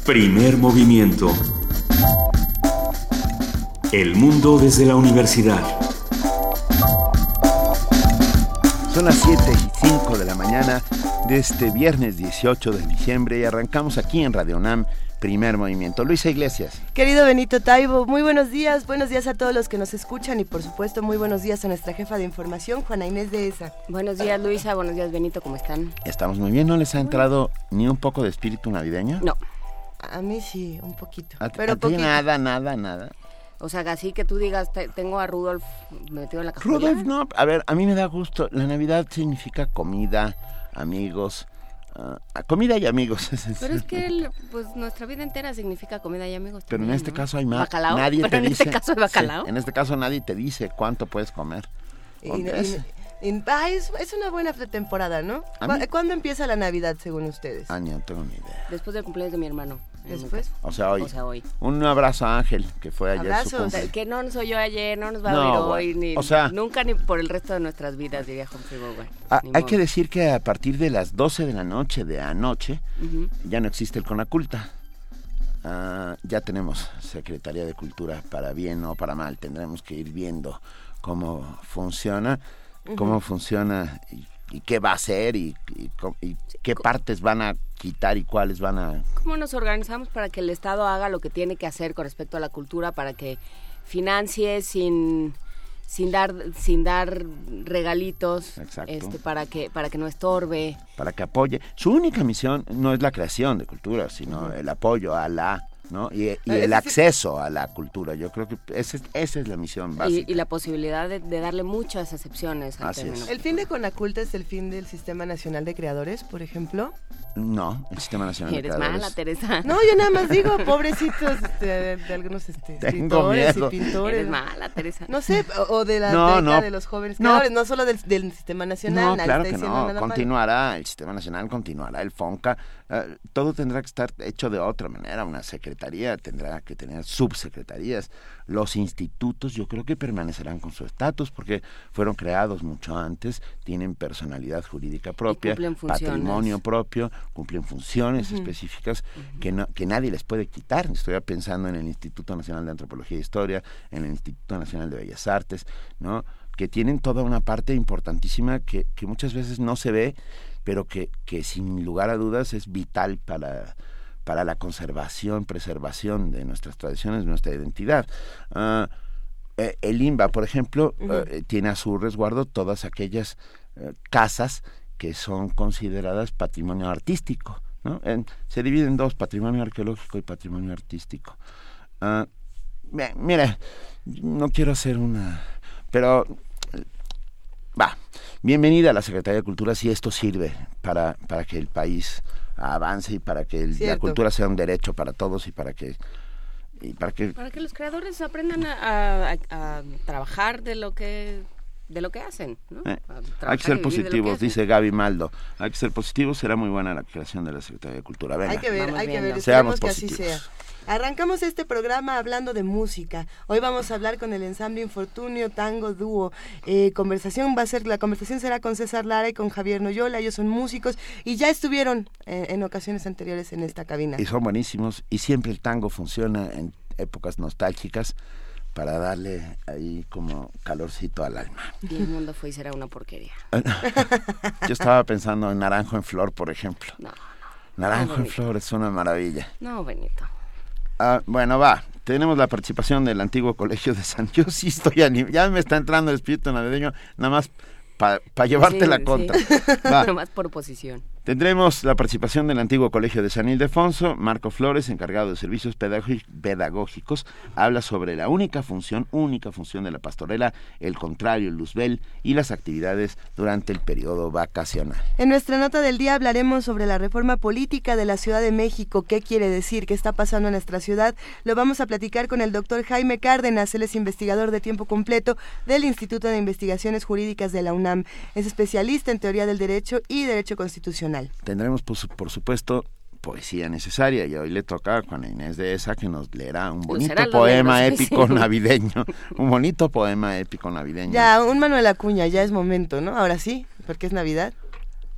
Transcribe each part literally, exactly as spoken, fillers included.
Primer movimiento. El mundo desde la universidad. Son las siete y cinco de la mañana de este viernes dieciocho de diciembre y arrancamos aquí en Radio UNAM, Primer Movimiento. Luisa Iglesias. Querido Benito Taibo, muy buenos días, buenos días a todos los que nos escuchan y por supuesto muy buenos días a nuestra jefa de información, Juana Inés de Esa. Buenos días Luisa, buenos días Benito, ¿cómo están? Estamos muy bien, ¿no les ha entrado ni un poco de espíritu navideño? No. A mí sí, un poquito. ¿A, pero a ti poquito. nada, nada, nada? O sea, así que tú digas, te, tengo a Rudolf metido en la cajuela. Rudolf, no, a ver, a mí me da gusto. La Navidad significa comida, amigos, uh, comida y amigos. Pero es que el, pues nuestra vida entera significa comida y amigos. Pero también, en este ¿no? caso hay más. ¿Bacalao? Nadie ¿Pero te en dice, este caso hay bacalao? Sí, en este caso nadie te dice cuánto puedes comer. Y, y, y, ah, es, es una buena temporada, ¿no? ¿Cu- ¿Cuándo empieza la Navidad según ustedes? Ah, no tengo ni idea. Después del cumpleaños de mi hermano. ¿Después? O sea, hoy. O sea, hoy. Un abrazo a Ángel, que fue ayer Abrazos. su cumple. Que no soy yo ayer, no nos va No, a ver bueno, hoy, ni o sea, nunca ni por el resto de nuestras vidas, diría Humphrey Bogart. Ah, Ni hay modo. que decir que a partir de las doce de la noche de anoche, Uh-huh. ya no existe el Conaculta. Ah, ya tenemos Secretaría de Cultura, para bien o para mal. Tendremos que ir viendo cómo funciona, uh-huh. cómo funciona y, y qué va a hacer y, y, y qué partes van a quitar y cuáles van a... ¿Cómo nos organizamos para que el Estado haga lo que tiene que hacer con respecto a la cultura, para que financie sin sin dar sin dar regalitos, Exacto. este para que para que no estorbe, para que apoye? Su única misión no es la creación de cultura, sino uh-huh. el apoyo a la... ¿no? Y, y el acceso a la cultura. Yo creo que ese, esa es la misión básica. Y, y la posibilidad de, de darle muchas acepciones al Así término. es. ¿El fin de Conaculta es el fin del Sistema Nacional de Creadores, por ejemplo? No, el Sistema Nacional de Eres Creadores. mala, Teresa. No, yo nada más digo, pobrecitos este, de, de algunos este, escritores miedo. y pintores. Eres mala, Teresa. No sé, o, o de la No, beca no. de los jóvenes No. creadores, no, solo del, del Sistema Nacional. No, claro está que diciendo no, nada mal. continuará, el Sistema Nacional continuará, el FONCA, uh, todo tendrá que estar hecho de otra manera, una secretaría tendrá que tener subsecretarías, los institutos yo creo que permanecerán con su estatus porque fueron creados mucho antes, tienen personalidad jurídica propia, patrimonio propio, cumplen funciones uh-huh. específicas uh-huh. que, no, que nadie les puede quitar. Estoy pensando en el Instituto Nacional de Antropología e Historia, en el Instituto Nacional de Bellas Artes, ¿no? Que tienen toda una parte importantísima que, que muchas veces no se ve, pero que, que sin lugar a dudas es vital para, para la conservación, preservación de nuestras tradiciones, de nuestra identidad. Uh, eh, el INBA, por ejemplo, uh-huh. uh, tiene a su resguardo todas aquellas uh, casas que son consideradas patrimonio artístico, ¿no? En, se divide en dos, patrimonio arqueológico y patrimonio artístico. Uh, mira, no quiero hacer una... pero... va, bienvenida a la Secretaría de Cultura si esto sirve para, para que el país avance y para que el, la cultura sea un derecho para todos y para que y para que para que los creadores aprendan a, a, a trabajar de lo que de lo que hacen, ¿no? Eh, hay que ser positivos, dice Gaby Maldo. Hay que ser positivos, será muy buena la creación de la Secretaría de Cultura. Venga, hay que ver, hay que ver, seamos esperemos que positivos. así sea. Arrancamos este programa hablando de música. Hoy vamos a hablar con el ensamble Infortunio Tango Dúo. Eh, conversación va a ser, la conversación será con César Lara y con Javier Noyola. Ellos son músicos y ya estuvieron eh, en ocasiones anteriores en esta cabina. Y son buenísimos y siempre el tango funciona en épocas nostálgicas para darle ahí como calorcito al alma. Y el mundo fue y será una porquería. Yo estaba pensando en Naranjo en Flor, por ejemplo. No, no. Naranjo no, en Flor es una maravilla. No, Benito. Ah, bueno, va. Tenemos la participación del antiguo colegio de San... Yo sí estoy animado. Ya me está entrando el espíritu navideño, nada más para pa llevarte sí, la contra. Sí. Nada más por oposición. Tendremos la participación del antiguo colegio de San Ildefonso. Marco Flores, encargado de servicios pedagógicos, habla sobre la única función, única función de la pastorela, el contrario, el luzbel y las actividades durante el periodo vacacional. En nuestra nota del día hablaremos sobre la reforma política de la Ciudad de México. ¿Qué quiere decir? ¿Qué está pasando en nuestra ciudad? Lo vamos a platicar con el doctor Jaime Cárdenas. Él es investigador de tiempo completo del Instituto de Investigaciones Jurídicas de la UNAM. Es especialista en teoría del derecho y derecho constitucional. Tendremos, pues, por supuesto, poesía necesaria, y hoy le toca a Juana Inés de Esa que nos leerá un bonito poema negros, épico sí. navideño, un bonito poema épico navideño. Ya, un Manuel Acuña, ya es momento, ¿no? Ahora sí, porque es Navidad.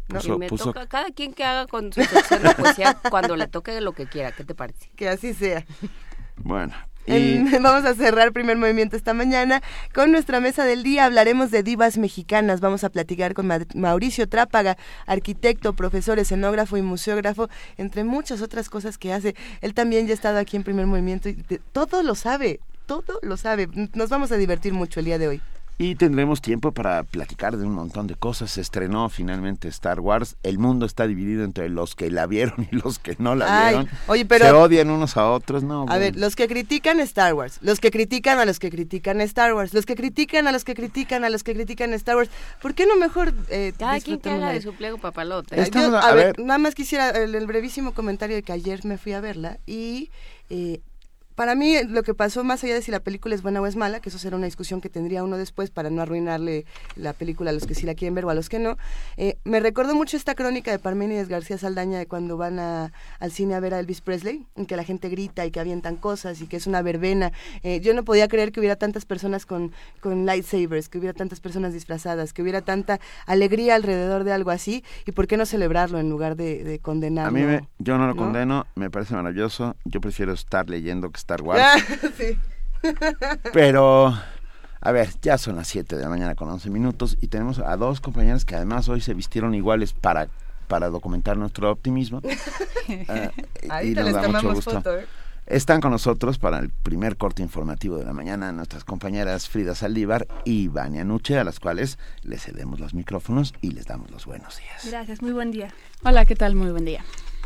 ¿no? Puso, me puso... toca, cada quien que haga con su sección de poesía cuando le toque lo que quiera, ¿qué te parece? Que así sea. Bueno. Y... Vamos a cerrar Primer Movimiento esta mañana con nuestra mesa del día. Hablaremos de divas mexicanas. Vamos a platicar con Ma- Mauricio Trápaga, arquitecto, profesor, escenógrafo y museógrafo, entre muchas otras cosas que hace. Él también ya ha estado aquí en Primer Movimiento y de, todo lo sabe, todo lo sabe. Nos vamos a divertir mucho el día de hoy. Y tendremos tiempo para platicar de un montón de cosas. Se estrenó finalmente Star Wars. El mundo está dividido entre los que la vieron y los que no la Ay, vieron. Oye, pero, se odian unos a otros, ¿no? A bueno. ver, los que critican Star Wars, los que critican a los que critican Star Wars, los que critican a los que critican a los que critican Star Wars, ¿por qué no mejor eh, cada quien que haga de su pliego papalote? Eh, yo, a, a ver, ver, nada más quisiera el, el brevísimo comentario de que ayer me fui a verla y... Eh, Para mí, lo que pasó, más allá de si la película es buena o es mala, que eso será una discusión que tendría uno después para no arruinarle la película a los que sí la quieren ver o a los que no, eh, me recordó mucho esta crónica de Parménides García Saldaña de cuando van a, al cine a ver a Elvis Presley, en que la gente grita y que avientan cosas y que es una verbena. Eh, yo no podía creer que hubiera tantas personas con, con lightsabers, que hubiera tantas personas disfrazadas, que hubiera tanta alegría alrededor de algo así, y por qué no celebrarlo en lugar de, de condenarlo. A mí, me, yo no lo ¿no? condeno, me parece maravilloso, yo prefiero estar leyendo que Star Wars. Sí. Pero, a ver, ya son las siete de la mañana con once minutos y tenemos a dos compañeras que además hoy se vistieron iguales para, para documentar nuestro optimismo. uh, y nos da mucho gusto. Foto, ¿eh? Están con nosotros para el primer corte informativo de la mañana nuestras compañeras Frida Saldívar y Vania Nuche, a las cuales les cedemos los micrófonos y les damos los buenos días. Gracias, muy buen día. Hola, ¿qué tal? Muy buen día.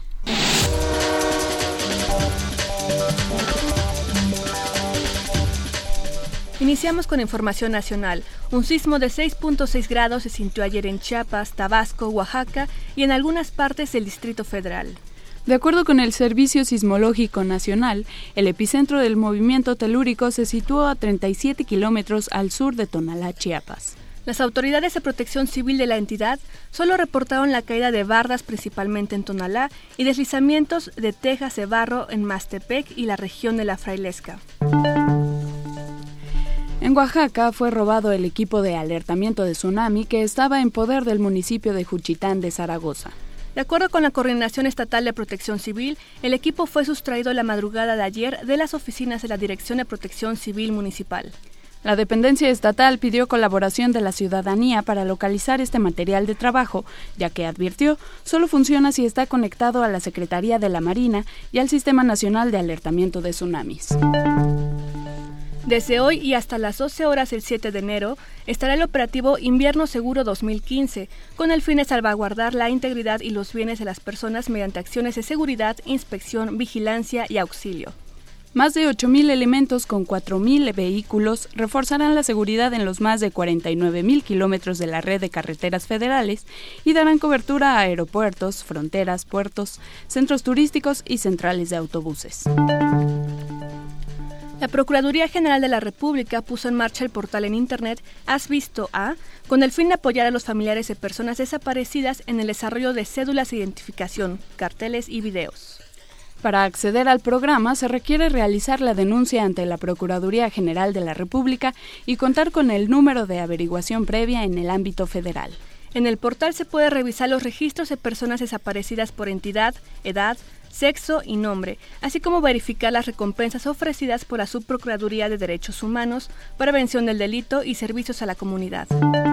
Iniciamos con información nacional. Un sismo de seis punto seis grados se sintió ayer en Chiapas, Tabasco, Oaxaca y en algunas partes del Distrito Federal. De acuerdo con el Servicio Sismológico Nacional, el epicentro del movimiento telúrico se situó a treinta y siete kilómetros al sur de Tonalá, Chiapas. Las autoridades de protección civil de la entidad solo reportaron la caída de bardas principalmente en Tonalá y deslizamientos de tejas de barro en Mastepec y la región de la Frailesca. En Oaxaca fue robado el equipo de alertamiento de tsunami que estaba en poder del municipio de Juchitán de Zaragoza. De acuerdo con la Coordinación Estatal de Protección Civil, el equipo fue sustraído la madrugada de ayer de las oficinas de la Dirección de Protección Civil Municipal. La dependencia estatal pidió colaboración de la ciudadanía para localizar este material de trabajo, ya que advirtió, solo funciona si está conectado a la Secretaría de la Marina y al Sistema Nacional de Alertamiento de Tsunamis. Desde hoy y hasta las doce horas del siete de enero estará el operativo Invierno Seguro dos mil quince, con el fin de salvaguardar la integridad y los bienes de las personas mediante acciones de seguridad, inspección, vigilancia y auxilio. Más de ocho mil elementos con cuatro mil vehículos reforzarán la seguridad en los más de cuarenta y nueve mil kilómetros de la red de carreteras federales y darán cobertura a aeropuertos, fronteras, puertos, centros turísticos y centrales de autobuses. La Procuraduría General de la República puso en marcha el portal en Internet Has Visto A, con el fin de apoyar a los familiares de personas desaparecidas en el desarrollo de cédulas de identificación, carteles y videos. Para acceder al programa se requiere realizar la denuncia ante la Procuraduría General de la República y contar con el número de averiguación previa en el ámbito federal. En el portal se puede revisar los registros de personas desaparecidas por entidad, edad, sexo y nombre, así como verificar las recompensas ofrecidas por la Subprocuraduría de Derechos Humanos, prevención del delito y servicios a la comunidad.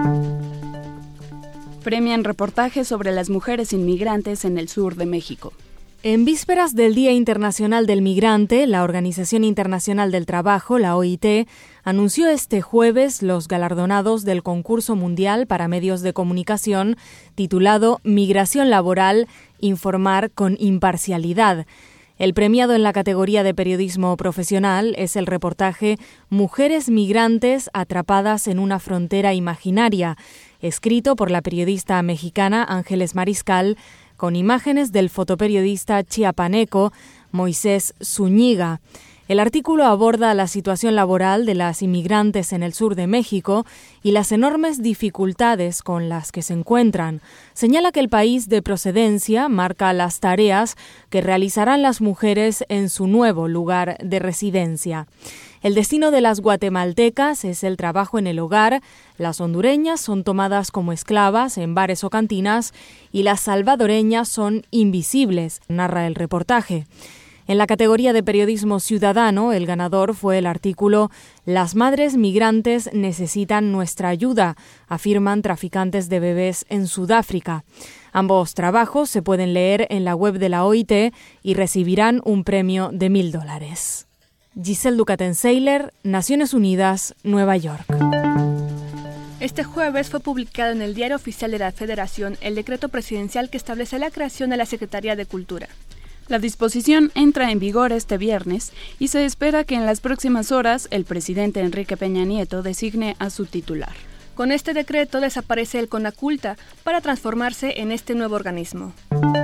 Premian reportajes sobre las mujeres inmigrantes en el sur de México. En vísperas del Día Internacional del Migrante, la Organización Internacional del Trabajo, la O I T, anunció este jueves los galardonados del concurso mundial para medios de comunicación titulado Migración Laboral, Informar con Imparcialidad. El premiado en la categoría de periodismo profesional es el reportaje Mujeres migrantes atrapadas en una frontera imaginaria, escrito por la periodista mexicana Ángeles Mariscal, con imágenes del fotoperiodista chiapaneco Moisés Zúñiga. El artículo aborda la situación laboral de las inmigrantes en el sur de México y las enormes dificultades con las que se encuentran. Señala que el país de procedencia marca las tareas que realizarán las mujeres en su nuevo lugar de residencia. El destino de las guatemaltecas es el trabajo en el hogar, las hondureñas son tomadas como esclavas en bares o cantinas y las salvadoreñas son invisibles, narra el reportaje. En la categoría de periodismo ciudadano, el ganador fue el artículo «Las madres migrantes necesitan nuestra ayuda», afirman traficantes de bebés en Sudáfrica. Ambos trabajos se pueden leer en la web de la O I T y recibirán un premio de mil dólares. Giselle Ducaten-Seiler, Naciones Unidas, Nueva York. Este jueves fue publicado en el Diario Oficial de la Federación el decreto presidencial que establece la creación de la Secretaría de Cultura. La disposición entra en vigor este viernes y se espera que en las próximas horas el presidente Enrique Peña Nieto designe a su titular. Con este decreto desaparece el CONACULTA para transformarse en este nuevo organismo.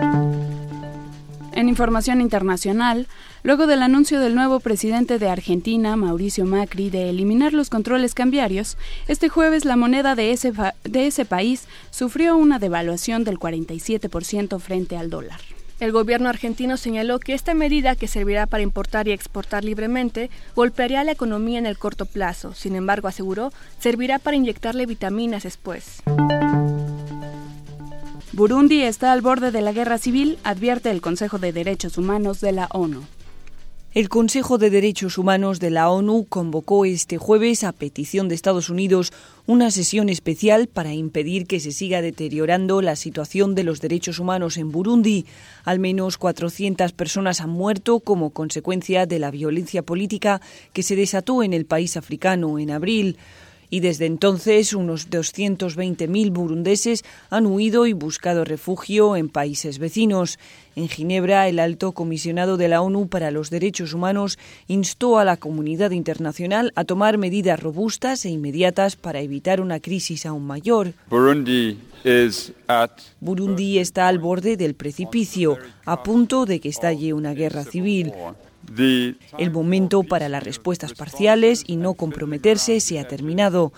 En información internacional, luego del anuncio del nuevo presidente de Argentina, Mauricio Macri, de eliminar los controles cambiarios, este jueves la moneda de ese, de ese país sufrió una devaluación del cuarenta y siete por ciento frente al dólar. El gobierno argentino señaló que esta medida, que servirá para importar y exportar libremente, golpearía a la economía en el corto plazo. Sin embargo, aseguró, servirá para inyectarle vitaminas después. Burundi está al borde de la guerra civil, advierte el Consejo de Derechos Humanos de la ONU. El Consejo de Derechos Humanos de la ONU convocó este jueves, a petición de Estados Unidos, una sesión especial para impedir que se siga deteriorando la situación de los derechos humanos en Burundi. Al menos cuatrocientas personas han muerto como consecuencia de la violencia política que se desató en el país africano en abril. Y desde entonces unos doscientos veinte mil burundeses han huido y buscado refugio en países vecinos. En Ginebra, el alto comisionado de la ONU para los Derechos Humanos instó a la comunidad internacional a tomar medidas robustas e inmediatas para evitar una crisis aún mayor. Burundi is at... Burundi está al borde del precipicio, a punto de que estalle una guerra civil. El momento para las respuestas parciales y no comprometerse se ha terminado.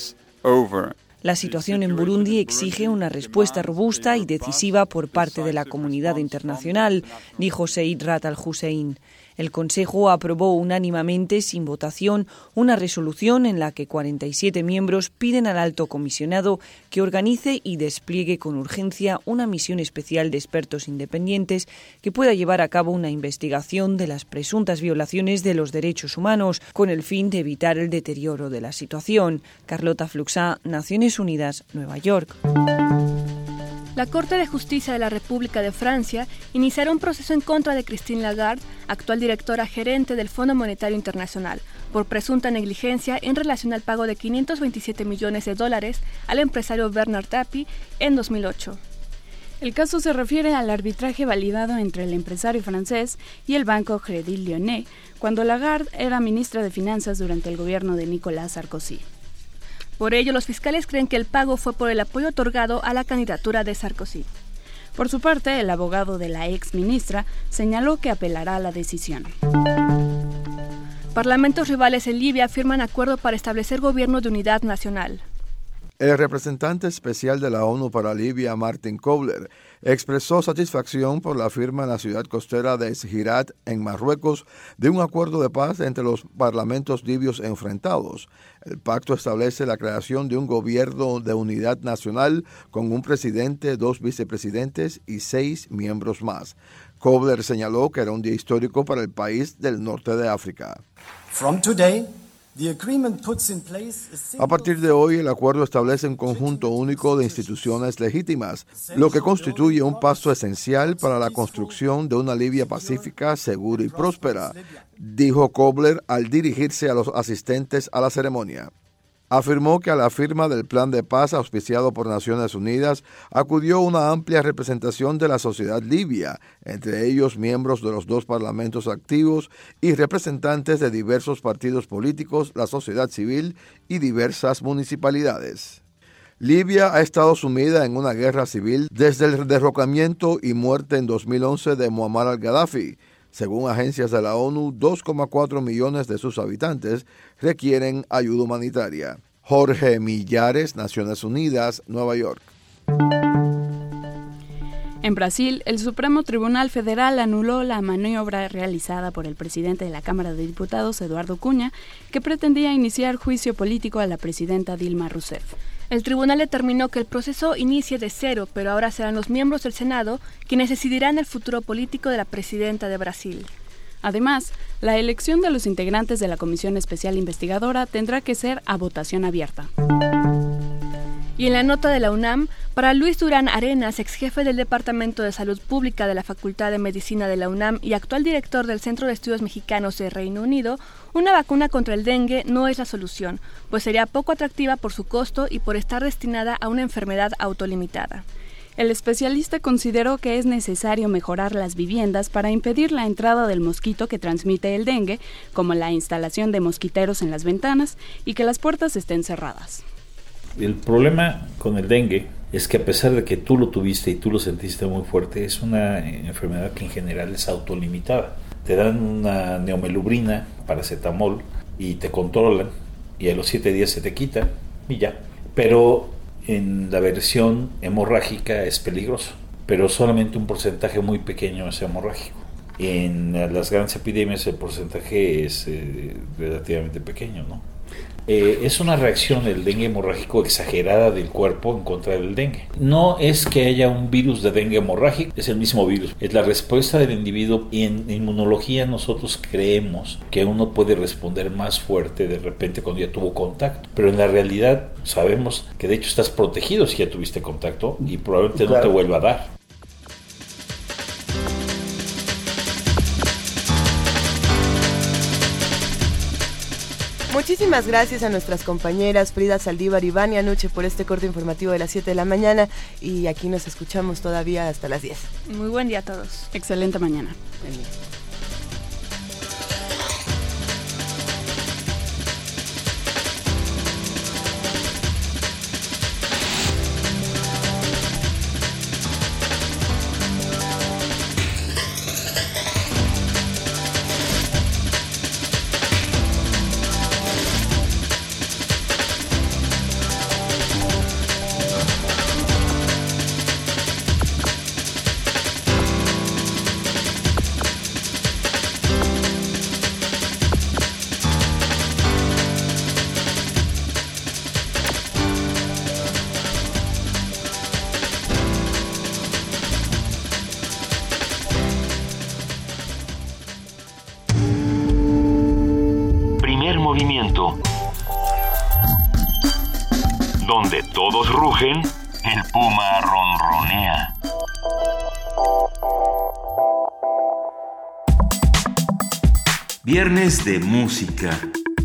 La situación en Burundi exige una respuesta robusta y decisiva por parte de la comunidad internacional, dijo Zeid Ra'ad al-Hussein. El Consejo aprobó unánimemente, sin votación, una resolución en la que cuarenta y siete miembros piden al alto comisionado que organice y despliegue con urgencia una misión especial de expertos independientes que pueda llevar a cabo una investigación de las presuntas violaciones de los derechos humanos, con el fin de evitar el deterioro de la situación. Carlota Fluxá, Naciones Unidas, Nueva York. La Corte de Justicia de la República de Francia iniciará un proceso en contra de Christine Lagarde, actual directora gerente del Fondo Monetario Internacional, por presunta negligencia en relación al pago de quinientos veintisiete millones de dólares al empresario Bernard Tapie en dos mil ocho. El caso se refiere al arbitraje validado entre el empresario francés y el banco Crédit Lyonnais, cuando Lagarde era ministra de Finanzas durante el gobierno de Nicolas Sarkozy. Por ello, los fiscales creen que el pago fue por el apoyo otorgado a la candidatura de Sarkozy. Por su parte, el abogado de la ex ministra señaló que apelará a la decisión. Parlamentos rivales en Libia firman acuerdo para establecer gobierno de unidad nacional. El representante especial de la ONU para Libia, Martin Kobler, expresó satisfacción por la firma en la ciudad costera de Essirat, en Marruecos, de un acuerdo de paz entre los parlamentos libios enfrentados. El pacto establece la creación de un gobierno de unidad nacional con un presidente, dos vicepresidentes y seis miembros más. Kobler señaló que era un día histórico para el país del norte de África. From today, A partir de hoy, el acuerdo establece un conjunto único de instituciones legítimas, lo que constituye un paso esencial para la construcción de una Libia pacífica, segura y próspera, dijo Kobler al dirigirse a los asistentes a la ceremonia. Afirmó que a la firma del plan de paz auspiciado por Naciones Unidas acudió una amplia representación de la sociedad libia, entre ellos miembros de los dos parlamentos activos y representantes de diversos partidos políticos, la sociedad civil y diversas municipalidades. Libia ha estado sumida en una guerra civil desde el derrocamiento y muerte en dos mil once de Muammar al-Gaddafi. Según agencias de la ONU, dos coma cuatro millones de sus habitantes requieren ayuda humanitaria. Jorge Millares, Naciones Unidas, Nueva York. En Brasil, el Supremo Tribunal Federal anuló la maniobra realizada por el presidente de la Cámara de Diputados, Eduardo Cunha, que pretendía iniciar juicio político a la presidenta Dilma Rousseff. El tribunal determinó que el proceso inicie de cero, pero ahora serán los miembros del Senado quienes decidirán el futuro político de la presidenta de Brasil. Además, la elección de los integrantes de la Comisión Especial Investigadora tendrá que ser a votación abierta. Y en la nota de la UNAM, para Luis Durán Arenas, ex jefe del Departamento de Salud Pública de la Facultad de Medicina de la UNAM y actual director del Centro de Estudios Mexicanos de Reino Unido, una vacuna contra el dengue no es la solución, pues sería poco atractiva por su costo y por estar destinada a una enfermedad autolimitada. El especialista consideró que es necesario mejorar las viviendas para impedir la entrada del mosquito que transmite el dengue, como la instalación de mosquiteros en las ventanas y que las puertas estén cerradas. El problema con el dengue es que a pesar de que tú lo tuviste y tú lo sentiste muy fuerte, es una enfermedad que en general es autolimitada. Te dan una neomelubrina, paracetamol, y te controlan, y a los siete días se te quita, y ya. Pero en la versión hemorrágica es peligroso, pero solamente un porcentaje muy pequeño es hemorrágico. En las grandes epidemias el porcentaje es eh, relativamente pequeño, ¿no? Eh, es una reacción del dengue hemorrágico exagerada del cuerpo en contra del dengue. No es que haya un virus de dengue hemorrágico, es el mismo virus. Es la respuesta del individuo, y en inmunología nosotros creemos que uno puede responder más fuerte de repente cuando ya tuvo contacto. Pero en la realidad sabemos que de hecho estás protegido si ya tuviste contacto y probablemente claro. no te vuelva a dar. Muchísimas gracias a nuestras compañeras Frida Saldívar y Vania Nuche por este corte informativo de las siete de la mañana, y aquí nos escuchamos todavía hasta las diez. Muy buen día a todos. Excelente mañana. Buen día. Donde todos rugen, el puma ronronea. Viernes de música.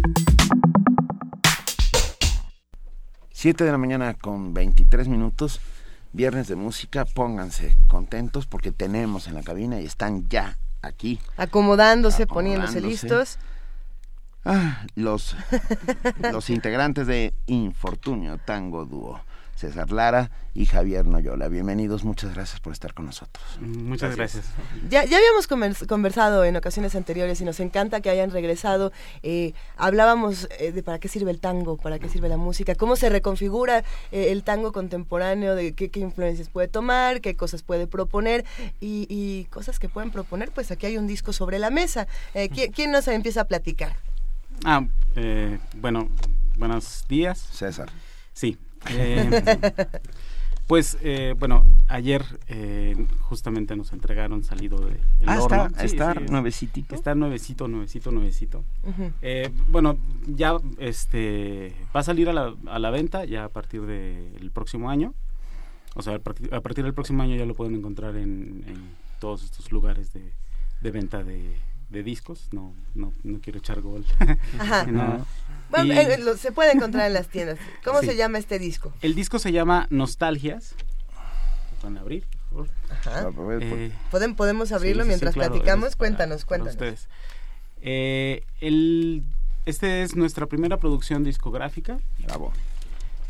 siete de la mañana con veintitrés minutos. Viernes de música. Pónganse contentos porque tenemos en la cabina y están ya aquí. Acomodándose, acomodándose. poniéndose listos. Ah, los, los integrantes de Infortunio Tango Dúo, César Lara y Javier Noyola. Bienvenidos, muchas gracias por estar con nosotros. Muchas gracias. gracias. Ya, ya habíamos conversado en ocasiones anteriores y nos encanta que hayan regresado. Eh, hablábamos eh, de para qué sirve el tango, para qué sirve la música, cómo se reconfigura eh, el tango contemporáneo, de qué, qué influencias puede tomar, qué cosas puede proponer y, y cosas que pueden proponer. Pues aquí hay un disco sobre la mesa. Eh, ¿quién, ¿Quién nos empieza a platicar? Ah, eh, bueno, buenos días. César. Sí. Eh, pues, eh, bueno, ayer eh, justamente nos entregaron salido de el ah, horno. Está, sí, está sí, nuevecito. Está nuevecito, nuevecito, nuevecito. Uh-huh. Eh, bueno, ya este va a salir a la, a la venta ya a partir del próximo año. O sea, a partir, a partir del próximo año ya lo pueden encontrar en, en todos estos lugares de, de venta de... de discos, no no no quiero echar gol. Ajá. no. Bueno, y, eh, lo, se puede encontrar en las tiendas. ¿Cómo sí. se llama este disco? El disco se llama Nostalgias. ¿Van a abrir, por favor? Ajá. Eh, ¿Podemos, podemos abrirlo sí, mientras sí, claro, platicamos? para, Cuéntanos, para cuéntanos. Ustedes. Eh, el, este es nuestra primera producción discográfica. Bravo.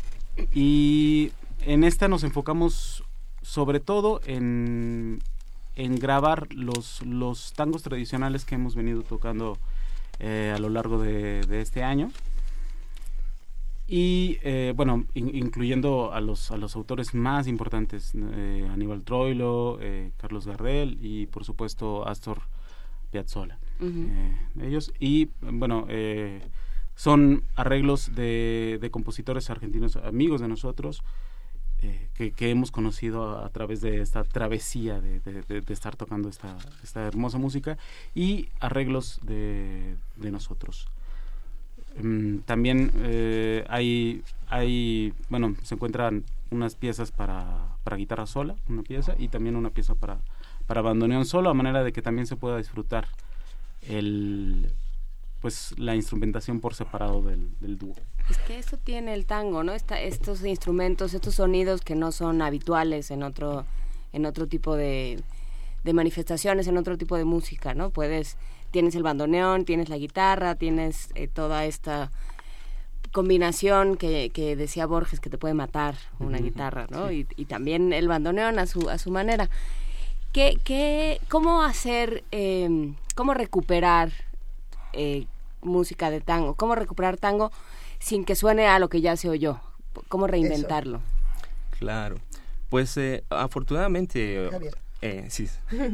Y en esta nos enfocamos sobre todo en en grabar los, los tangos tradicionales que hemos venido tocando eh, a lo largo de, de este año. Y eh, bueno, in, incluyendo a los, a los autores más importantes, eh, Aníbal Troilo, eh, Carlos Gardel y por supuesto Astor Piazzolla. Uh-huh. eh, ellos, y bueno, eh, son arreglos de, de compositores argentinos, amigos de nosotros, eh, que, que hemos conocido a, a través de esta travesía de, de, de, de estar tocando esta, esta hermosa música, y arreglos de, de nosotros. Um, también eh, hay, hay, bueno, se encuentran unas piezas para, para guitarra sola, una pieza, y también una pieza para, para bandoneón solo, a manera de que también se pueda disfrutar el, pues, la instrumentación por separado del, del dúo. Es que eso tiene el tango, ¿no? Esta, estos instrumentos, estos sonidos que no son habituales en otro, en otro tipo de, de manifestaciones, en otro tipo de música, ¿no? Puedes... Tienes el bandoneón, tienes la guitarra, tienes eh, toda esta combinación que, que decía Borges, que te puede matar una uh-huh. guitarra, ¿no? Sí. Y, y también el bandoneón a su a su manera. ¿Qué, qué, cómo hacer, eh, cómo recuperar eh, música de tango? ¿Cómo recuperar tango sin que suene a lo que ya se oyó? ¿Cómo reinventarlo? Eso. Claro. Pues eh, afortunadamente... Javier. Eh, sí.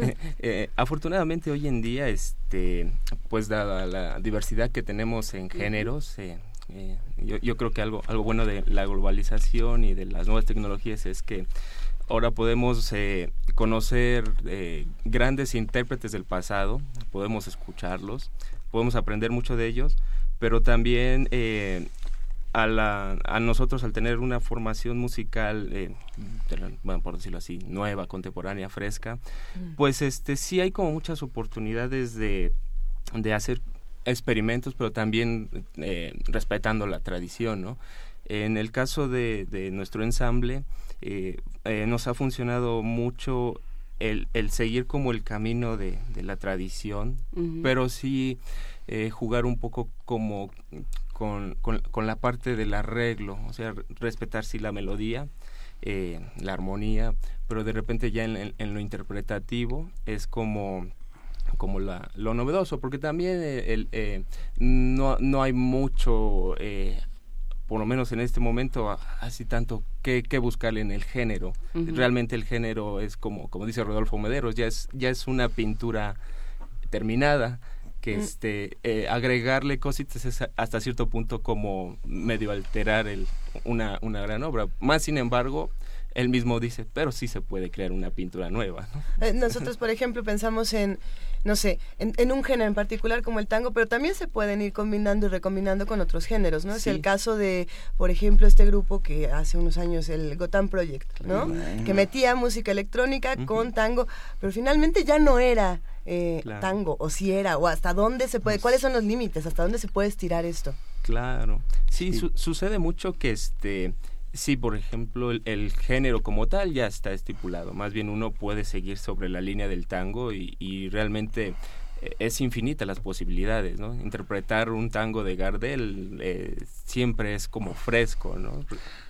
eh, afortunadamente hoy en día, este, pues dada la diversidad que tenemos en géneros, eh, eh, yo, yo creo que algo, algo bueno de la globalización y de las nuevas tecnologías es que ahora podemos eh, conocer eh, grandes intérpretes del pasado, podemos escucharlos, podemos aprender mucho de ellos, pero también eh, a, la, a nosotros, al tener una formación musical, eh, bueno, por decirlo así, nueva, contemporánea, fresca, mm. pues este sí hay como muchas oportunidades de, de hacer experimentos, pero también eh, respetando la tradición, ¿no? En el caso de, de nuestro ensamble, eh, eh, nos ha funcionado mucho el, el seguir como el camino de, de la tradición, uh-huh. pero sí eh, jugar un poco como con, con, con la parte del arreglo, o sea, respetar sí la melodía, eh, la armonía, pero de repente ya en, en, en lo interpretativo es como... como la, lo novedoso, porque también eh, el, eh, no, no hay mucho, eh, por lo menos en este momento, así tanto que, que buscarle en el género. Uh-huh. Realmente el género es como, como dice Rodolfo Mederos, ya es, ya es una pintura terminada, que uh-huh. este eh, agregarle cositas es hasta cierto punto como medio alterar el, una, una gran obra. Más sin embargo, él mismo dice, pero sí se puede crear una pintura nueva, ¿no? Eh, nosotros, por ejemplo, pensamos en, no sé, en, en un género en particular como el tango, pero también se pueden ir combinando y recombinando con otros géneros, ¿no? Sí. Es el caso de, por ejemplo, este grupo que hace unos años, el Gotham Project, ¿no? Bueno. Que metía música electrónica uh-huh. con tango, pero finalmente ya no era eh, claro. tango, o si era, o hasta dónde se puede, ¿cuáles son los límites? ¿Hasta dónde se puede estirar esto? Claro, sí, sí. Su- sucede mucho que este... Sí, por ejemplo, el, el género como tal ya está estipulado. Más bien uno puede seguir sobre la línea del tango y, y realmente eh, es infinita las posibilidades, ¿no? Interpretar un tango de Gardel eh, siempre es como fresco, ¿no?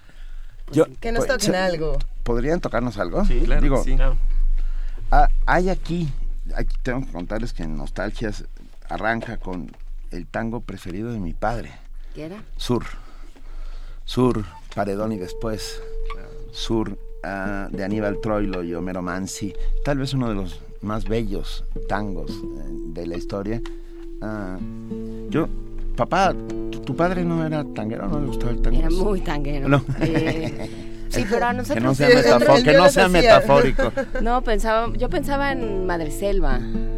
Yo, que nos toquen algo. ¿Podrían tocarnos algo? Sí, claro. Digo, sí. claro. Ah, hay aquí, aquí tengo que contarles que en Nostalgias arranca con el tango preferido de mi padre. ¿Qué era? Sur. Sur, Paredón y después, Sur, uh, de Aníbal Troilo y Homero Manzi, tal vez uno de los más bellos tangos eh, de la historia. Uh, yo, papá, ¿tu, ¿tu padre no era tanguero? ¿No le gustaba el tango? Era muy tanguero. No. Eh, sí, pero a nosotros... Que no sea, metafó- que no sea metafórico. No, pensaba, yo pensaba en Madreselva.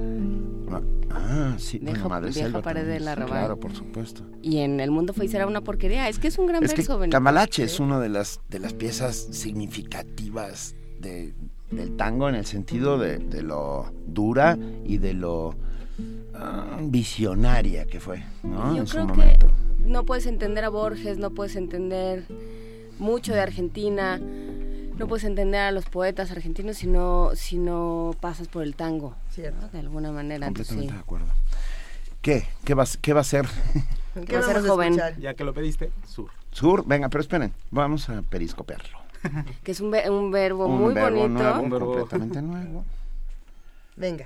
Ah, sí, Vieja, bueno, Madre vieja Selva pared también, del arrabal. claro, por supuesto. Y en El Mundo Feliz era una porquería. Es que es un gran es verso, que Benito. Cambalache es una de las de las piezas significativas de, del tango en el sentido de, de lo dura y de lo uh, visionaria que fue, ¿no? Yo en creo su que momento. No puedes entender a Borges, no puedes entender mucho de Argentina, no puedes entender a los poetas argentinos si no, si no pasas por el tango, ¿no? De alguna manera. Completamente sí. de acuerdo. ¿Qué? ¿Qué va, qué va a ser? ¿Qué va a ser, joven? Ya que lo pediste, sur. Sur, venga, pero esperen, vamos a periscopearlo. Que es un, ve- un verbo un muy verbo bonito. Nuevo, un verbo completamente nuevo. Venga.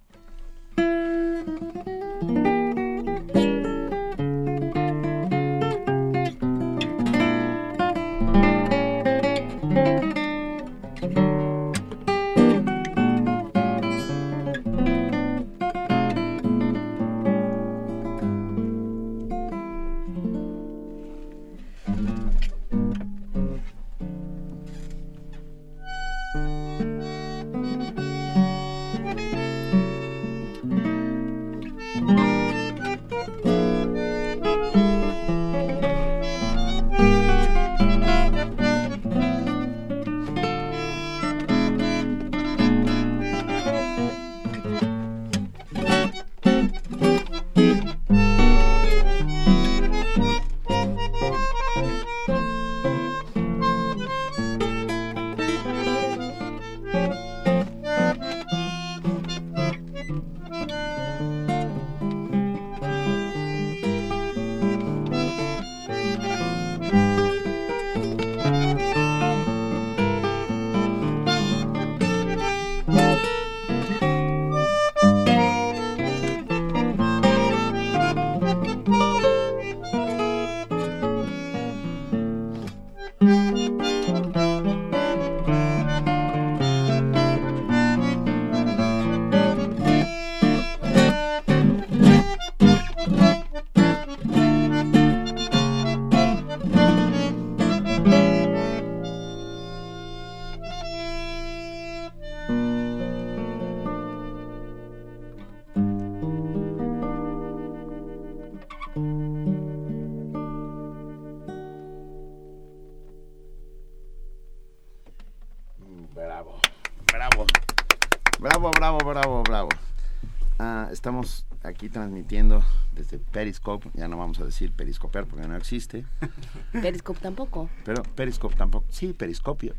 Estamos aquí transmitiendo desde Periscope, ya no vamos a decir periscopear porque no existe. Periscope tampoco. Pero Periscope tampoco, sí, periscopio.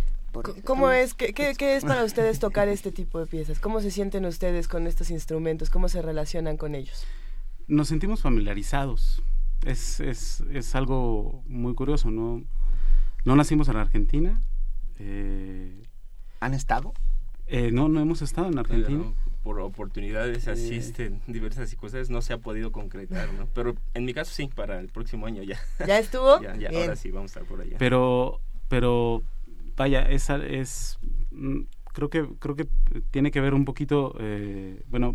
¿Cómo es? ¿Qué, qué, ¿Qué es para ustedes tocar este tipo de piezas? ¿Cómo se sienten ustedes con estos instrumentos? ¿Cómo se relacionan con ellos? Nos sentimos familiarizados. Es, es, es algo muy curioso, ¿no? No nacimos en Argentina. Eh, ¿Han estado? Eh, no, no hemos estado en Argentina. No, por oportunidades asisten diversas cosas, no se ha podido concretar, ¿no? Pero en mi caso sí, para el próximo año ya. ¿Ya estuvo? ya, ya ahora sí, vamos a estar por allá. Pero, pero vaya, esa es, creo que creo que tiene que ver un poquito, eh, bueno,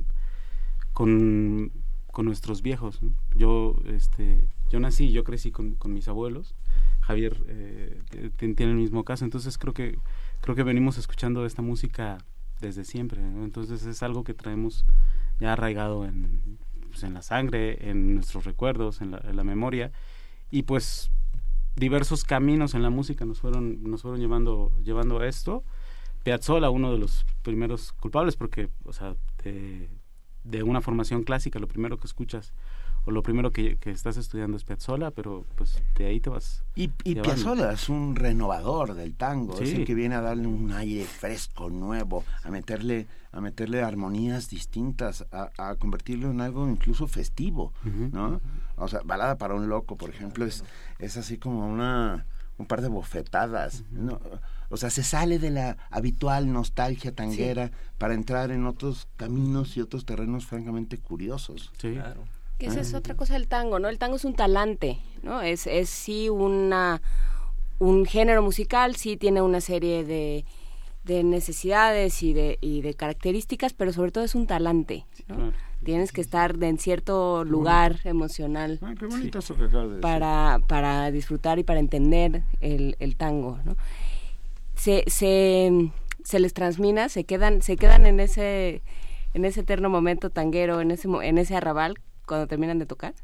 con, con nuestros viejos, ¿no? Yo, este, yo nací, yo crecí con, con mis abuelos. Javier eh, tiene el mismo caso, entonces creo que creo que venimos escuchando esta música desde siempre, ¿no? Entonces es algo que traemos ya arraigado en, pues, en la sangre, en nuestros recuerdos, en la, en la memoria, y pues diversos caminos en la música nos fueron nos fueron llevando llevando a esto. Piazzolla, uno de los primeros culpables, porque, o sea, de, de una formación clásica, lo primero que escuchas o lo primero que, que estás estudiando es Piazzolla, pero pues de ahí te vas. Y, y Piazzolla es un renovador del tango, sí. Es el que viene a darle un aire fresco, nuevo, a meterle a meterle armonías distintas, a, a convertirlo en algo incluso festivo, uh-huh, ¿no? Uh-huh. O sea, Balada para un loco, por ejemplo, es es así como una un par de bofetadas, uh-huh. ¿no? O sea, se sale de la habitual nostalgia tanguera, sí, para entrar en otros caminos y otros terrenos francamente curiosos. Sí, claro. Que esa es otra cosa del tango, ¿no? El tango es un talante, ¿no? Es, es sí una un género musical, sí tiene una serie de, de necesidades y de y de características, pero sobre todo es un talante, ¿no? Claro. Tienes que estar en cierto lugar emocional. Ay, qué bonito eso que acabas de decir. Para, para disfrutar y para entender el, el tango, ¿no? Se, se, se les transmina, se quedan, se quedan en ese, en ese eterno momento tanguero, en ese, en ese arrabal, cuando terminan de tocar.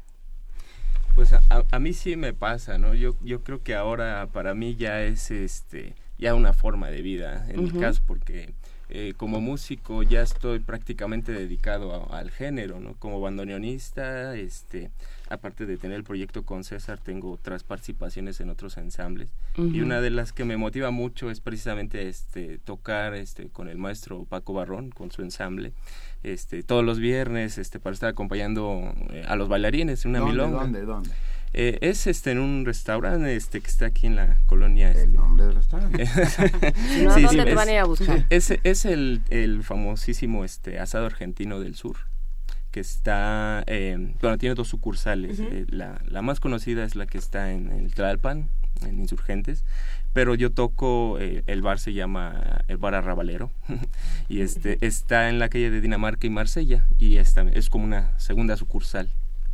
Pues a, a mí sí me pasa, ¿no? Yo yo creo que ahora para mí ya es este ya una forma de vida, en uh-huh. mi caso, porque eh, como músico ya estoy prácticamente dedicado a, al género, ¿no? Como bandoneonista, este, aparte de tener el proyecto con César, tengo otras participaciones en otros ensambles, uh-huh. y una de las que me motiva mucho es precisamente este tocar este con el maestro Paco Barrón, con su ensamble, este todos los viernes, este para estar acompañando eh, a los bailarines en una ¿Dónde, milonga. ¿Dónde, dónde? Eh, es este en un restaurante este que está aquí en la colonia. El este. nombre del restaurante. Si no, ¿a dónde te van a ir a buscar? Es, es el, el famosísimo este asado argentino del sur, que está, eh, bueno, tiene dos sucursales. Uh-huh. eh, la, la más conocida es la que está en el Tlalpan, en Insurgentes, pero yo toco, eh, el bar se llama el Bar Arrabalero, y este está en la calle de Dinamarca y Marsella, y esta es como una segunda sucursal.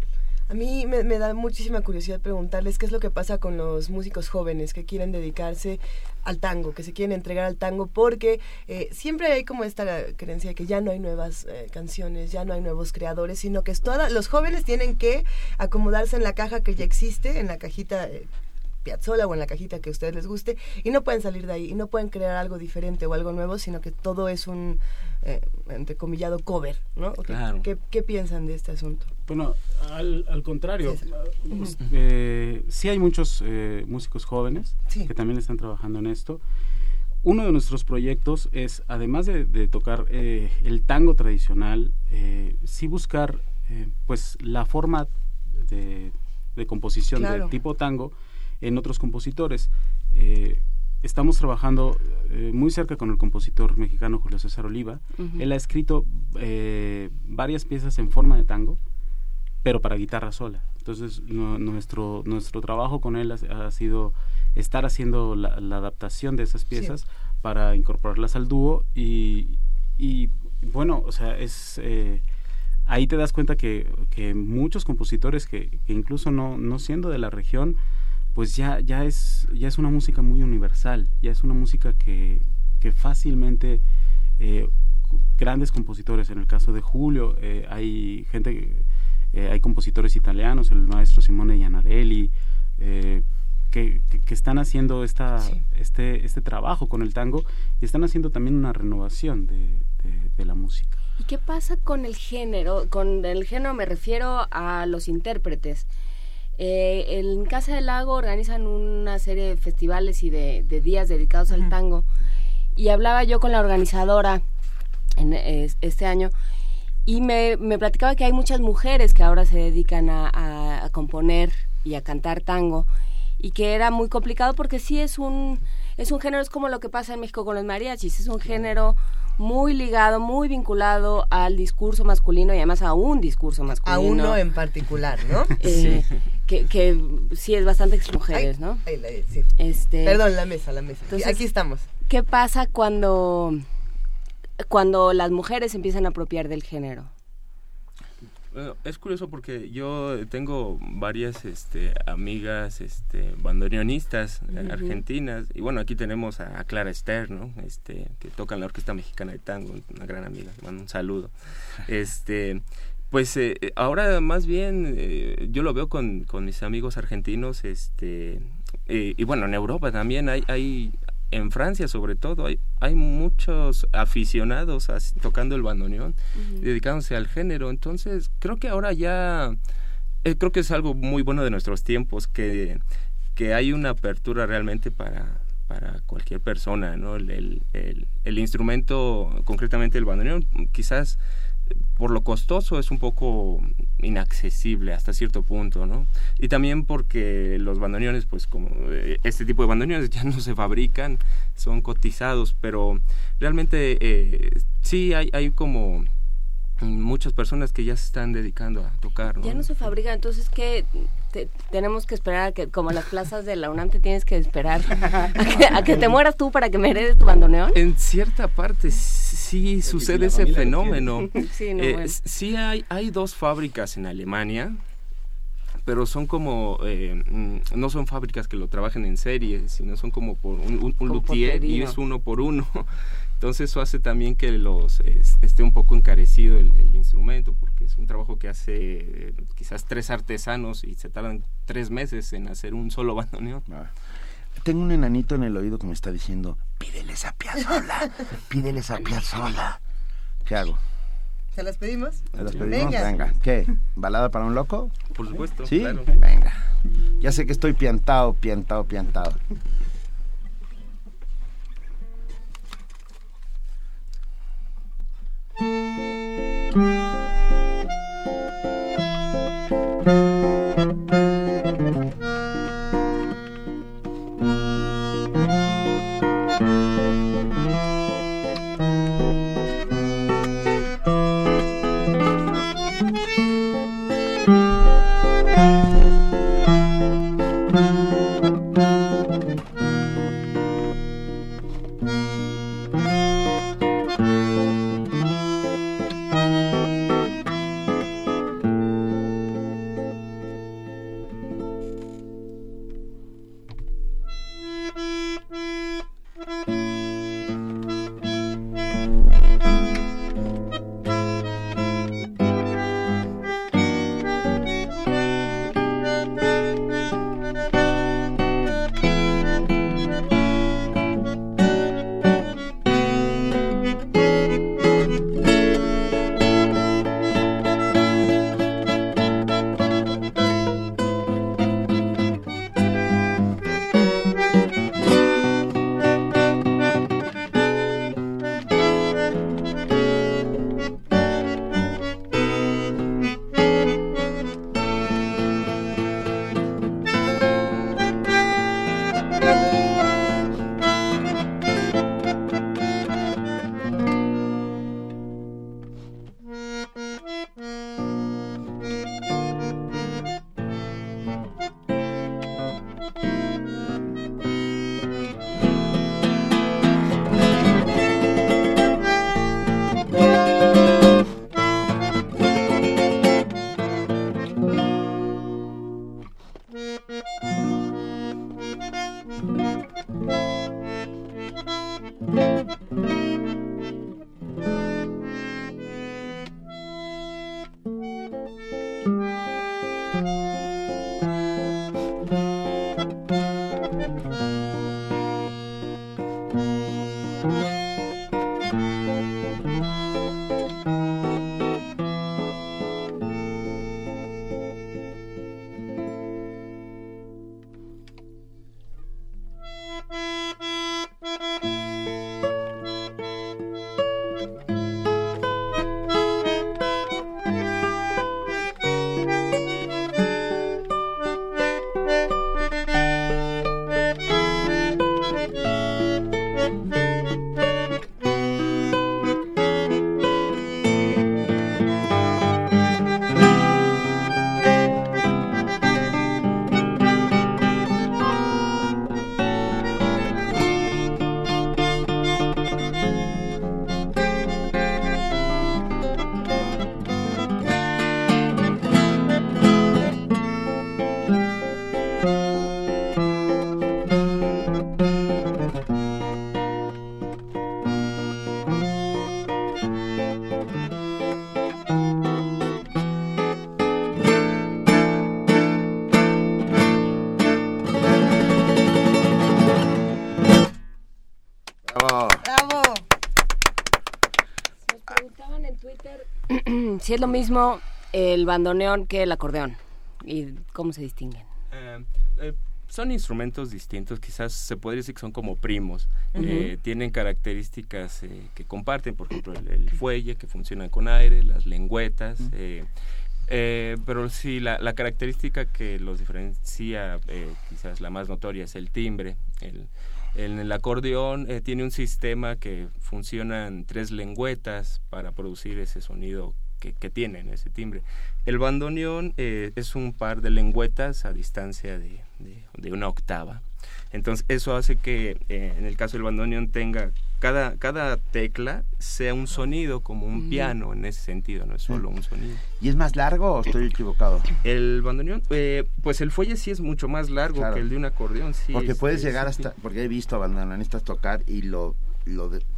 A mí me, me da muchísima curiosidad preguntarles qué es lo que pasa con los músicos jóvenes que quieren dedicarse al tango, que se quieren entregar al tango, porque eh, siempre hay como esta creencia de que ya no hay nuevas eh, canciones, ya no hay nuevos creadores, sino que es toda, los jóvenes tienen que acomodarse en la caja que ya existe, en la cajita eh, Piazzolla o en la cajita que a ustedes les guste, y no pueden salir de ahí, y no pueden crear algo diferente o algo nuevo, sino que todo es un, eh, entrecomillado, cover, ¿no? Claro. ¿Qué, qué piensan de este asunto? Bueno, al, al contrario, Sí, uh, eh, sí hay muchos eh, músicos jóvenes sí. que también están trabajando en esto. Uno de nuestros proyectos es, además de, de tocar eh, el tango tradicional, eh, sí buscar eh, pues la forma de, de composición Claro. del tipo tango en otros compositores. Eh, estamos trabajando eh, muy cerca con el compositor mexicano Julio César Oliva. Uh-huh. Él ha escrito eh, varias piezas en forma de tango, pero para guitarra sola. Entonces no, nuestro nuestro trabajo con él ha, ha sido estar haciendo la, la adaptación de esas piezas, sí, para incorporarlas al dúo, y, y bueno, o sea, es eh, ahí te das cuenta que, que muchos compositores que, que incluso no, no siendo de la región, pues ya, ya es ya es una música muy universal, ya es una música que, que fácilmente eh, grandes compositores, en el caso de Julio, eh, hay gente, eh, hay compositores italianos, el maestro Simone Gianarelli, eh, que, que, que están haciendo esta sí. este este trabajo con el tango, y están haciendo también una renovación de, de, de la música. ¿Y qué pasa con el género? Con el género me refiero a los intérpretes. Eh, en Casa del Lago organizan una serie de festivales y de, de días dedicados uh-huh. al tango, y hablaba yo con la organizadora en eh, este año, y me, me platicaba que hay muchas mujeres que ahora se dedican a, a, a componer y a cantar tango, y que era muy complicado porque sí es un es un género, es como lo que pasa en México con los mariachis, es un género muy ligado, muy vinculado al discurso masculino, y además a un discurso masculino. A uno en particular, ¿no? Eh, sí. Que, que sí es bastante mujeres, ay, ¿no? Ay, la, sí. Este, Perdón, la mesa, la mesa. Entonces, aquí estamos. ¿Qué pasa cuando, cuando las mujeres empiezan a apropiar del género? Bueno, es curioso porque yo tengo varias este, amigas este, bandoneonistas uh-huh. argentinas, y bueno, aquí tenemos a, a Clara Ester, ¿no? Este, que toca en la Orquesta Mexicana de Tango, una gran amiga, le mando un saludo. Este, pues eh, ahora más bien eh, yo lo veo con, con mis amigos argentinos, este, eh, y bueno, en Europa también hay... hay en Francia sobre todo hay, hay muchos aficionados a, tocando el bandoneón, uh-huh. dedicándose al género. Entonces creo que ahora ya eh, creo que es algo muy bueno de nuestros tiempos, que, que hay una apertura realmente para, para cualquier persona, ¿no? El, el, el, el instrumento, concretamente el bandoneón, quizás por lo costoso es un poco inaccesible hasta cierto punto, ¿no? Y también porque los bandoneones, pues como este tipo de bandoneones ya no se fabrican, son cotizados, pero realmente eh, sí hay, hay como muchas personas que ya se están dedicando a tocar, ¿no? Ya no se fabrican, entonces ¿qué? Te, tenemos que esperar a que, como las plazas de la UNAM, te tienes que esperar a que, a que te mueras tú para que me heredes tu bandoneón. En cierta parte sí sucede ese fenómeno. Sí, no, eh, bueno. sí hay, hay dos fábricas en Alemania, pero son como, eh, no son fábricas que lo trabajen en serie, sino son como por un, un, un luthier, y es uno por uno. Entonces eso hace también que los es, esté un poco encarecido el, el instrumento, porque es un trabajo que hace eh, quizás tres artesanos y se tardan tres meses en hacer un solo bandoneón. Ah. Tengo un enanito en el oído que me está diciendo, pídeles a Piazzolla, pídeles a Piazzolla. ¿Qué hago? ¿Se las pedimos? ¿Se las pedimos? Venga. Venga. ¿Qué? ¿Balada para un loco? Por supuesto, ¿sí? Claro. Venga. Ya sé que estoy piantado, piantado, piantado. Si es lo mismo el bandoneón que el acordeón, ¿y cómo se distinguen? Uh, eh, son instrumentos distintos, quizás se podría decir que son como primos. Uh-huh. eh, tienen características eh, que comparten, por ejemplo el, el fuelle, que funciona con aire, las lengüetas, uh-huh. eh, eh, pero sí, la, la característica que los diferencia, eh, quizás la más notoria, es el timbre. El, En el acordeón eh, tiene un sistema que funcionan tres lengüetas para producir ese sonido que, que tienen, ese timbre. El bandoneón eh, es un par de lengüetas a distancia de, de, de una octava. Entonces eso hace que eh, en el caso del bandoneón tenga cada, cada tecla sea un sonido como un mm. piano en ese sentido, no es solo un sonido. ¿Y es más largo o estoy equivocado? El bandoneón, eh, pues el fuelle sí es mucho más largo claro. que el de un acordeón. Sí, porque es, puedes es, llegar sí, hasta, porque he visto a bandoneonistas tocar y lo, lo de,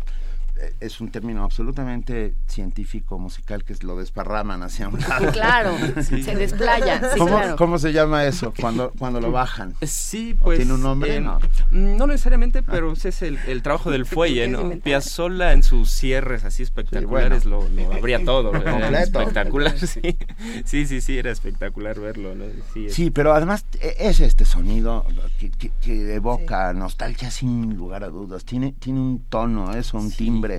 es un término absolutamente científico, musical, que es lo desparraman hacia un lado. Claro, sí. se desplaya. Sí, ¿Cómo, claro. ¿Cómo se llama eso cuando, cuando lo bajan? Sí, pues... ¿Tiene un nombre? Eh, no. no necesariamente, pero ese es el, el trabajo del fuelle, ¿no? Piazzolla en sus cierres así espectaculares sí, bueno. lo, lo abría todo. Era espectacular, sí. Sí, sí, sí, era espectacular verlo, ¿no? Sí, es... sí, pero además es este sonido que, que, que evoca sí. nostalgia sin lugar a dudas. Tiene, tiene un tono, eso, un sí. timbre.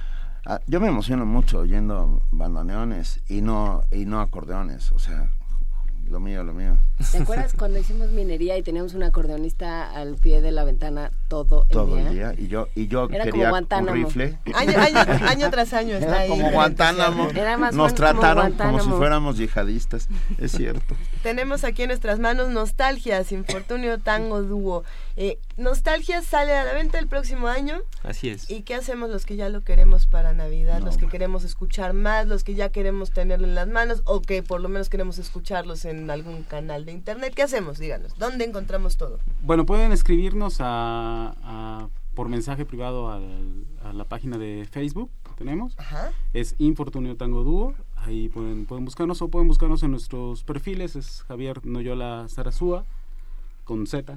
Ah, yo me emociono mucho oyendo bandoneones y no y no acordeones, o sea, lo mío, lo mío. ¿Te acuerdas cuando hicimos minería y teníamos un acordeonista al pie de la ventana todo el todo día. el día y yo y yo Era quería como un rifle. Año, año, año tras año está Era ahí. como Guantánamo. Era más Nos como trataron Guantánamo. como si fuéramos yihadistas, es cierto. Tenemos aquí en nuestras manos Nostalgias, Infortunio Tango Dúo. Eh, Nostalgias sale a la venta el próximo año. Así es. ¿Y qué hacemos los que ya lo queremos para Navidad? No, los que bueno. queremos escuchar más, los que ya queremos tenerlo en las manos o que por lo menos queremos escucharlos en algún canal de internet. ¿Qué hacemos? Díganos. ¿Dónde encontramos todo? Bueno, pueden escribirnos a, a por mensaje privado al, a la página de Facebook que tenemos. Ajá. Es Infortunio Tango Dúo. Ahí pueden, pueden buscarnos o pueden buscarnos en nuestros perfiles. Es Javier Noyola Zarazúa con Z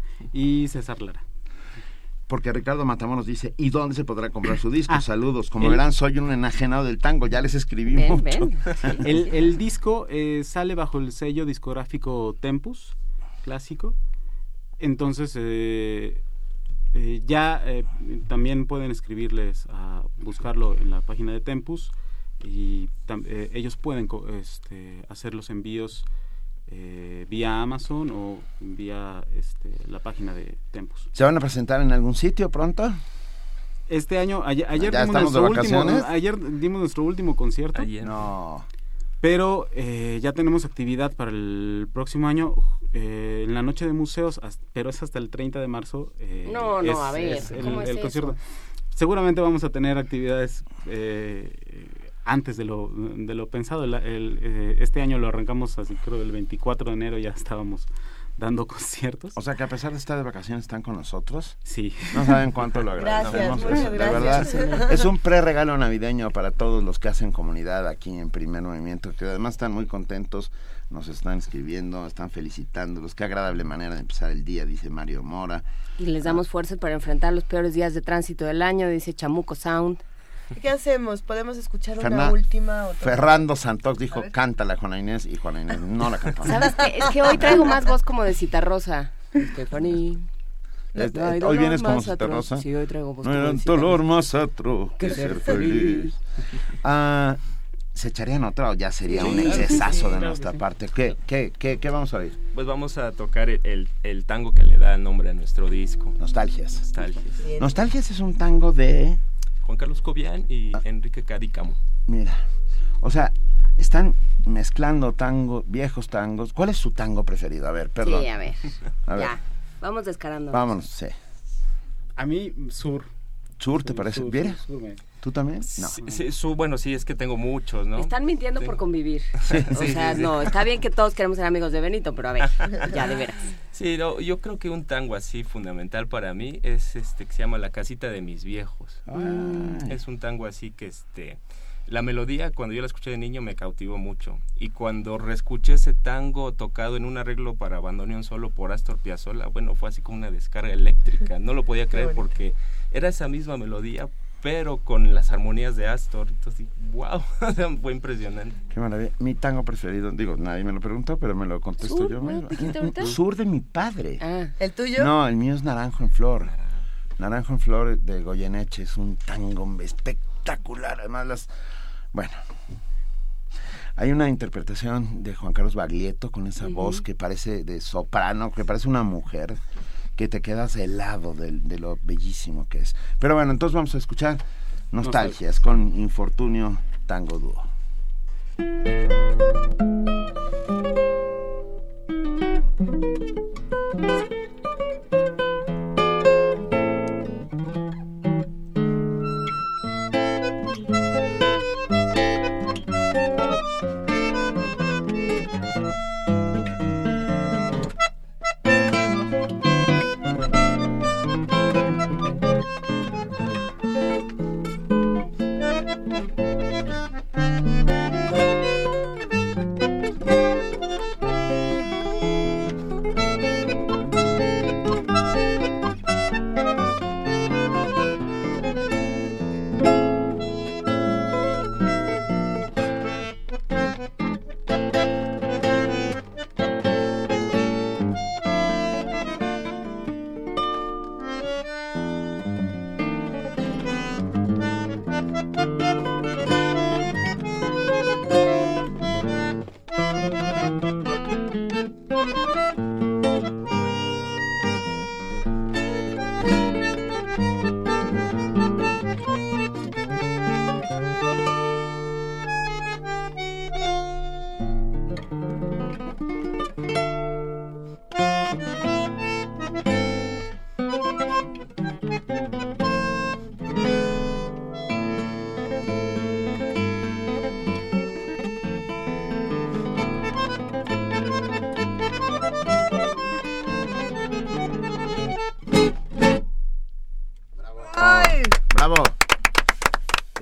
y César Lara. Porque Ricardo Matamoros dice, ¿y dónde se podrá comprar su disco? Ah, Saludos. Como el- verán, soy un enajenado del tango, ya les escribí Ven, mucho. ven. El, el disco eh, sale bajo el sello discográfico Tempus, clásico. Entonces, eh, eh, ya eh, también pueden escribirles a buscarlo en la página de Tempus y tam- eh, ellos pueden co- este, hacer los envíos eh, vía Amazon o vía este, la página de Tempus. ¿Se van a presentar en algún sitio pronto? Este año, ayer, ayer ¿Ya dimos estamos de nuestro último, vacaciones? ayer dimos nuestro último concierto. Ayer. No. Pero eh, ya tenemos actividad para el próximo año eh, en la noche de museos, hasta- pero es hasta el treinta de marzo. eh, No, no, es- a ver, es el, ¿cómo es el eso? concierto. Seguramente vamos a tener actividades eh, antes de lo, de lo pensado. El, el, eh, este año lo arrancamos así, creo el veinticuatro de enero ya estábamos dando conciertos. O sea que a pesar de estar de vacaciones están con nosotros. Sí. No saben cuánto lo Gracias, agradecemos. muchas Es- de gracias. verdad, es un pre-regalo navideño para todos los que hacen comunidad aquí en Primer Movimiento, que además están muy contentos, nos están escribiendo, están felicitándolos. Qué agradable manera de empezar el día, dice Mario Mora. Y les damos fuerzas para enfrentar los peores días de tránsito del año, dice Chamuco Sound. ¿Qué hacemos? ¿Podemos escuchar una Fernan- última? Otra? Fernando Santos dijo, cántala Juana Inés, y Juana Inés no la cantó. ¿Sabes qué? Es que hoy traigo más voz como de Citarrosa. Stephanie. Este, No hay hoy vienes dolor como más atroz. Citarrosa. Sí, hoy traigo voz No como hay de un Citarrosa. dolor más atroz que Que ser ser feliz. feliz. Ah, ¿se echarían otra o ya sería Sí, un claro que excesazo sí, de claro nuestra que sí. parte? ¿Qué, qué, qué, qué vamos a oír? Pues vamos a tocar el, el, el tango que le da nombre a nuestro disco. Nostalgias. Nostalgias. Bien. Nostalgias es un tango de... Juan Carlos Cobian y Enrique Cadícamo. Mira, o sea, están mezclando tango, viejos tangos. ¿Cuál es su tango preferido? A ver, perdón. Sí, a ver. A ver, Ya, vamos descarando. vámonos, sí. A mí, Sur. ¿Sur te parece? Sur, ¿Viera? Sur, sur, me- ¿Tú también? No. Sí, sí, su, bueno, sí, es que tengo muchos, ¿no? Están mintiendo por convivir. o sí, sea, sí, sí. no, está bien que todos queremos ser amigos de Benito, pero a ver, ya de veras. Sí, no, yo creo que un tango así fundamental para mí es este que se llama La casita de mis viejos. Ay. Es un tango así que este la melodía cuando yo la escuché de niño me cautivó mucho y cuando reescuché ese tango tocado en un arreglo para bandoneón solo por Astor Piazzolla, bueno, fue así como una descarga eléctrica. No lo podía creer porque era esa misma melodía pero con las armonías de Astor, entonces, wow, fue impresionante. Qué maravilla. Mi tango preferido, digo, nadie me lo preguntó, pero me lo contesto ¿Sur? yo ¿No mismo. dijiste ahorita? Sur de mi padre. Ah, ¿El tuyo? No, el mío es Naranjo en Flor. Naranjo en Flor de Goyeneche es un tango espectacular. Además, las. Bueno. Hay una interpretación de Juan Carlos Baglietto con esa Ujú. voz que parece de soprano, que parece una mujer, que te quedas helado de, de lo bellísimo que es. Pero bueno, entonces vamos a escuchar Nostalgias con Infortunio Tango Dúo. Thank you.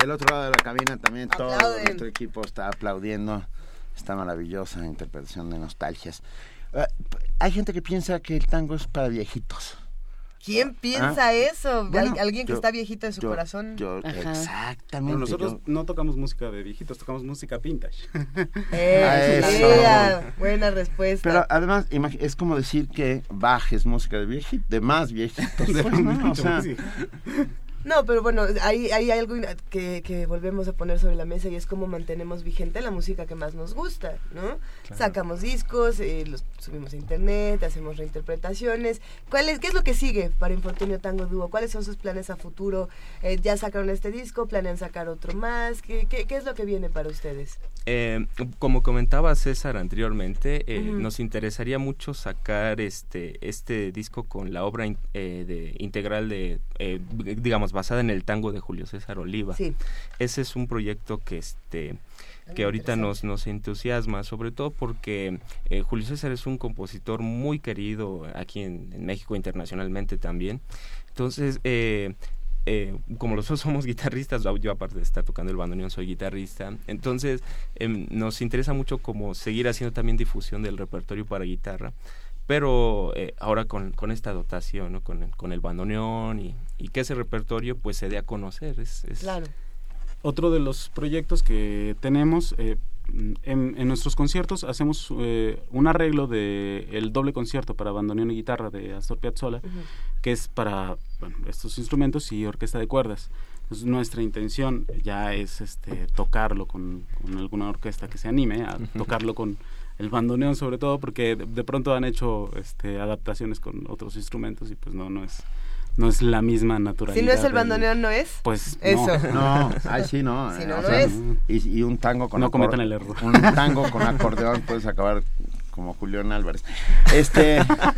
del otro lado de la cabina también Aplauden. todo nuestro equipo está aplaudiendo esta maravillosa interpretación de Nostalgias. Uh, hay gente que piensa que el tango es para viejitos. ¿Quién piensa ¿Ah? eso? Bueno, ¿Alguien que yo, está viejito de su yo, corazón? Yo, exactamente. Bueno, nosotros yo... no tocamos música de viejitos, tocamos música vintage. Eh, eso. Buena respuesta. Pero además es como decir que Bach es música de viejito, de más viejitos. de pues, ¿no? O sea, sí. No, pero bueno, hay, hay algo que, que volvemos a poner sobre la mesa y es cómo mantenemos vigente la música que más nos gusta, ¿no? Claro. Sacamos discos, eh, los subimos a internet, hacemos reinterpretaciones. ¿Cuál es, ¿Qué es lo que sigue para Infortunio Tango Dúo? ¿Cuáles son sus planes a futuro? Eh, ¿Ya sacaron este disco? ¿Planean sacar otro más? ¿Qué, qué, qué es lo que viene para ustedes? Eh, como comentaba César anteriormente, eh, Uh-huh. nos interesaría mucho sacar este este disco con la obra in, eh, de, integral de, eh, digamos, basada en el tango de Julio César Oliva. Sí. Ese es un proyecto que este que ahorita nos, nos entusiasma, sobre todo porque eh, Julio César es un compositor muy querido aquí en, en México, internacionalmente también. Entonces, eh, Eh, como los dos somos guitarristas, yo aparte de estar tocando el bandoneón soy guitarrista, entonces eh, nos interesa mucho como seguir haciendo también difusión del repertorio para guitarra, pero eh, ahora con, con esta dotación, ¿no? con, con el bandoneón y, y que ese repertorio pues se dé a conocer. Es, es... Claro. Otro de los proyectos que tenemos, eh, en, en nuestros conciertos hacemos eh, un arreglo de el doble concierto para bandoneón y guitarra de Astor Piazzolla, uh-huh. que es para bueno, estos instrumentos y orquesta de cuerdas. Entonces, nuestra intención ya es este tocarlo con, con alguna orquesta que se anime a uh-huh. tocarlo con el bandoneón, sobre todo porque de, de pronto han hecho este adaptaciones con otros instrumentos y pues no no es no es la misma naturalidad. Si no es el del, bandoneón, ¿no es? Pues eso. No, no ay sí, no. Si eh, no, o no sea, es. Y, y un tango con no acor- cometan el error. Un tango con acordeón puedes acabar como Julián Álvarez. Este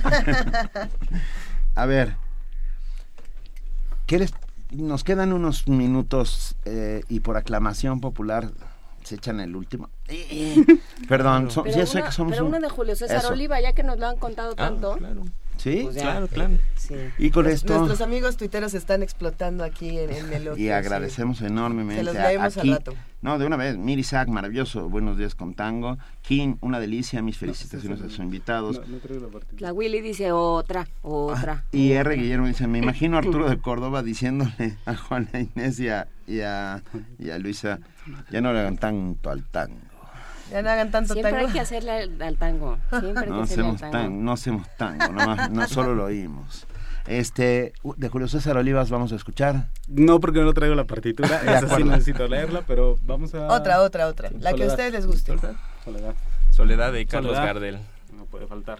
A ver, ¿qué les nos quedan unos minutos eh, y por aclamación popular se echan el último. Perdón, so, pero, ya uno, sé que somos pero un... uno de Julio César Eso. Oliva, ya que nos lo han contado Ah, tanto. claro. ¿Sí? Pues ya, claro, claro. Sí. Y con Los, esto... Nuestros amigos tuiteros están explotando aquí en, en el Y agradecemos sí. enormemente. Se los leemos aquí, al rato. No, de una vez. Miri Sack, maravilloso. Buenos días con tango. King, una delicia. Mis felicitaciones no, sí, sí, sí. a sus invitados. No, no traigo la partida. La Willy dice otra, otra. Ah, y R. Guillermo dice, me imagino a Arturo de Córdoba diciéndole a Juana Inés y a, y a, y a Luisa, ya no le hagan tanto al tango. Ya no hagan tanto Siempre tango. hay que hacerle al, al tango. Siempre hay no que hacerle al hacemos tango. tango. No hacemos tango, nomás, no solo lo oímos. Este, de Julio César Olivas vamos a escuchar. No, porque no traigo la partitura, esa sí necesito leerla, pero vamos a... Otra, otra, otra, la Soledad. que a ustedes les guste. Soledad. Soledad de Carlos Soledad. Gardel. No puede faltar.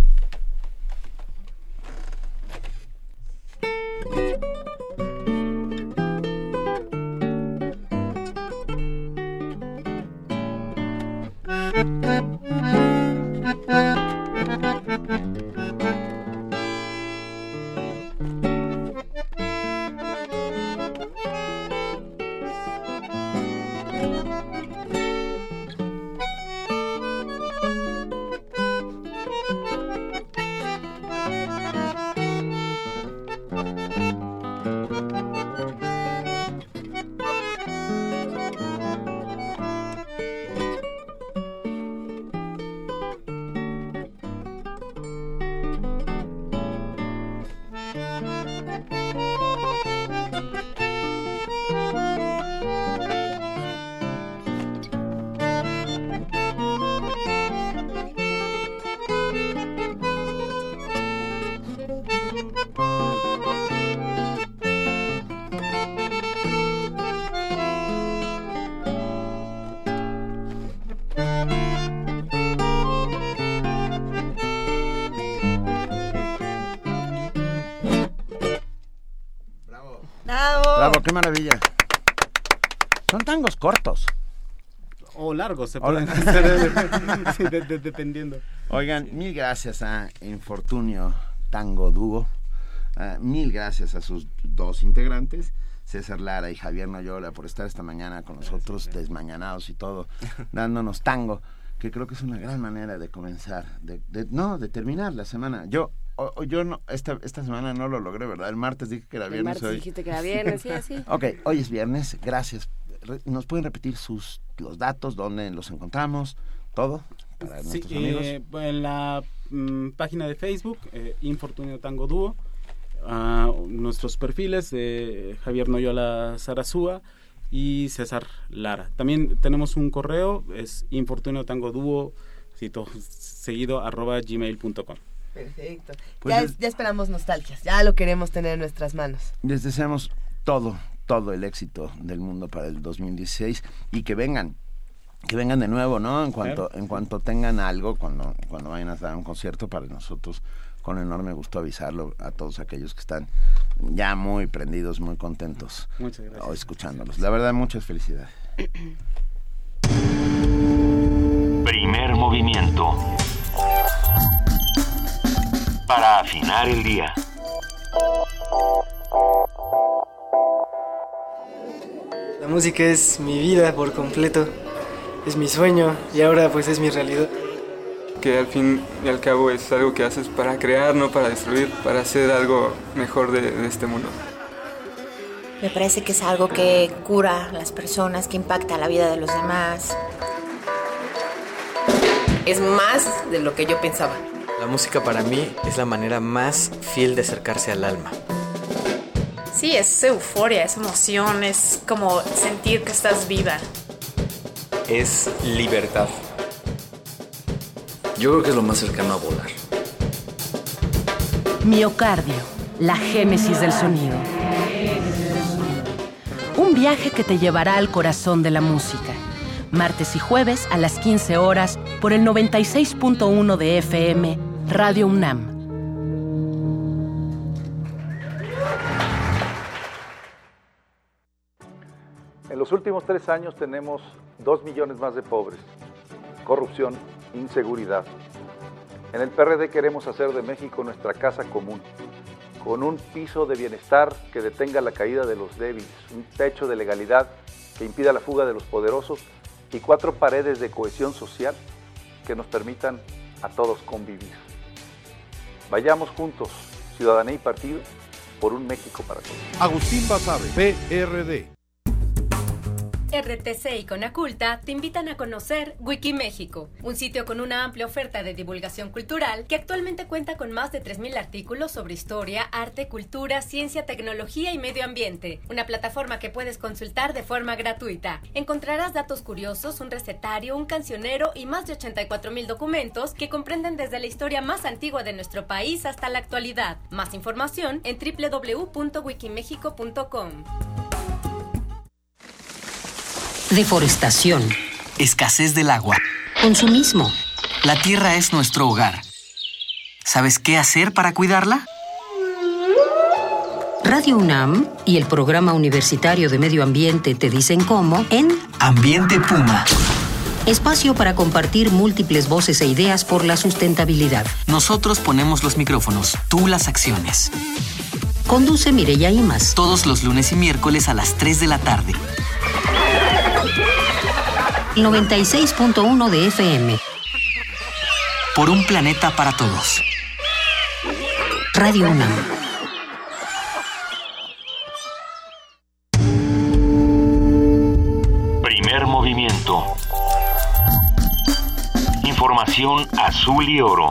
Bravo, qué maravilla. Son tangos cortos. O largos, se Hola. pueden hacer, sí, de, de, dependiendo. Oigan, mil gracias a Infortunio Tango Dúo. Uh, mil gracias a sus dos integrantes, César Lara y Javier Noyola, por estar esta mañana con nosotros, gracias, desmañanados y todo, dándonos tango, que creo que es una gran manera de comenzar, de, de, no, de terminar la semana. Yo o, o yo no, esta, esta semana no lo logré, ¿verdad? El martes dije que era viernes. El martes hoy. dijiste que era viernes, sí, así. Ok, hoy es viernes, gracias. Re, ¿Nos pueden repetir sus los datos, dónde los encontramos, todo? Para sí, nuestros amigos. Eh, en la mm, página de Facebook, eh, Infortunio Tango Dúo, uh, nuestros perfiles de Javier Noyola Zarazúa y César Lara. También tenemos un correo, es infortunio tango dúo, seguido, arroba gmail punto com. Perfecto. Pues ya, es, es, ya esperamos nostalgias, ya lo queremos tener en nuestras manos. Les deseamos todo, todo el éxito del mundo para el dos mil dieciséis y que vengan, que vengan de nuevo, ¿no? En cuanto, en cuanto tengan algo, cuando, cuando vayan a dar un concierto, para nosotros con enorme gusto avisarlo a todos aquellos que están ya muy prendidos, muy contentos. Muchas gracias. Escuchándolos. La verdad, muchas felicidades. Primer movimiento. Para afinar el día. La música es mi vida por completo, es mi sueño y ahora pues es mi realidad. Que al fin y al cabo es algo que haces para crear, no para destruir, para hacer algo mejor de, de este mundo. Me parece que es algo que cura a las personas, que impacta la vida de los demás. Es más de lo que yo pensaba. La música para mí es la manera más fiel de acercarse al alma. Sí, es euforia, es emoción, es como sentir que estás viva. Es libertad. Yo creo que es lo más cercano a volar. Miocardio, la génesis del sonido. Un viaje que te llevará al corazón de la música. Martes y jueves a las quince horas por el noventa y seis punto uno de F M, Radio UNAM. En los últimos tres años tenemos dos millones más de pobres, corrupción, inseguridad. En el P R D queremos hacer de México nuestra casa común, con un piso de bienestar que detenga la caída de los débiles, un techo de legalidad que impida la fuga de los poderosos y cuatro paredes de cohesión social que nos permitan a todos convivir. Vayamos juntos, ciudadanía y partido, por un México para todos. Agustín Basabe, P R D. R T C y Conaculta te invitan a conocer Wikiméxico, un sitio con una amplia oferta de divulgación cultural que actualmente cuenta con más de tres mil artículos sobre historia, arte, cultura, ciencia, tecnología y medio ambiente. Una plataforma que puedes consultar de forma gratuita. Encontrarás datos curiosos, un recetario, un cancionero y más de ochenta y cuatro mil documentos que comprenden desde la historia más antigua de nuestro país hasta la actualidad. Más información en doble u doble u doble u punto wikimexico punto com. Deforestación. Escasez del agua. Consumismo. La tierra es nuestro hogar. ¿Sabes qué hacer para cuidarla? Radio UNAM y el Programa Universitario de Medio Ambiente te dicen cómo en Ambiente Puma. Espacio para compartir múltiples voces e ideas por la sustentabilidad. Nosotros ponemos los micrófonos, tú las acciones. Conduce Mireya Imas. Todos los lunes y miércoles a las tres de la tarde. noventa y seis punto uno de F M. Por un planeta para todos. Radio UNAM. Primer movimiento. Información azul y oro.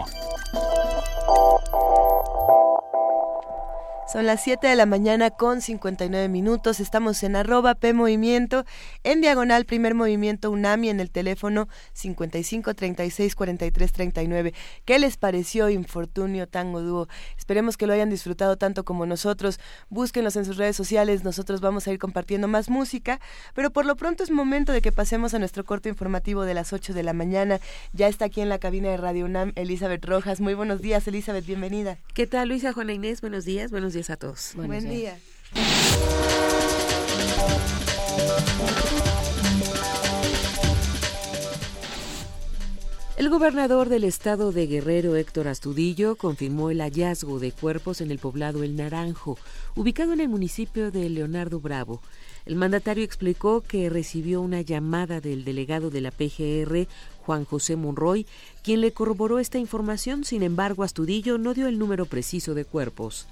Son las siete de la mañana con cincuenta y nueve minutos. Estamos en arroba P Movimiento, en diagonal Primer Movimiento UNAM y en el teléfono cincuenta y cinco, treinta y seis, cuarenta y tres, treinta y nueve. ¿Qué les pareció Infortunio Tango Dúo? Esperemos que lo hayan disfrutado tanto como nosotros. Búsquenlos en sus redes sociales. Nosotros vamos a ir compartiendo más música, pero por lo pronto es momento de que pasemos a nuestro corto informativo de las ocho de la mañana. Ya está aquí en la cabina de Radio UNAM Elizabeth Rojas. Muy buenos días, Elizabeth, bienvenida. ¿Qué tal, Luisa, Juana Inés? Buenos días, buenos días a todos. Buenos Buen días. día. El gobernador del estado de Guerrero, Héctor Astudillo, confirmó el hallazgo de cuerpos en el poblado El Naranjo, ubicado en el municipio de Leonardo Bravo. El mandatario explicó que recibió una llamada del delegado de la P G R, Juan José Monroy, quien le corroboró esta información. Sin embargo, Astudillo no dio el número preciso de cuerpos.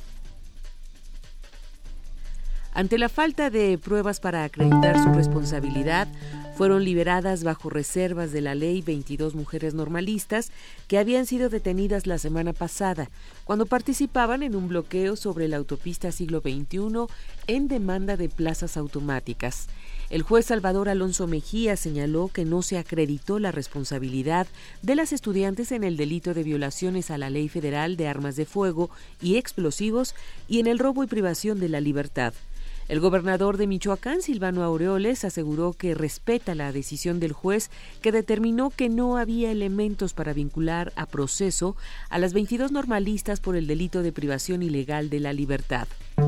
Ante la falta de pruebas para acreditar su responsabilidad, fueron liberadas bajo reservas de la ley veintidós mujeres normalistas que habían sido detenidas la semana pasada, cuando participaban en un bloqueo sobre la autopista Siglo veintiuno en demanda de plazas automáticas. El juez Salvador Alonso Mejía señaló que no se acreditó la responsabilidad de las estudiantes en el delito de violaciones a la Ley Federal de Armas de Fuego y Explosivos y en el robo y privación de la libertad. El gobernador de Michoacán, Silvano Aureoles, aseguró que respeta la decisión del juez que determinó que no había elementos para vincular a proceso a las veintidós normalistas por el delito de privación ilegal de la libertad.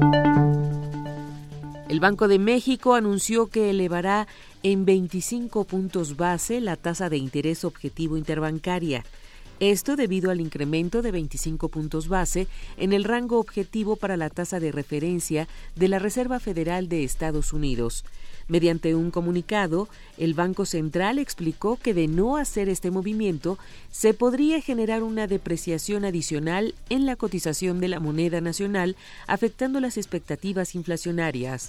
El Banco de México anunció que elevará en veinticinco puntos base la tasa de interés objetivo interbancaria. Esto debido al incremento de veinticinco puntos base en el rango objetivo para la tasa de referencia de la Reserva Federal de Estados Unidos. Mediante un comunicado, el Banco Central explicó que de no hacer este movimiento, se podría generar una depreciación adicional en la cotización de la moneda nacional, afectando las expectativas inflacionarias.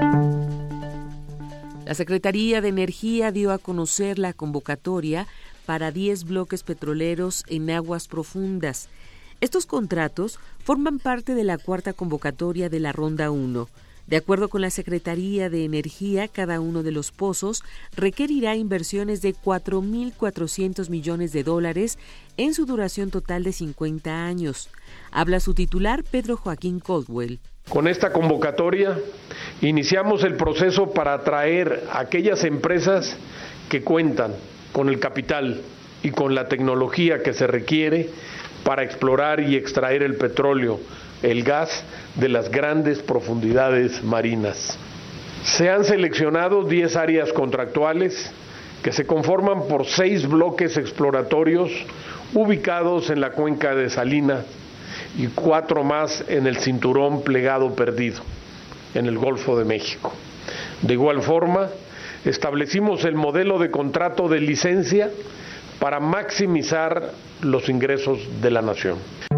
La Secretaría de Energía dio a conocer la convocatoria para diez bloques petroleros en aguas profundas. Estos contratos forman parte de la cuarta convocatoria de la Ronda uno. De acuerdo con la Secretaría de Energía, cada uno de los pozos requerirá inversiones de cuatro mil cuatrocientos millones de dólares en su duración total de cincuenta años. Habla su titular, Pedro Joaquín Caldwell. Con esta convocatoria iniciamos el proceso para atraer a aquellas empresas que cuentan con el capital y con la tecnología que se requiere para explorar y extraer el petróleo, el gas de las grandes profundidades marinas. Se han seleccionado diez áreas contractuales que se conforman por seis bloques exploratorios ubicados en la cuenca de Salina y cuatro más en el cinturón plegado perdido, en el Golfo de México. De igual forma, establecimos el modelo de contrato de licencia para maximizar los ingresos de la nación.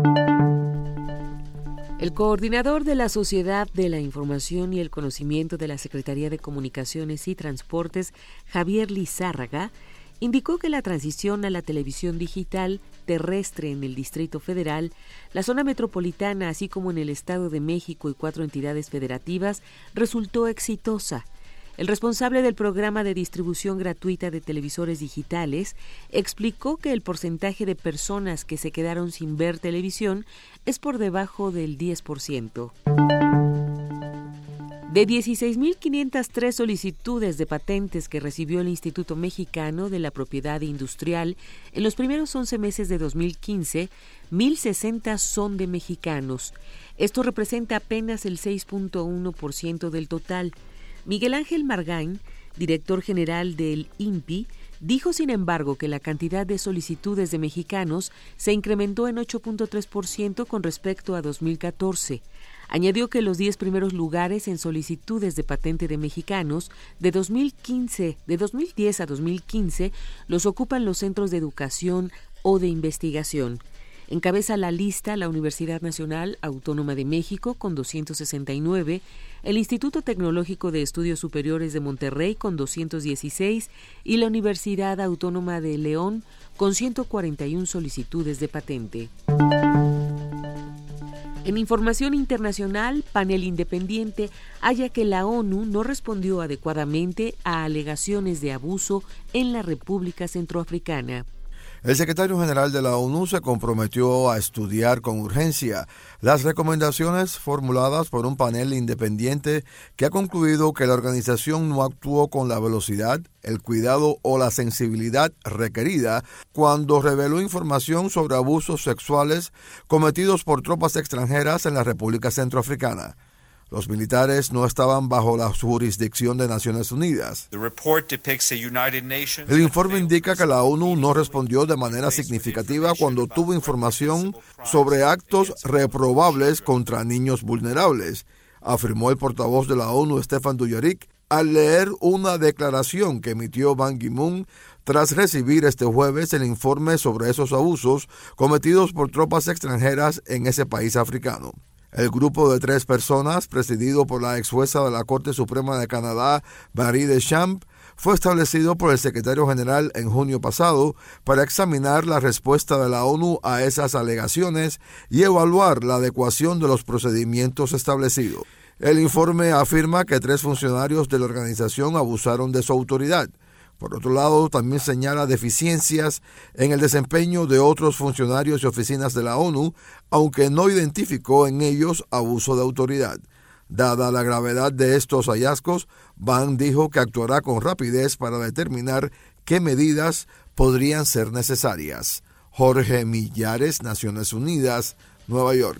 El coordinador de la Sociedad de la Información y el Conocimiento de la Secretaría de Comunicaciones y Transportes, Javier Lizárraga, indicó que la transición a la televisión digital terrestre en el Distrito Federal, la zona metropolitana, así como en el Estado de México y cuatro entidades federativas, resultó exitosa. El responsable del programa de distribución gratuita de televisores digitales explicó que el porcentaje de personas que se quedaron sin ver televisión es por debajo del diez por ciento. De dieciséis mil quinientas tres solicitudes de patentes que recibió el Instituto Mexicano de la Propiedad Industrial en los primeros once meses de dos mil quince, mil sesenta son de mexicanos. Esto representa apenas el seis punto uno por ciento del total. Miguel Ángel Margain, director general del I N P I, dijo sin embargo que la cantidad de solicitudes de mexicanos se incrementó en ocho punto tres por ciento con respecto a dos mil catorce. Añadió que los diez primeros lugares en solicitudes de patente de mexicanos de dos mil quince, de dos mil diez a dos mil quince los ocupan los centros de educación o de investigación. Encabeza la lista la Universidad Nacional Autónoma de México con doscientos sesenta y nueve, el Instituto Tecnológico de Estudios Superiores de Monterrey con doscientos dieciséis y la Universidad Autónoma de León con ciento cuarenta y una solicitudes de patente. En información internacional, Panel Independiente halla que la ONU no respondió adecuadamente a alegaciones de abuso en la República Centroafricana. El secretario general de la ONU se comprometió a estudiar con urgencia las recomendaciones formuladas por un panel independiente que ha concluido que la organización no actuó con la velocidad, el cuidado o la sensibilidad requerida cuando reveló información sobre abusos sexuales cometidos por tropas extranjeras en la República Centroafricana. Los militares no estaban bajo la jurisdicción de Naciones Unidas. El informe indica que la ONU no respondió de manera significativa cuando tuvo información sobre actos reprobables contra niños vulnerables, afirmó el portavoz de la ONU, Stefan Dujarric, al leer una declaración que emitió Ban Ki-moon tras recibir este jueves el informe sobre esos abusos cometidos por tropas extranjeras en ese país africano. El grupo de tres personas, presidido por la ex jueza de la Corte Suprema de Canadá, Marie Deschamps, fue establecido por el secretario general en junio pasado para examinar la respuesta de la ONU a esas alegaciones y evaluar la adecuación de los procedimientos establecidos. El informe afirma que tres funcionarios de la organización abusaron de su autoridad. Por otro lado, también señala deficiencias en el desempeño de otros funcionarios y oficinas de la ONU, aunque no identificó en ellos abuso de autoridad. Dada la gravedad de estos hallazgos, Ban dijo que actuará con rapidez para determinar qué medidas podrían ser necesarias. Jorge Millares, Naciones Unidas, Nueva York.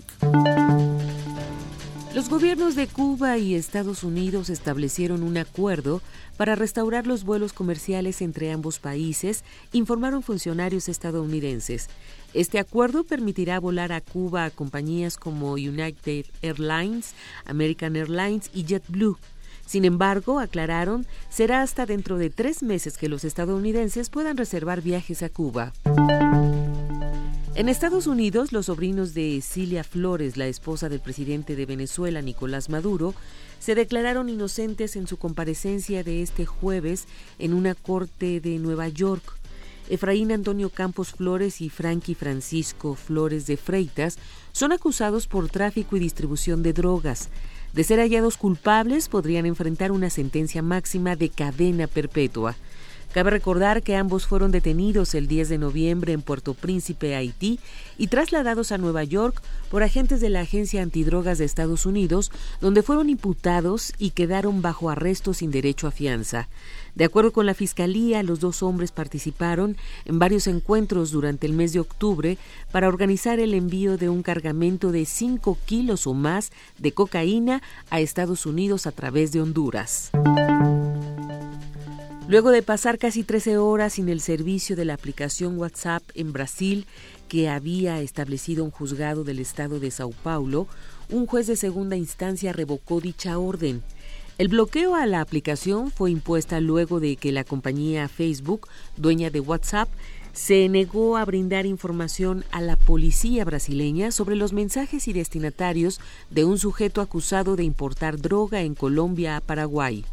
Los gobiernos de Cuba y Estados Unidos establecieron un acuerdo para restaurar los vuelos comerciales entre ambos países, informaron funcionarios estadounidenses. Este acuerdo permitirá volar a Cuba a compañías como United Airlines, American Airlines y JetBlue. Sin embargo, aclararon, será hasta dentro de tres meses que los estadounidenses puedan reservar viajes a Cuba. En Estados Unidos, los sobrinos de Cilia Flores, la esposa del presidente de Venezuela, Nicolás Maduro, se declararon inocentes en su comparecencia de este jueves en una corte de Nueva York. Efraín Antonio Campos Flores y Frankie Francisco Flores de Freitas son acusados por tráfico y distribución de drogas. De ser hallados culpables, podrían enfrentar una sentencia máxima de cadena perpetua. Cabe recordar que ambos fueron detenidos el diez de noviembre en Puerto Príncipe, Haití, y trasladados a Nueva York por agentes de la Agencia Antidrogas de Estados Unidos, donde fueron imputados y quedaron bajo arresto sin derecho a fianza. De acuerdo con la Fiscalía, los dos hombres participaron en varios encuentros durante el mes de octubre para organizar el envío de un cargamento de cinco kilos o más de cocaína a Estados Unidos a través de Honduras. Luego de pasar casi trece horas sin el servicio de la aplicación WhatsApp en Brasil, que había establecido un juzgado del estado de Sao Paulo, un juez de segunda instancia revocó dicha orden. El bloqueo a la aplicación fue impuesta luego de que la compañía Facebook, dueña de WhatsApp, se negó a brindar información a la policía brasileña sobre los mensajes y destinatarios de un sujeto acusado de importar droga en Colombia a Paraguay.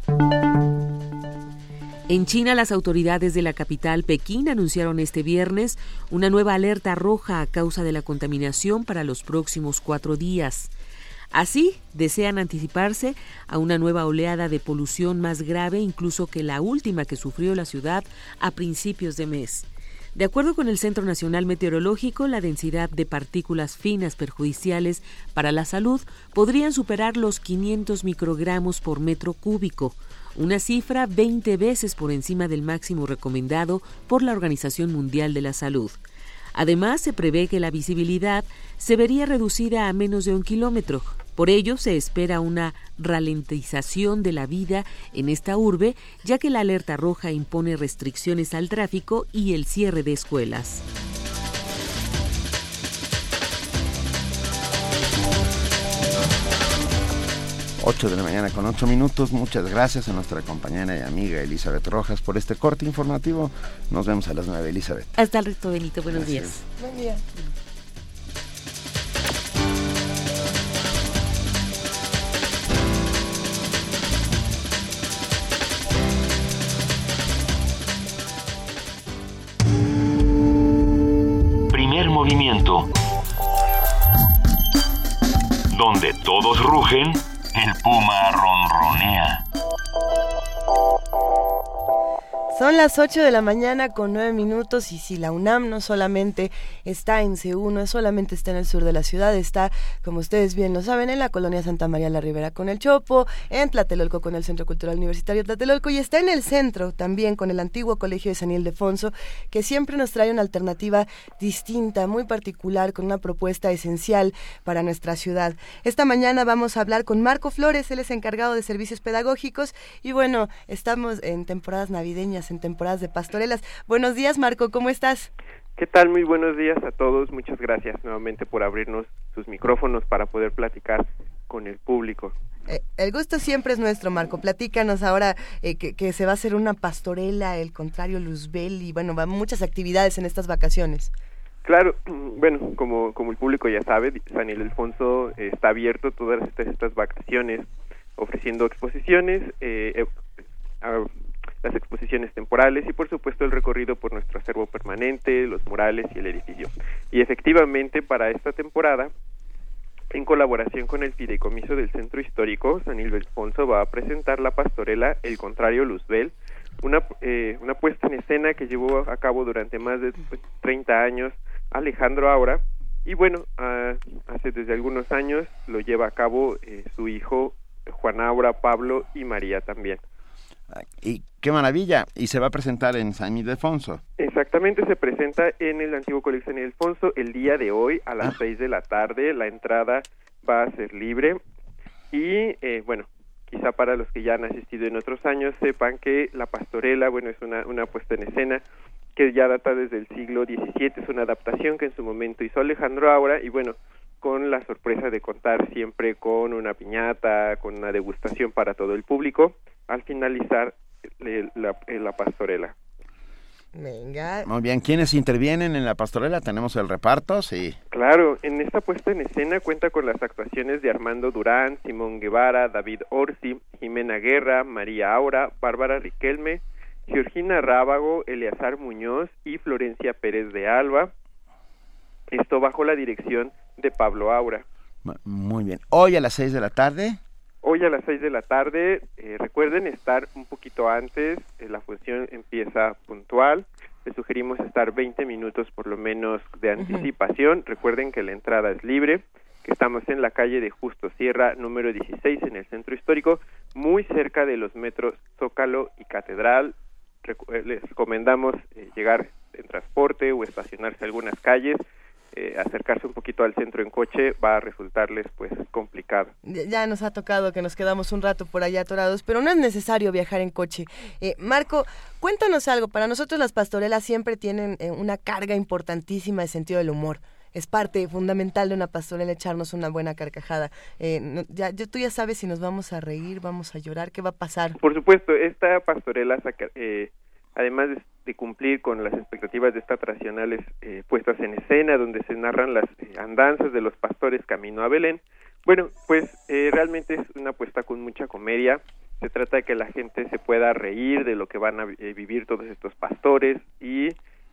En China, las autoridades de la capital, Pekín, anunciaron este viernes una nueva alerta roja a causa de la contaminación para los próximos cuatro días. Así, desean anticiparse a una nueva oleada de polución más grave incluso que la última que sufrió la ciudad a principios de mes. De acuerdo con el Centro Nacional Meteorológico, la densidad de partículas finas perjudiciales para la salud podrían superar los quinientos microgramos por metro cúbico, una cifra veinte veces por encima del máximo recomendado por la Organización Mundial de la Salud. Además, se prevé que la visibilidad se vería reducida a menos de un kilómetro. Por ello, se espera una ralentización de la vida en esta urbe, ya que la alerta roja impone restricciones al tráfico y el cierre de escuelas. ocho de la mañana con ocho minutos. Muchas gracias a nuestra compañera y amiga Elizabeth Rojas por este corte informativo. Nos vemos a las nueve, Elizabeth. Hasta el resto, Benito. Buenos Gracias. días. Buen día. Primer movimiento. Donde todos rugen, el puma ronronea. Son las ocho de la mañana con nueve minutos y si la UNAM no solamente está en C U, no solamente está en el sur de la ciudad, está, como ustedes bien lo saben, en la colonia Santa María la Ribera con el Chopo, en Tlatelolco con el Centro Cultural Universitario Tlatelolco y está en el centro también con el antiguo Colegio de San Ildefonso, que siempre nos trae una alternativa distinta, muy particular, con una propuesta esencial para nuestra ciudad. Esta mañana vamos a hablar con Marco Flores, él es encargado de servicios pedagógicos y bueno, estamos en temporadas navideñas, en temporadas de pastorelas. Buenos días, Marco, ¿cómo estás? ¿Qué tal? Muy buenos días a todos. Muchas gracias nuevamente por abrirnos sus micrófonos para poder platicar con el público. Eh, el gusto siempre es nuestro, Marco. Platícanos ahora eh, que, que se va a hacer una pastorela, el contrario Luzbel, y bueno, va muchas actividades en estas vacaciones. Claro, bueno, como, como el público ya sabe, San Ildefonso eh, está abierto todas estas, estas vacaciones, ofreciendo exposiciones, eh, eh, a, las exposiciones temporales y por supuesto el recorrido por nuestro acervo permanente, los murales y el edificio. Y efectivamente para esta temporada, en colaboración con el Fideicomiso del Centro Histórico, San Ildefonso va a presentar la pastorela El Contrario Luzbel, una, eh, una puesta en escena que llevó a cabo durante más de treinta años Alejandro Aura, y bueno, uh, hace desde algunos años lo lleva a cabo eh, su hijo Juan Aura, Pablo y María también. Y qué maravilla, y se va a presentar en San Ildefonso. Exactamente, se presenta en el antiguo Colegio San Ildefonso el día de hoy a las seis de la tarde. La entrada va a ser libre y eh, bueno, quizá para los que ya han asistido en otros años sepan que la pastorela, bueno, es una, una puesta en escena que ya data desde el siglo diecisiete, es una adaptación que en su momento hizo Alejandro Aura y bueno, con la sorpresa de contar siempre con una piñata, con una degustación para todo el público al finalizar la, la pastorela. Venga. Muy bien, ¿quiénes intervienen en la pastorela? Tenemos el reparto, sí. Claro, en esta puesta en escena cuenta con las actuaciones de Armando Durán, Simón Guevara, David Orsi, Jimena Guerra, María Aura, Bárbara Riquelme, Georgina Rábago, Eleazar Muñoz y Florencia Pérez de Alba. Esto bajo la dirección de Pablo Aura. Muy bien. Hoy a las seis de la tarde. Hoy a las seis de la tarde, eh, recuerden estar un poquito antes, eh, la función empieza puntual, les sugerimos estar veinte minutos por lo menos de anticipación, uh-huh. Recuerden que la entrada es libre, que estamos en la calle de Justo Sierra, número dieciséis, en el Centro Histórico, muy cerca de los metros Zócalo y Catedral. Recu- les recomendamos eh, llegar en transporte o estacionarse a algunas calles. Eh, acercarse un poquito al centro en coche va a resultarles pues complicado. Ya nos ha tocado que nos quedamos un rato por allá atorados, pero no es necesario viajar en coche. Eh, Marco, cuéntanos algo. Para nosotros las pastorelas siempre tienen eh, una carga importantísima de sentido del humor. Es parte fundamental de una pastorela echarnos una buena carcajada. Eh, no, ya, yo, tú ya sabes si nos vamos a reír, vamos a llorar, ¿qué va a pasar? Por supuesto, esta pastorela saca, eh, además de, de cumplir con las expectativas de estas tradicionales eh, puestas en escena, donde se narran las eh, andanzas de los pastores camino a Belén, bueno, pues eh, realmente es una puesta con mucha comedia. Se trata de que la gente se pueda reír de lo que van a eh, vivir todos estos pastores y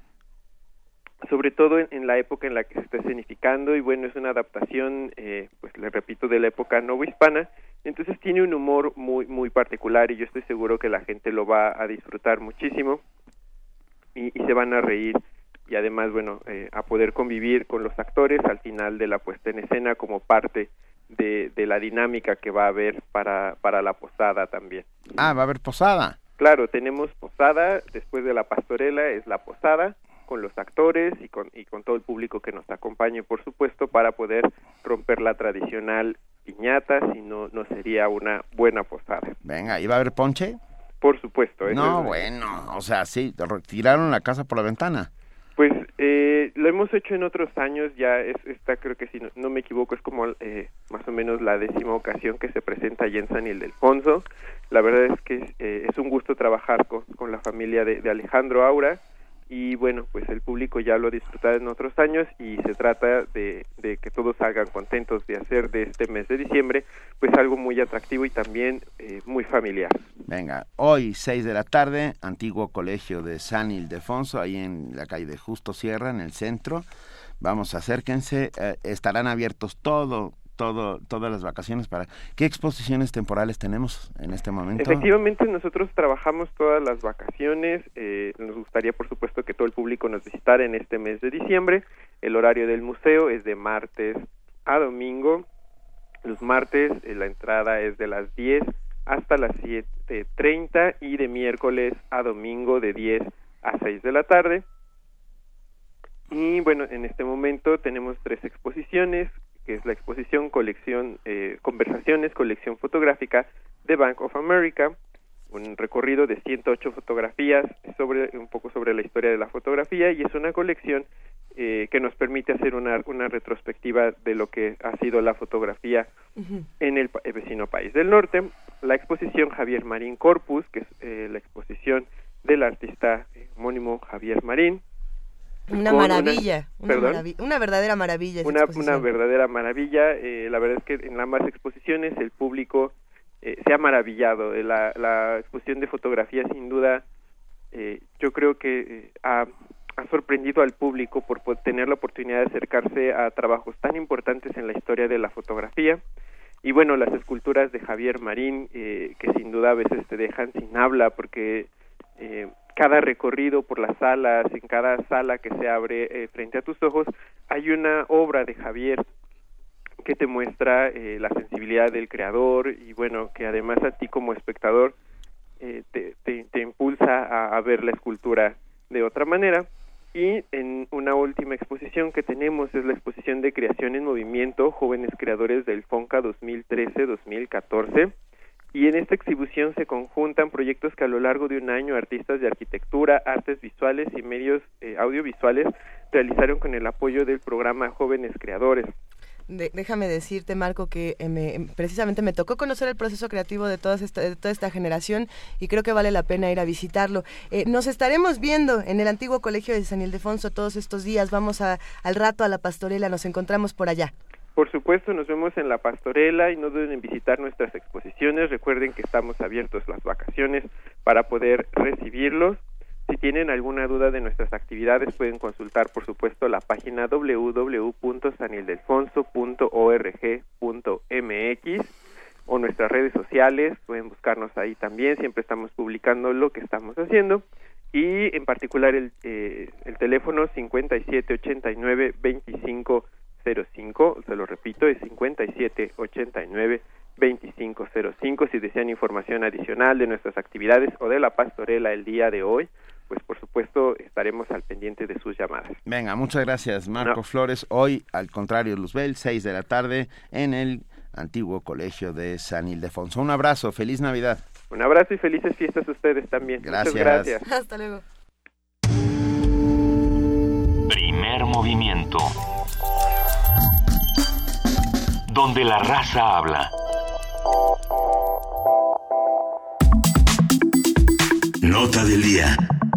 sobre todo en, en la época en la que se está escenificando, y bueno, es una adaptación, eh, pues les repito, de la época novohispana, entonces tiene un humor muy muy particular y yo estoy seguro que la gente lo va a disfrutar muchísimo y, y se van a reír y además, bueno, eh, a poder convivir con los actores al final de la puesta en escena como parte de, de la dinámica que va a haber para, para la posada también. Ah, va a haber posada. Claro, tenemos posada, después de la pastorela es la posada, con los actores y con y con todo el público que nos acompañe, por supuesto, para poder romper la tradicional piñata, si no, no sería una buena posada. Venga, ¿y va a haber ponche? Por supuesto. No, es... bueno, o sea, sí, tiraron la casa por la ventana. Pues eh, lo hemos hecho en otros años, ya es, está, creo que si no, no me equivoco, es como eh, más o menos la décima ocasión que se presenta allá en San Ildefonso. La verdad es que eh, es un gusto trabajar con, con la familia de, de Alejandro Aura. Y bueno, pues el público ya lo ha disfrutado en otros años y se trata de, de que todos salgan contentos de hacer de este mes de diciembre pues algo muy atractivo y también eh, muy familiar. Venga, hoy seis de la tarde, antiguo colegio de San Ildefonso, ahí en la calle de Justo Sierra, en el centro. Vamos, acérquense, eh, estarán abiertos todo todo, todas las vacaciones. Para ¿qué exposiciones temporales tenemos en este momento? Efectivamente, nosotros trabajamos todas las vacaciones. Eh, nos gustaría, por supuesto, que todo el público nos visitara en este mes de diciembre. El horario del museo es de martes a domingo. Los martes eh, la entrada es de las diez hasta las siete treinta y de miércoles a domingo de diez a seis de la tarde. Y bueno, en este momento tenemos tres exposiciones, que es la exposición colección eh, Conversaciones, colección fotográfica de Bank of America, un recorrido de ciento ocho fotografías sobre un poco sobre la historia de la fotografía, y es una colección eh, que nos permite hacer una, una retrospectiva de lo que ha sido la fotografía uh-huh. en el, el vecino país del norte. La exposición Javier Marín Corpus, que es eh, la exposición del artista homónimo Javier Marín. Una maravilla, una, una, marav- una verdadera maravilla. Una, una verdadera maravilla. Eh, la verdad es que en ambas exposiciones el público eh, se ha maravillado. La, la exposición de fotografía, sin duda, eh, yo creo que eh, ha, ha sorprendido al público por, por tener la oportunidad de acercarse a trabajos tan importantes en la historia de la fotografía. Y bueno, las esculturas de Javier Marín, eh, que sin duda a veces te dejan sin habla, porque eh, cada recorrido por las salas, en cada sala que se abre eh, frente a tus ojos, hay una obra de Javier que te muestra eh, la sensibilidad del creador y bueno, que además a ti como espectador eh, te, te, te impulsa a, a ver la escultura de otra manera. Y en una última exposición que tenemos es la exposición de Creación en Movimiento, Jóvenes Creadores del FONCA dos mil trece dos mil catorce. Y en esta exhibición se conjuntan proyectos que a lo largo de un año artistas de arquitectura, artes visuales y medios eh, audiovisuales realizaron con el apoyo del programa Jóvenes Creadores. De, déjame decirte, Marco, que eh, me, precisamente me tocó conocer el proceso creativo de, todas esta, de toda esta generación y creo que vale la pena ir a visitarlo. Eh, nos estaremos viendo en el antiguo colegio de San Ildefonso todos estos días. Vamos a, al rato a la Pastorela, nos encontramos por allá. Por supuesto, nos vemos en la Pastorela y no duden en visitar nuestras exposiciones. Recuerden que estamos abiertos las vacaciones para poder recibirlos. Si tienen alguna duda de nuestras actividades, pueden consultar, por supuesto, la página doble u doble u doble u punto san ildefonso punto org punto m x o nuestras redes sociales. Pueden buscarnos ahí también. Siempre estamos publicando lo que estamos haciendo. Y en particular el, eh, el teléfono cincuenta y siete ochenta y nueve veinticinco cero cinco, se lo repito, es cincuenta y siete ochenta y nueve veinticinco cero cinco. Si desean información adicional de nuestras actividades o de la Pastorela el día de hoy, pues por supuesto estaremos al pendiente de sus llamadas. Venga, muchas gracias, Marco no. Flores. Hoy, al contrario, Luzbel, seis de la tarde, en el antiguo colegio de San Ildefonso. Un abrazo, feliz Navidad. Un abrazo y felices fiestas a ustedes también. Gracias. Muchas gracias. Hasta luego. Primer movimiento. Donde la raza habla. Nota del día.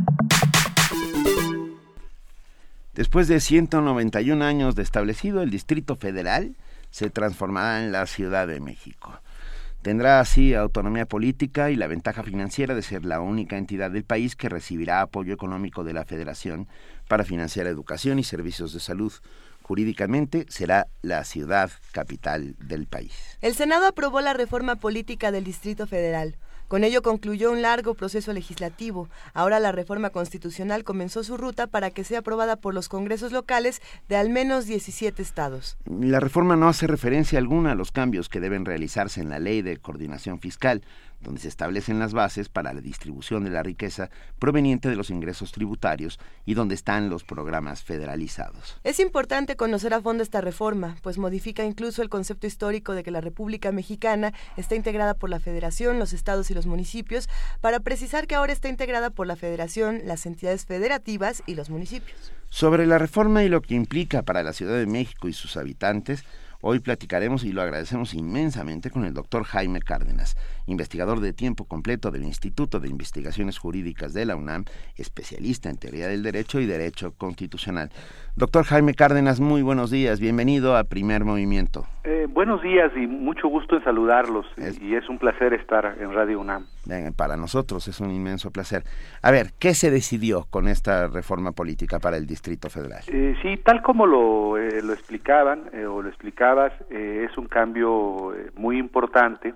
Después de ciento noventa y un años de establecido, el Distrito Federal se transformará en la Ciudad de México. Tendrá así autonomía política y la ventaja financiera de ser la única entidad del país que recibirá apoyo económico de la Federación para financiar educación y servicios de salud. Jurídicamente será la ciudad capital del país. El Senado aprobó la reforma política del Distrito Federal. Con ello concluyó un largo proceso legislativo. Ahora la reforma constitucional comenzó su ruta para que sea aprobada por los congresos locales de al menos diecisiete estados. La reforma no hace referencia alguna a los cambios que deben realizarse en la Ley de Coordinación Fiscal, donde se establecen las bases para la distribución de la riqueza proveniente de los ingresos tributarios y donde están los programas federalizados. Es importante conocer a fondo esta reforma, pues modifica incluso el concepto histórico de que la República Mexicana está integrada por la Federación, los estados y los municipios, para precisar que ahora está integrada por la Federación, las entidades federativas y los municipios. Sobre la reforma y lo que implica para la Ciudad de México y sus habitantes, hoy platicaremos y lo agradecemos inmensamente con el doctor Jaime Cárdenas, investigador de tiempo completo del Instituto de Investigaciones Jurídicas de la UNAM, especialista en teoría del derecho y derecho constitucional. Doctor Jaime Cárdenas, muy buenos días, bienvenido a Primer Movimiento. Eh, buenos días y mucho gusto en saludarlos, es, y es un placer estar en Radio UNAM. Venga, para nosotros es un inmenso placer. A ver, ¿qué se decidió con esta reforma política para el Distrito Federal? Eh, sí, tal como lo, eh, lo explicaban eh, o lo explicabas, eh, es un cambio eh, muy importante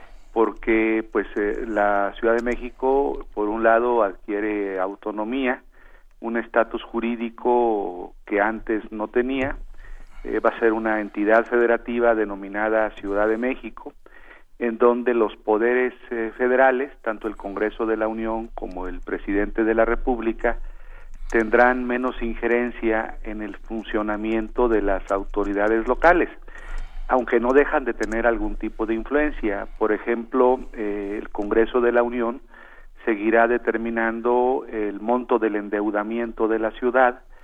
porque pues eh, la Ciudad de México, por un lado, adquiere autonomía, un estatus jurídico que antes no tenía, eh, va a ser una entidad federativa denominada Ciudad de México, en donde los poderes eh, federales, tanto el Congreso de la Unión como el Presidente de la República, tendrán menos injerencia en el funcionamiento de las autoridades locales, aunque no dejan de tener algún tipo de influencia. Por ejemplo, eh, el Congreso de la Unión seguirá determinando el monto del endeudamiento de la ciudad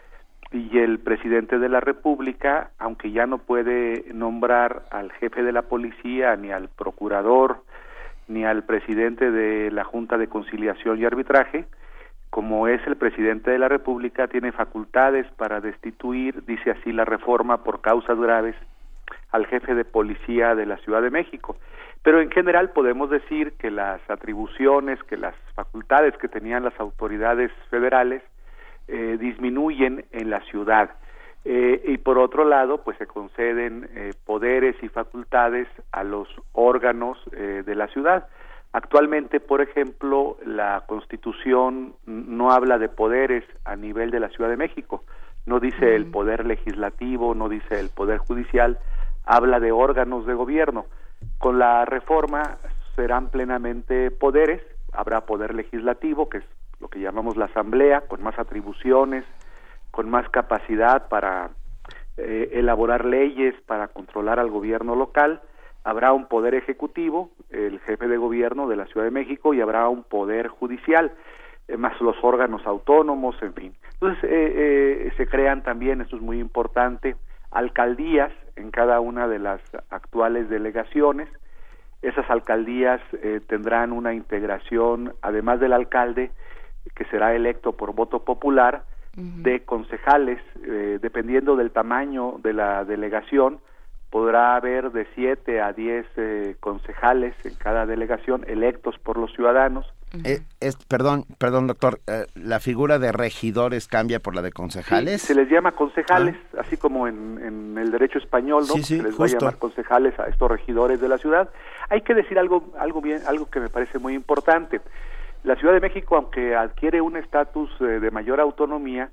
y el presidente de la República, aunque ya no puede nombrar al jefe de la policía, ni al procurador, ni al presidente de la Junta de Conciliación y Arbitraje, como es el presidente de la República, tiene facultades para destituir, dice así la reforma, por causas graves, al jefe de policía de la Ciudad de México. Pero en general podemos decir que las atribuciones, que las facultades que tenían las autoridades federales eh, disminuyen en la ciudad. Eh, y por otro lado, pues se conceden eh, poderes y facultades a los órganos eh, de la ciudad. Actualmente, por ejemplo, la Constitución no habla de poderes a nivel de la Ciudad de México, no dice uh-huh. el poder legislativo, no dice el poder judicial, habla de órganos de gobierno. Con la reforma serán plenamente poderes, habrá poder legislativo, que es lo que llamamos la asamblea, con más atribuciones, con más capacidad para eh, elaborar leyes, para controlar al gobierno local. Habrá un poder ejecutivo, el jefe de gobierno de la Ciudad de México, y habrá un poder judicial, eh, más los órganos autónomos, en fin. Entonces eh, eh, se crean también, esto es muy importante, alcaldías en cada una de las actuales delegaciones. Esas alcaldías eh, tendrán una integración, además del alcalde, que será electo por voto popular, uh-huh. de concejales, eh, dependiendo del tamaño de la delegación, podrá haber de siete a diez eh, concejales en cada delegación electos por los ciudadanos. Eh, es, perdón, perdón doctor, eh, ¿la figura de regidores cambia por la de concejales? Sí, se les llama concejales, ah. así como en, en el derecho español, ¿no? Sí, sí, se les justo. va a llamar concejales a estos regidores de la ciudad. Hay que decir algo, algo bien, algo que me parece muy importante. La Ciudad de México, aunque adquiere un estatus eh, de mayor autonomía,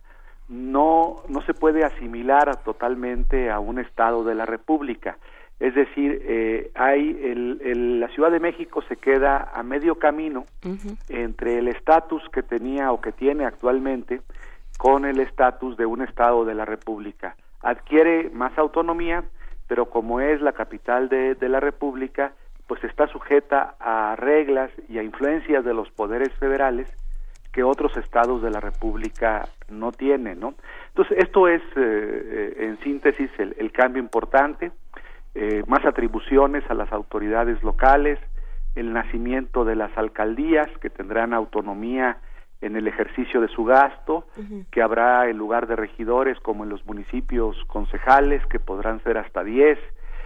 no no se puede asimilar totalmente a un estado de la República. Es decir, eh, hay el, el, la Ciudad de México se queda a medio camino uh-huh. entre el estatus que tenía o que tiene actualmente con el estatus de un estado de la República. Adquiere más autonomía, pero como es la capital de, de la República, pues está sujeta a reglas y a influencias de los poderes federales que otros estados de la República no tienen, ¿no? Entonces, esto es, eh, en síntesis, el, el cambio importante, eh, más atribuciones a las autoridades locales, el nacimiento de las alcaldías, que tendrán autonomía en el ejercicio de su gasto, uh-huh. que habrá en lugar de regidores, como en los municipios, concejales, que podrán ser hasta diez,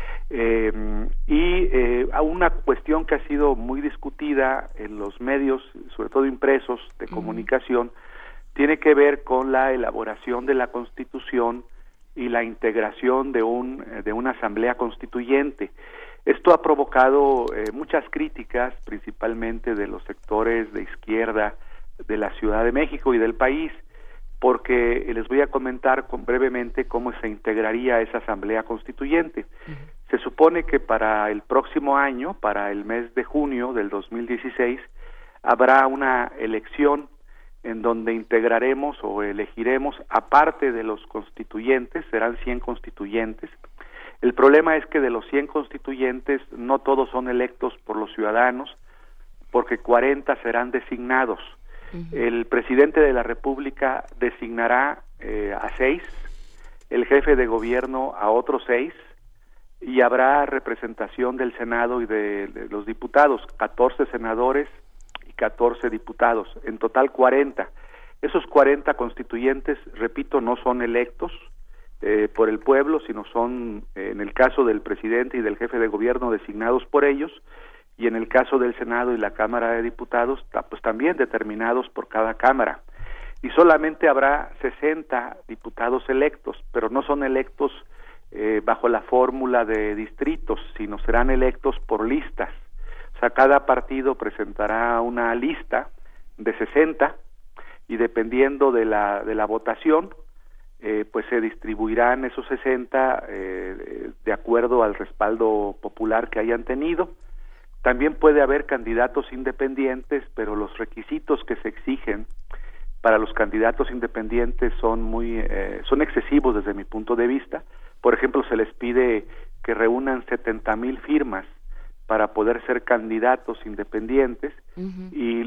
Eh, y eh, a una cuestión que ha sido muy discutida en los medios, sobre todo impresos, de uh-huh. comunicación, tiene que ver con la elaboración de la Constitución y la integración de un de una asamblea constituyente. Esto ha provocado eh, muchas críticas, principalmente de los sectores de izquierda de la Ciudad de México y del país, porque les voy a comentar con, brevemente cómo se integraría esa asamblea constituyente. Uh-huh. Se supone que para el próximo año, para el mes de junio del dos mil dieciséis, habrá una elección en donde integraremos o elegiremos, aparte de los constituyentes, serán cien constituyentes. El problema es que de los cien constituyentes no todos son electos por los ciudadanos, porque cuarenta serán designados. Uh-huh. El presidente de la República designará eh, a seis, el jefe de gobierno a otros seis, y habrá representación del Senado y de, de los diputados, catorce senadores y catorce diputados, en total cuarenta. Esos cuarenta constituyentes, repito, no son electos eh, por el pueblo, sino son, eh, en el caso del presidente y del jefe de gobierno, designados por ellos, y en el caso del Senado y la Cámara de Diputados, pues también determinados por cada Cámara. Y solamente habrá sesenta diputados electos, pero no son electos eh, bajo la fórmula de distritos, sino serán electos por listas. O sea, cada partido presentará una lista de sesenta y dependiendo de la de la votación, eh, pues se distribuirán esos sesenta eh, de acuerdo al respaldo popular que hayan tenido. También puede haber candidatos independientes, pero los requisitos que se exigen para los candidatos independientes son muy eh, son excesivos desde mi punto de vista. Por ejemplo, se les pide que reúnan setenta mil firmas para poder ser candidatos independientes uh-huh. y, y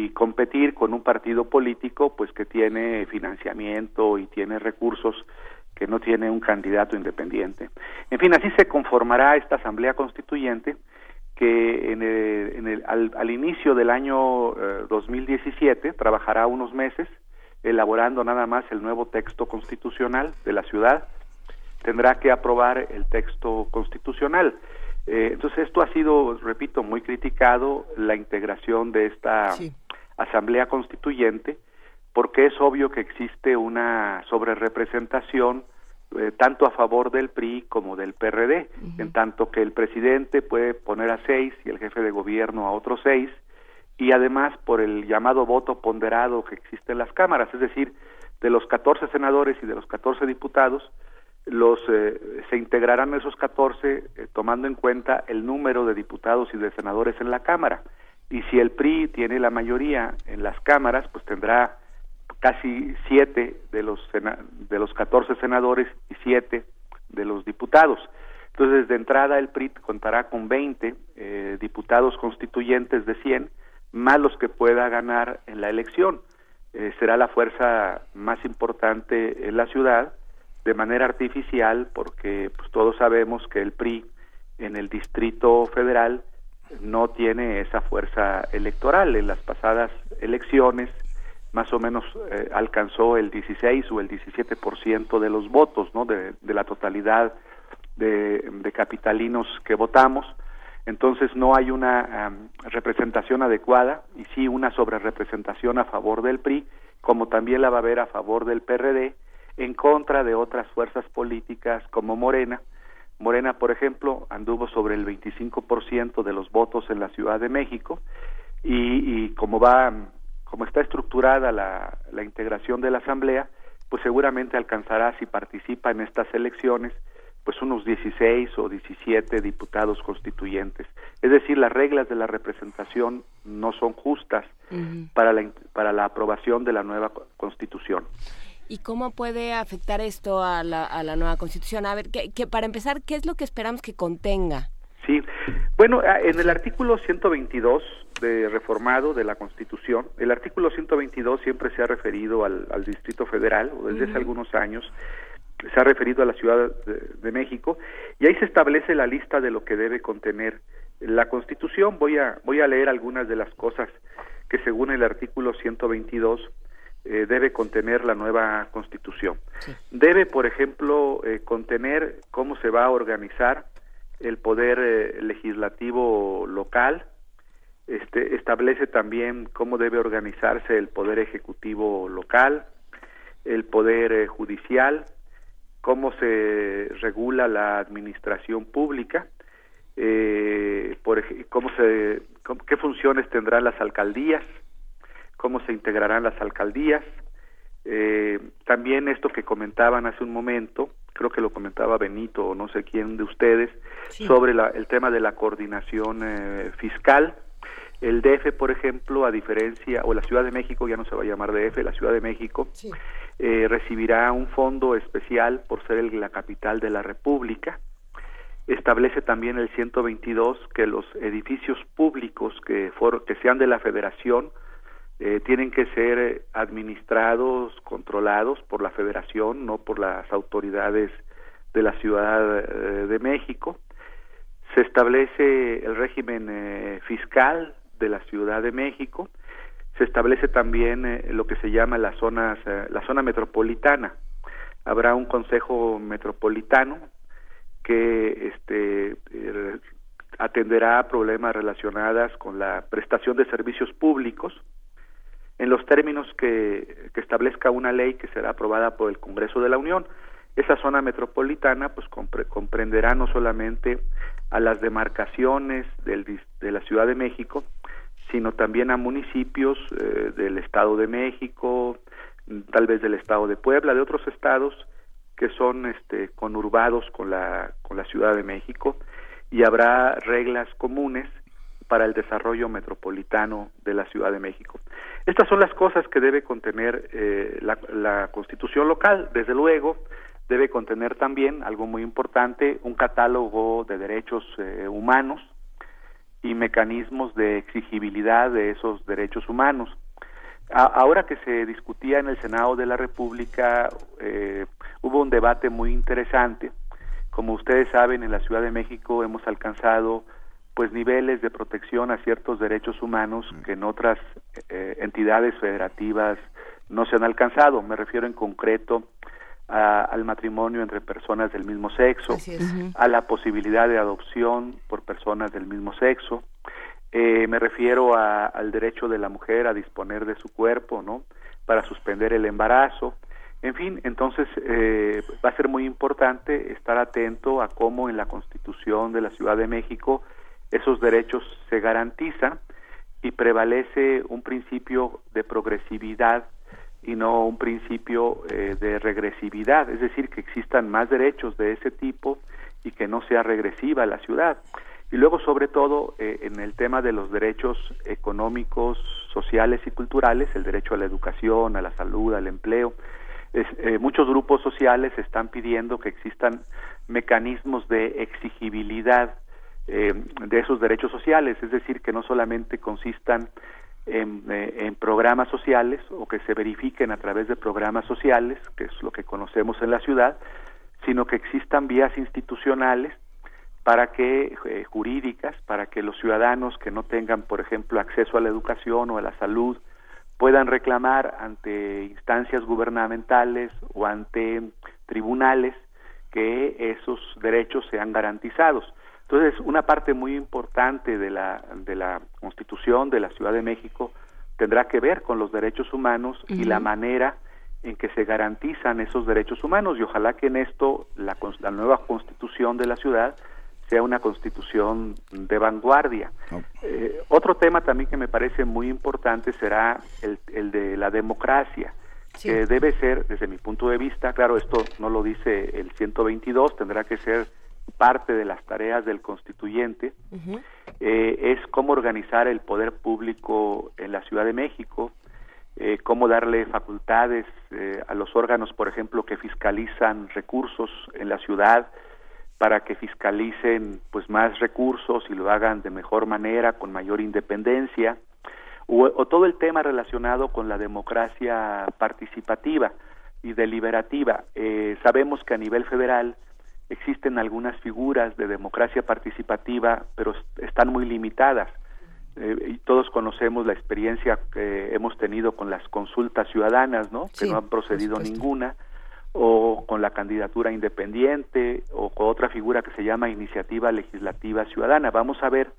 y competir con un partido político pues que tiene financiamiento y tiene recursos que no tiene un candidato independiente. En fin, así se conformará esta Asamblea Constituyente que en el, en el, al, al inicio del año eh, dos mil diecisiete trabajará unos meses elaborando nada más el nuevo texto constitucional de la ciudad. Tendrá que aprobar el texto constitucional. Eh, entonces esto ha sido, repito, muy criticado, la integración de esta sí. Asamblea Constituyente, porque es obvio que existe una sobrerepresentación eh, tanto a favor del P R I como del P R D, uh-huh. en tanto que el presidente puede poner a seis y el jefe de gobierno a otros seis, y además por el llamado voto ponderado que existe en las cámaras, es decir, de los catorce senadores y de los catorce diputados, los eh, se integrarán esos catorce eh, tomando en cuenta el número de diputados y de senadores en la Cámara, y si el P R I tiene la mayoría en las cámaras, pues tendrá casi siete de los sena- de los catorce senadores y siete de los diputados. Entonces, de entrada el P R I contará con veinte eh, diputados constituyentes de cien, más los que pueda ganar en la elección. Eh, será la fuerza más importante en la ciudad, de manera artificial, porque pues todos sabemos que el P R I en el Distrito Federal no tiene esa fuerza electoral. En las pasadas elecciones más o menos eh, alcanzó el dieciséis o el diecisiete por ciento de los votos, ¿no? de, de la totalidad de, de capitalinos que votamos. Entonces no hay una um, representación adecuada, y sí una sobrerepresentación a favor del P R I, como también la va a haber a favor del P R D, en contra de otras fuerzas políticas como Morena. Morena, por ejemplo, anduvo sobre el veinticinco por ciento de los votos en la Ciudad de México, y, y como va, como está estructurada la, la integración de la Asamblea, pues seguramente alcanzará, si participa en estas elecciones, pues unos dieciséis o diecisiete diputados constituyentes. Es decir, las reglas de la representación no son justas uh-huh. para la, para la aprobación de la nueva Constitución. ¿Y cómo puede afectar esto a la, a la nueva Constitución? A ver, que, que para empezar, ¿qué es lo que esperamos que contenga? Sí, bueno, en el artículo ciento veintidós de reformado de la Constitución, el artículo ciento veintidós siempre se ha referido al, al Distrito Federal, o desde uh-huh. hace algunos años se ha referido a la Ciudad de, de México, y ahí se establece la lista de lo que debe contener la Constitución. Voy a, voy a leer algunas de las cosas que según el artículo ciento veintidós Eh, debe contener la nueva Constitución. Sí. Debe, por ejemplo, eh, contener cómo se va a organizar el poder eh, legislativo local. Este, establece también cómo debe organizarse el poder ejecutivo local, el poder eh, judicial, cómo se regula la administración pública, eh, por ej- cómo se, cómo, qué funciones tendrán las alcaldías, cómo se integrarán las alcaldías, eh, también esto que comentaban hace un momento, creo que lo comentaba Benito o no sé quién de ustedes, sí. sobre la, el tema de la coordinación eh, fiscal. El D F, por ejemplo, a diferencia, o la Ciudad de México, ya no se va a llamar D F, la Ciudad de México, sí. eh, recibirá un fondo especial por ser el, la capital de la República. Establece también el ciento veintidós que los edificios públicos que, for, que sean de la Federación Eh, tienen que ser administrados, controlados por la Federación, no por las autoridades de la Ciudad eh, de México. Se establece el régimen eh, fiscal de la Ciudad de México. Se establece también eh, lo que se llama las zonas, eh, la zona metropolitana. Habrá un consejo metropolitano que este eh, atenderá problemas relacionados con la prestación de servicios públicos, en los términos que, que establezca una ley que será aprobada por el Congreso de la Unión. Esa zona metropolitana pues compre, comprenderá no solamente a las demarcaciones del, de la Ciudad de México, sino también a municipios eh, del Estado de México, tal vez del Estado de Puebla, de otros estados que son este, conurbados con la, con la Ciudad de México, y habrá reglas comunes para el desarrollo metropolitano de la Ciudad de México. Estas son las cosas que debe contener eh, la, la Constitución local. Desde luego, debe contener también, algo muy importante, un catálogo de derechos eh, humanos y mecanismos de exigibilidad de esos derechos humanos. A, ahora que se discutía en el Senado de la República, eh, hubo un debate muy interesante. Como ustedes saben, en la Ciudad de México hemos alcanzado pues niveles de protección a ciertos derechos humanos que en otras eh, entidades federativas no se han alcanzado. Me refiero en concreto a, al matrimonio entre personas del mismo sexo, uh-huh. a la posibilidad de adopción por personas del mismo sexo. Eh, me refiero a, al derecho de la mujer a disponer de su cuerpo, ¿no? Para suspender el embarazo. En fin, entonces eh, va a ser muy importante estar atento a cómo en la Constitución de la Ciudad de México esos derechos se garantizan y prevalece un principio de progresividad y no un principio eh, de regresividad, es decir, que existan más derechos de ese tipo y que no sea regresiva la ciudad. Y luego, sobre todo, eh, en el tema de los derechos económicos, sociales y culturales, el derecho a la educación, a la salud, al empleo, es, eh, muchos grupos sociales están pidiendo que existan mecanismos de exigibilidad Eh, de esos derechos sociales, es decir, que no solamente consistan en, eh, en programas sociales o que se verifiquen a través de programas sociales, que es lo que conocemos en la ciudad, sino que existan vías institucionales para que eh, jurídicas, para que los ciudadanos que no tengan, por ejemplo, acceso a la educación o a la salud, puedan reclamar ante instancias gubernamentales o ante tribunales que esos derechos sean garantizados. Entonces, una parte muy importante de la de la Constitución de la Ciudad de México tendrá que ver con los derechos humanos uh-huh. y la manera en que se garantizan esos derechos humanos, y ojalá que en esto la, la nueva Constitución de la ciudad sea una Constitución de vanguardia. Oh. Eh, otro tema también que me parece muy importante será el, el de la democracia, sí. que debe ser, desde mi punto de vista, claro, esto no lo dice el ciento veintidós, tendrá que ser parte de las tareas del constituyente, uh-huh. eh, es cómo organizar el poder público en la Ciudad de México, eh, cómo darle facultades eh, a los órganos, por ejemplo, que fiscalizan recursos en la ciudad, para que fiscalicen pues más recursos y lo hagan de mejor manera, con mayor independencia, o, o todo el tema relacionado con la democracia participativa y deliberativa. Eh, sabemos que a nivel federal existen algunas figuras de democracia participativa, pero están muy limitadas. Eh, y todos conocemos la experiencia que hemos tenido con las consultas ciudadanas, ¿no? Que sí, no han procedido ninguna, o con la candidatura independiente, o con otra figura que se llama Iniciativa Legislativa Ciudadana. Vamos a ver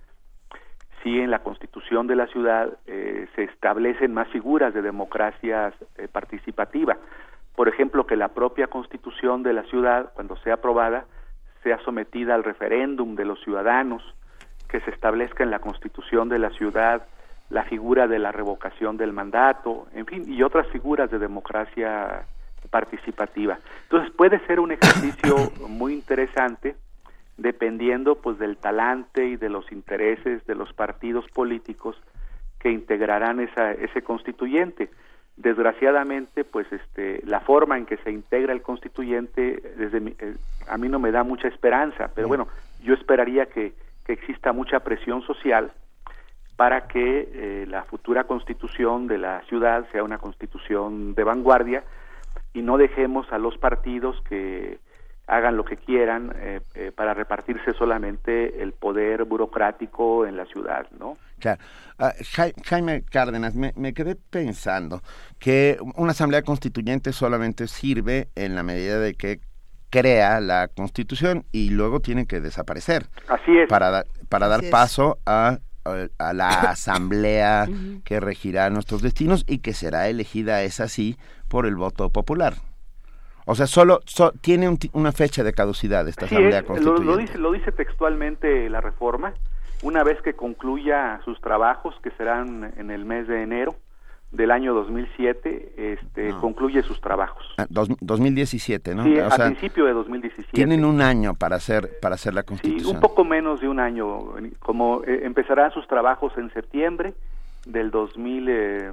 si en la Constitución de la ciudad eh, se establecen más figuras de democracia eh, participativa. Por ejemplo, que la propia Constitución de la ciudad, cuando sea aprobada, sea sometida al referéndum de los ciudadanos, que se establezca en la Constitución de la ciudad la figura de la revocación del mandato, en fin, y otras figuras de democracia participativa. Entonces puede ser un ejercicio muy interesante, dependiendo pues del talante y de los intereses de los partidos políticos que integrarán esa, ese constituyente. Desgraciadamente, pues este, la forma en que se integra el constituyente, desde mi, eh, a mí no me da mucha esperanza, pero bueno, yo esperaría que, que exista mucha presión social para que eh, la futura constitución de la ciudad sea una constitución de vanguardia y no dejemos a los partidos que hagan lo que quieran eh, eh, para repartirse solamente el poder burocrático en la ciudad, ¿no? Claro. Uh, Jaime Cárdenas, me, me quedé pensando que una asamblea constituyente solamente sirve en la medida de que crea la Constitución y luego tiene que desaparecer. Así es. Para, para Así dar es. paso a, a la asamblea uh-huh. que regirá nuestros destinos y que será elegida, es así, por el voto popular. O sea, solo so, tiene un, una fecha de caducidad esta sí, asamblea es, constituyente. Lo, lo, dice, lo dice textualmente la reforma. Una vez que concluya sus trabajos, que serán en el mes de enero del año dos mil siete, este, no. concluye sus trabajos. Ah, dos, dos mil diecisiete, ¿no? Sí, o a sea, principio de dos mil diecisiete. Tienen un año para hacer para hacer la Constitución. Sí, un poco menos de un año. Como eh, empezarán sus trabajos en septiembre del dos mil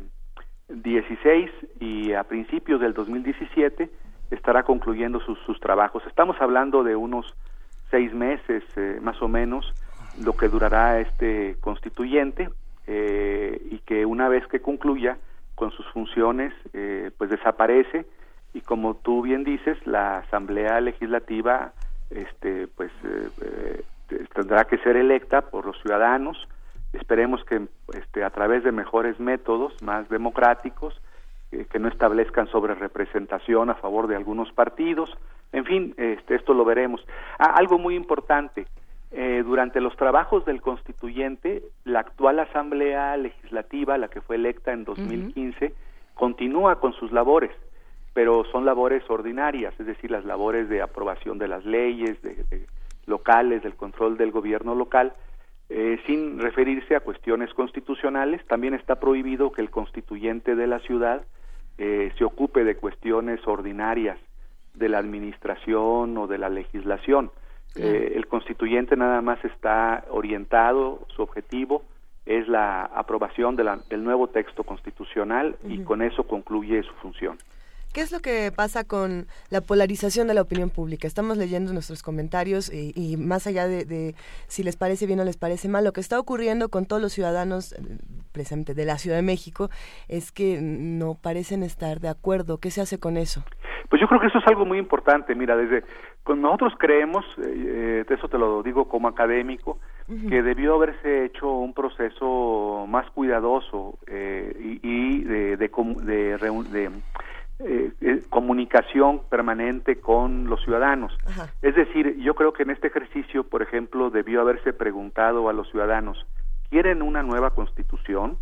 dieciséis y a principios del dos mil diecisiete estará concluyendo sus, sus trabajos. Estamos hablando de unos seis meses, eh, más o menos, lo que durará este constituyente eh, y que una vez que concluya con sus funciones, eh, pues desaparece, y como tú bien dices, la Asamblea Legislativa este pues eh, eh, tendrá que ser electa por los ciudadanos. Esperemos que este a través de mejores métodos, más democráticos, eh, que no establezcan sobre representación a favor de algunos partidos. En fin, este esto lo veremos. Ah, algo muy importante, eh, durante los trabajos del constituyente, la actual Asamblea Legislativa, la que fue electa en dos mil quince, uh-huh. continúa con sus labores, pero son labores ordinarias, es decir, las labores de aprobación de las leyes de, de locales, del control del gobierno local, eh, sin referirse a cuestiones constitucionales. También está prohibido que el constituyente de la ciudad eh, se ocupe de cuestiones ordinarias de la administración o de la legislación. Eh, el constituyente nada más está orientado, su objetivo es la aprobación de la, del nuevo texto constitucional, uh-huh. y con eso concluye su función. ¿Qué es lo que pasa con la polarización de la opinión pública? Estamos leyendo nuestros comentarios y, y más allá de, de si les parece bien o les parece mal, lo que está ocurriendo con todos los ciudadanos, precisamente de la Ciudad de México, es que no parecen estar de acuerdo. ¿Qué se hace con eso? Pues yo creo que eso es algo muy importante. Mira, desde nosotros creemos, eh, eso te lo digo como académico, uh-huh. que debió haberse hecho un proceso más cuidadoso eh, y, y de, de, de, de, de Eh, eh, comunicación permanente con los ciudadanos. Ajá. Es decir, yo creo que en este ejercicio, por ejemplo, debió haberse preguntado a los ciudadanos, ¿quieren una nueva constitución?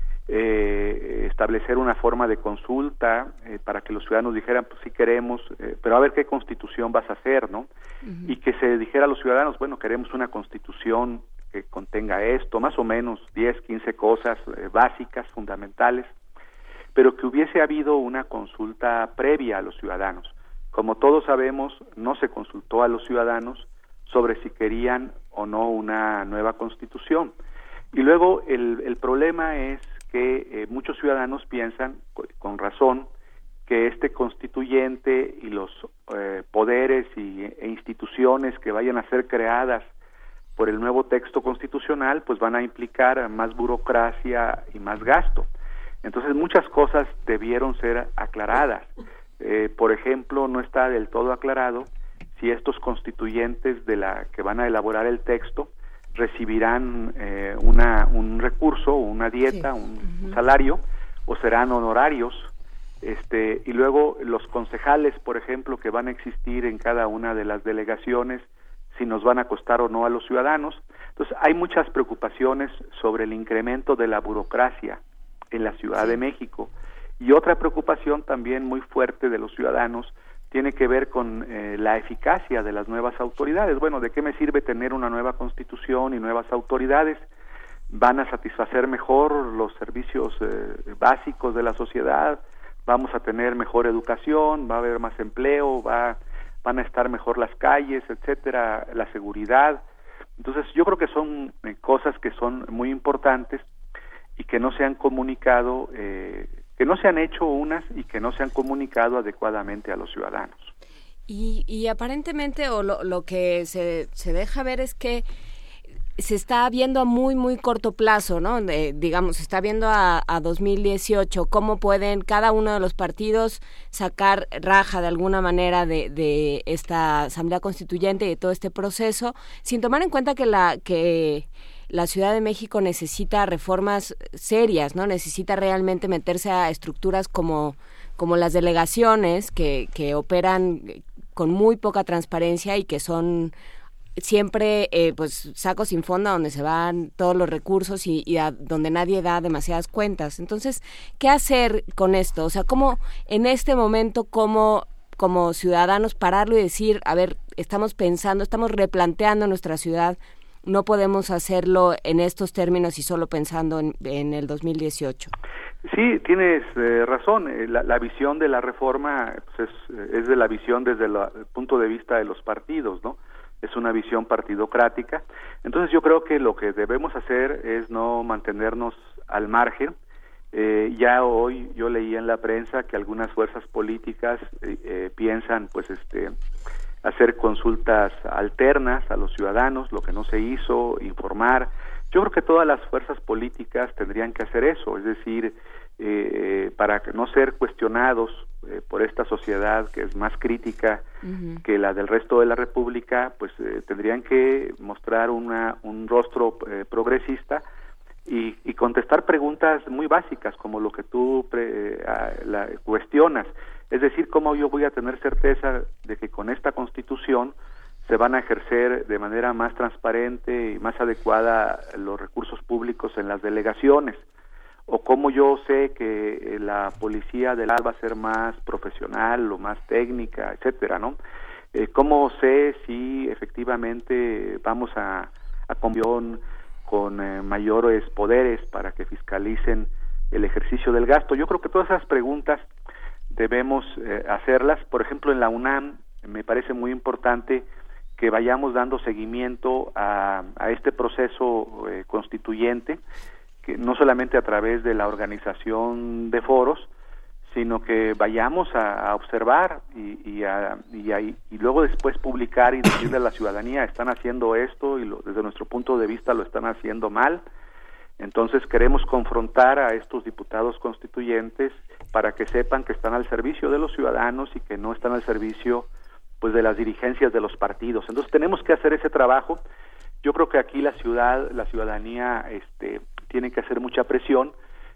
Eh, establecer una forma de consulta eh, para que los ciudadanos dijeran, pues sí queremos, eh, pero a ver qué constitución vas a hacer, ¿no? Uh-huh. Y que se dijera a los ciudadanos, bueno, queremos una constitución que contenga esto, más o menos diez, quince cosas eh, básicas, fundamentales, pero que hubiese habido una consulta previa a los ciudadanos. Como todos sabemos, no se consultó a los ciudadanos sobre si querían o no una nueva constitución. Y luego el, el problema es que eh, muchos ciudadanos piensan, con razón, que este constituyente y los eh, poderes y, e instituciones que vayan a ser creadas por el nuevo texto constitucional, pues van a implicar más burocracia y más gasto. Entonces muchas cosas debieron ser aclaradas. Eh, por ejemplo, no está del todo aclarado si estos constituyentes de la que van a elaborar el texto recibirán eh, una un recurso, una dieta, sí. un, uh-huh. un salario, o serán honorarios. Este, y luego los concejales, por ejemplo, que van a existir en cada una de las delegaciones, si nos van a costar o no a los ciudadanos. Entonces hay muchas preocupaciones sobre el incremento de la burocracia en la Ciudad sí. de México, y otra preocupación también muy fuerte de los ciudadanos tiene que ver con eh, la eficacia de las nuevas autoridades. Bueno, ¿de qué me sirve tener una nueva constitución y nuevas autoridades? ¿Van a satisfacer mejor los servicios eh, básicos de la sociedad? ¿Vamos a tener mejor educación? ¿Va a haber más empleo? ¿Va, van a estar mejor las calles, etcétera, la seguridad? Entonces yo creo que son eh, cosas que son muy importantes y que no se han comunicado, eh, que no se han hecho unas y que no se han comunicado adecuadamente a los ciudadanos. Y, y aparentemente, o lo, lo que se, se deja ver es que se está viendo a muy, muy corto plazo, ¿no? De, digamos, se está viendo a, a dos mil dieciocho, cómo pueden cada uno de los partidos sacar raja de alguna manera de, de esta Asamblea Constituyente y de todo este proceso, sin tomar en cuenta que la... que la Ciudad de México necesita reformas serias, ¿no? Necesita realmente meterse a estructuras como, como las delegaciones que, que operan con muy poca transparencia y que son siempre eh, pues sacos sin fondo donde se van todos los recursos y, y a, donde nadie da demasiadas cuentas. Entonces, ¿qué hacer con esto? O sea, ¿cómo en este momento, cómo como ciudadanos pararlo y decir, a ver, estamos pensando, estamos replanteando nuestra ciudad? No podemos hacerlo en estos términos y solo pensando en, en el dos mil dieciocho. Sí, tienes eh, razón. La, la visión de la reforma pues es, es de la visión desde la, el punto de vista de los partidos, ¿no? Es una visión partidocrática. Entonces yo creo que lo que debemos hacer es no mantenernos al margen. Eh, ya hoy yo leí en la prensa que algunas fuerzas políticas eh, eh, piensan, pues, este hacer consultas alternas a los ciudadanos, lo que no se hizo, informar. Yo creo que todas las fuerzas políticas tendrían que hacer eso, es decir, eh, para no ser cuestionados eh, por esta sociedad que es más crítica uh-huh. que la del resto de la República, pues eh, tendrían que mostrar una, un rostro eh, progresista y, y contestar preguntas muy básicas como lo que tú pre, eh, la, cuestionas, es decir, cómo yo voy a tener certeza de que con esta Constitución se van a ejercer de manera más transparente y más adecuada los recursos públicos en las delegaciones, o cómo yo sé que la policía del va a ser más profesional o más técnica, etcétera, ¿no? Eh, cómo sé si efectivamente vamos a, a convivir con eh, mayores poderes para que fiscalicen el ejercicio del gasto. Yo creo que todas esas preguntas debemos eh, hacerlas. Por ejemplo, en la UNAM me parece muy importante que vayamos dando seguimiento a, a este proceso eh, constituyente, que no solamente a través de la organización de foros, sino que vayamos a, a observar y, y, a, y, a, y luego después publicar y decirle a la ciudadanía, están haciendo esto y lo, desde nuestro punto de vista lo están haciendo mal. Entonces queremos confrontar a estos diputados constituyentes para que sepan que están al servicio de los ciudadanos y que no están al servicio pues de las dirigencias de los partidos. Entonces tenemos que hacer ese trabajo. Yo creo que aquí la ciudad, la ciudadanía, este, tiene que hacer mucha presión.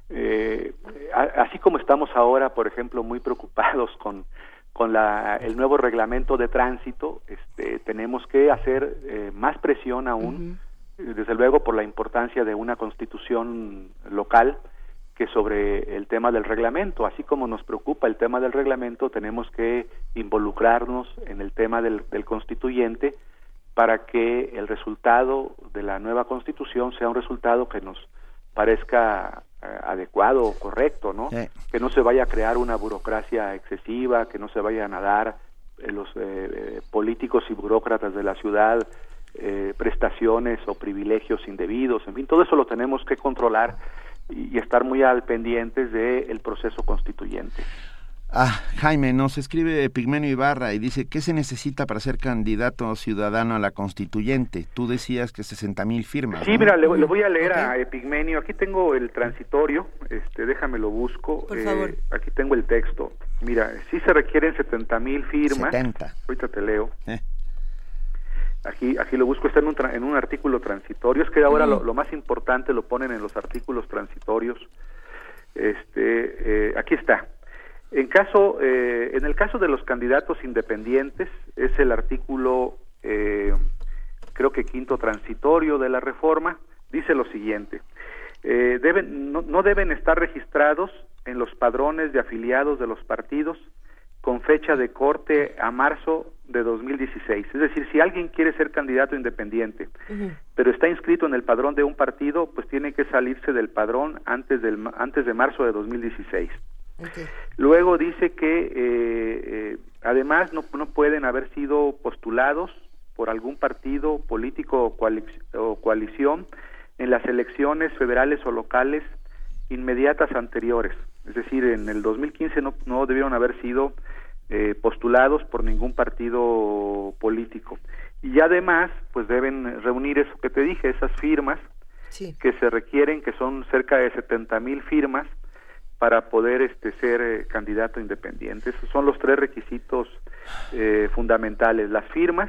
Eh, así como estamos ahora, por ejemplo, muy preocupados con con la el nuevo reglamento de tránsito, este, tenemos que hacer eh, más presión aún, uh-huh. desde luego por la importancia de una constitución local, que sobre el tema del reglamento. Así como nos preocupa el tema del reglamento, tenemos que involucrarnos en el tema del, del constituyente para que el resultado de la nueva constitución sea un resultado que nos parezca eh, adecuado o correcto, ¿no? Sí. Que no se vaya a crear una burocracia excesiva, que no se vayan a dar eh, los eh, políticos y burócratas de la ciudad eh, prestaciones o privilegios indebidos. En fin, todo eso lo tenemos que controlar y estar muy al pendientes del proceso constituyente. Ah, Jaime, nos escribe Epigmenio Ibarra y dice, ¿qué se necesita para ser candidato ciudadano a la constituyente? Tú decías que sesenta mil firmas. Sí, ¿no? mira, le, le voy a leer okay. a Epigmenio. Aquí tengo el transitorio, este, déjame lo busco. Por favor. Eh, aquí tengo el texto. Mira, sí se requieren setenta mil firmas. setenta. Ahorita te leo. Eh. Aquí, aquí lo busco, está en un, tra- en un artículo transitorio. Es que ahora uh-huh. lo, lo más importante lo ponen en los artículos transitorios. Este, eh, aquí está. En caso, eh, en el caso de los candidatos independientes, es el artículo, eh, creo que quinto transitorio de la reforma, dice lo siguiente: eh, deben, no, no deben estar registrados en los padrones de afiliados de los partidos con fecha de corte a marzo de dos mil dieciséis. Es decir, si alguien quiere ser candidato independiente, uh-huh. pero está inscrito en el padrón de un partido, pues tiene que salirse del padrón antes del antes de marzo de dos mil dieciséis. Okay. Luego dice que eh, eh, además no, no pueden haber sido postulados por algún partido político o, coalic- o coalición en las elecciones federales o locales inmediatas anteriores. Es decir, en el dos mil quince no, no debieron haber sido eh, postulados por ningún partido político. Y además, pues deben reunir eso que te dije, esas firmas sí. que se requieren, que son cerca de setenta mil firmas, para poder este ser eh, candidato independiente. Esos son los tres requisitos eh, fundamentales: las firmas,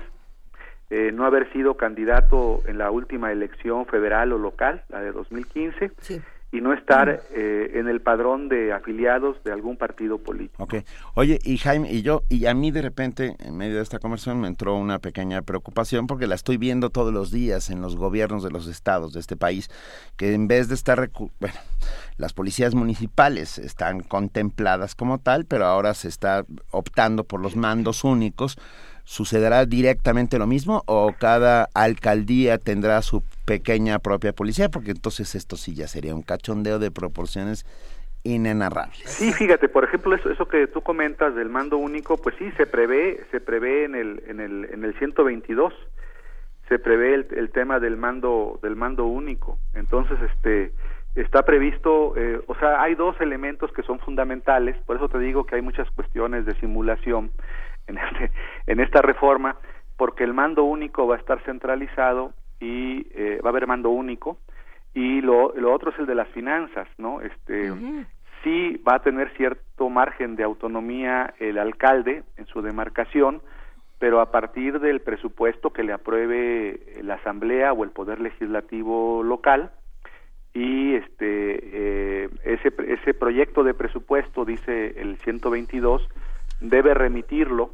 eh, no haber sido candidato en la última elección federal o local, la de dos mil quince, sí. y no estar eh, en el padrón de afiliados de algún partido político. Okay. Oye, y Jaime, y yo, y a mí de repente, en medio de esta conversación, me entró una pequeña preocupación, porque la estoy viendo todos los días en los gobiernos de los estados de este país, que en vez de estar, recu- bueno, las policías municipales están contempladas como tal, pero ahora se está optando por los mandos únicos. ¿Sucederá directamente lo mismo o cada alcaldía tendrá su pequeña propia policía? Porque entonces esto sí ya sería un cachondeo de proporciones inenarrables. Sí, fíjate, por ejemplo, eso eso que tú comentas del mando único, pues sí, se prevé se prevé en el en el en el ciento veintidós, se prevé el, el tema del mando del mando único. Entonces, este está previsto, eh, o sea, hay dos elementos que son fundamentales, por eso te digo que hay muchas cuestiones de simulación. en, este, en esta reforma, porque el mando único va a estar centralizado y eh, va a haber mando único, y lo, lo otro es el de las finanzas, ¿no? Este, uh-huh. Sí va a tener cierto margen de autonomía el alcalde en su demarcación, pero a partir del presupuesto que le apruebe la Asamblea o el Poder Legislativo local, y este eh, ese ese proyecto de presupuesto, dice el ciento veintidós, debe remitirlo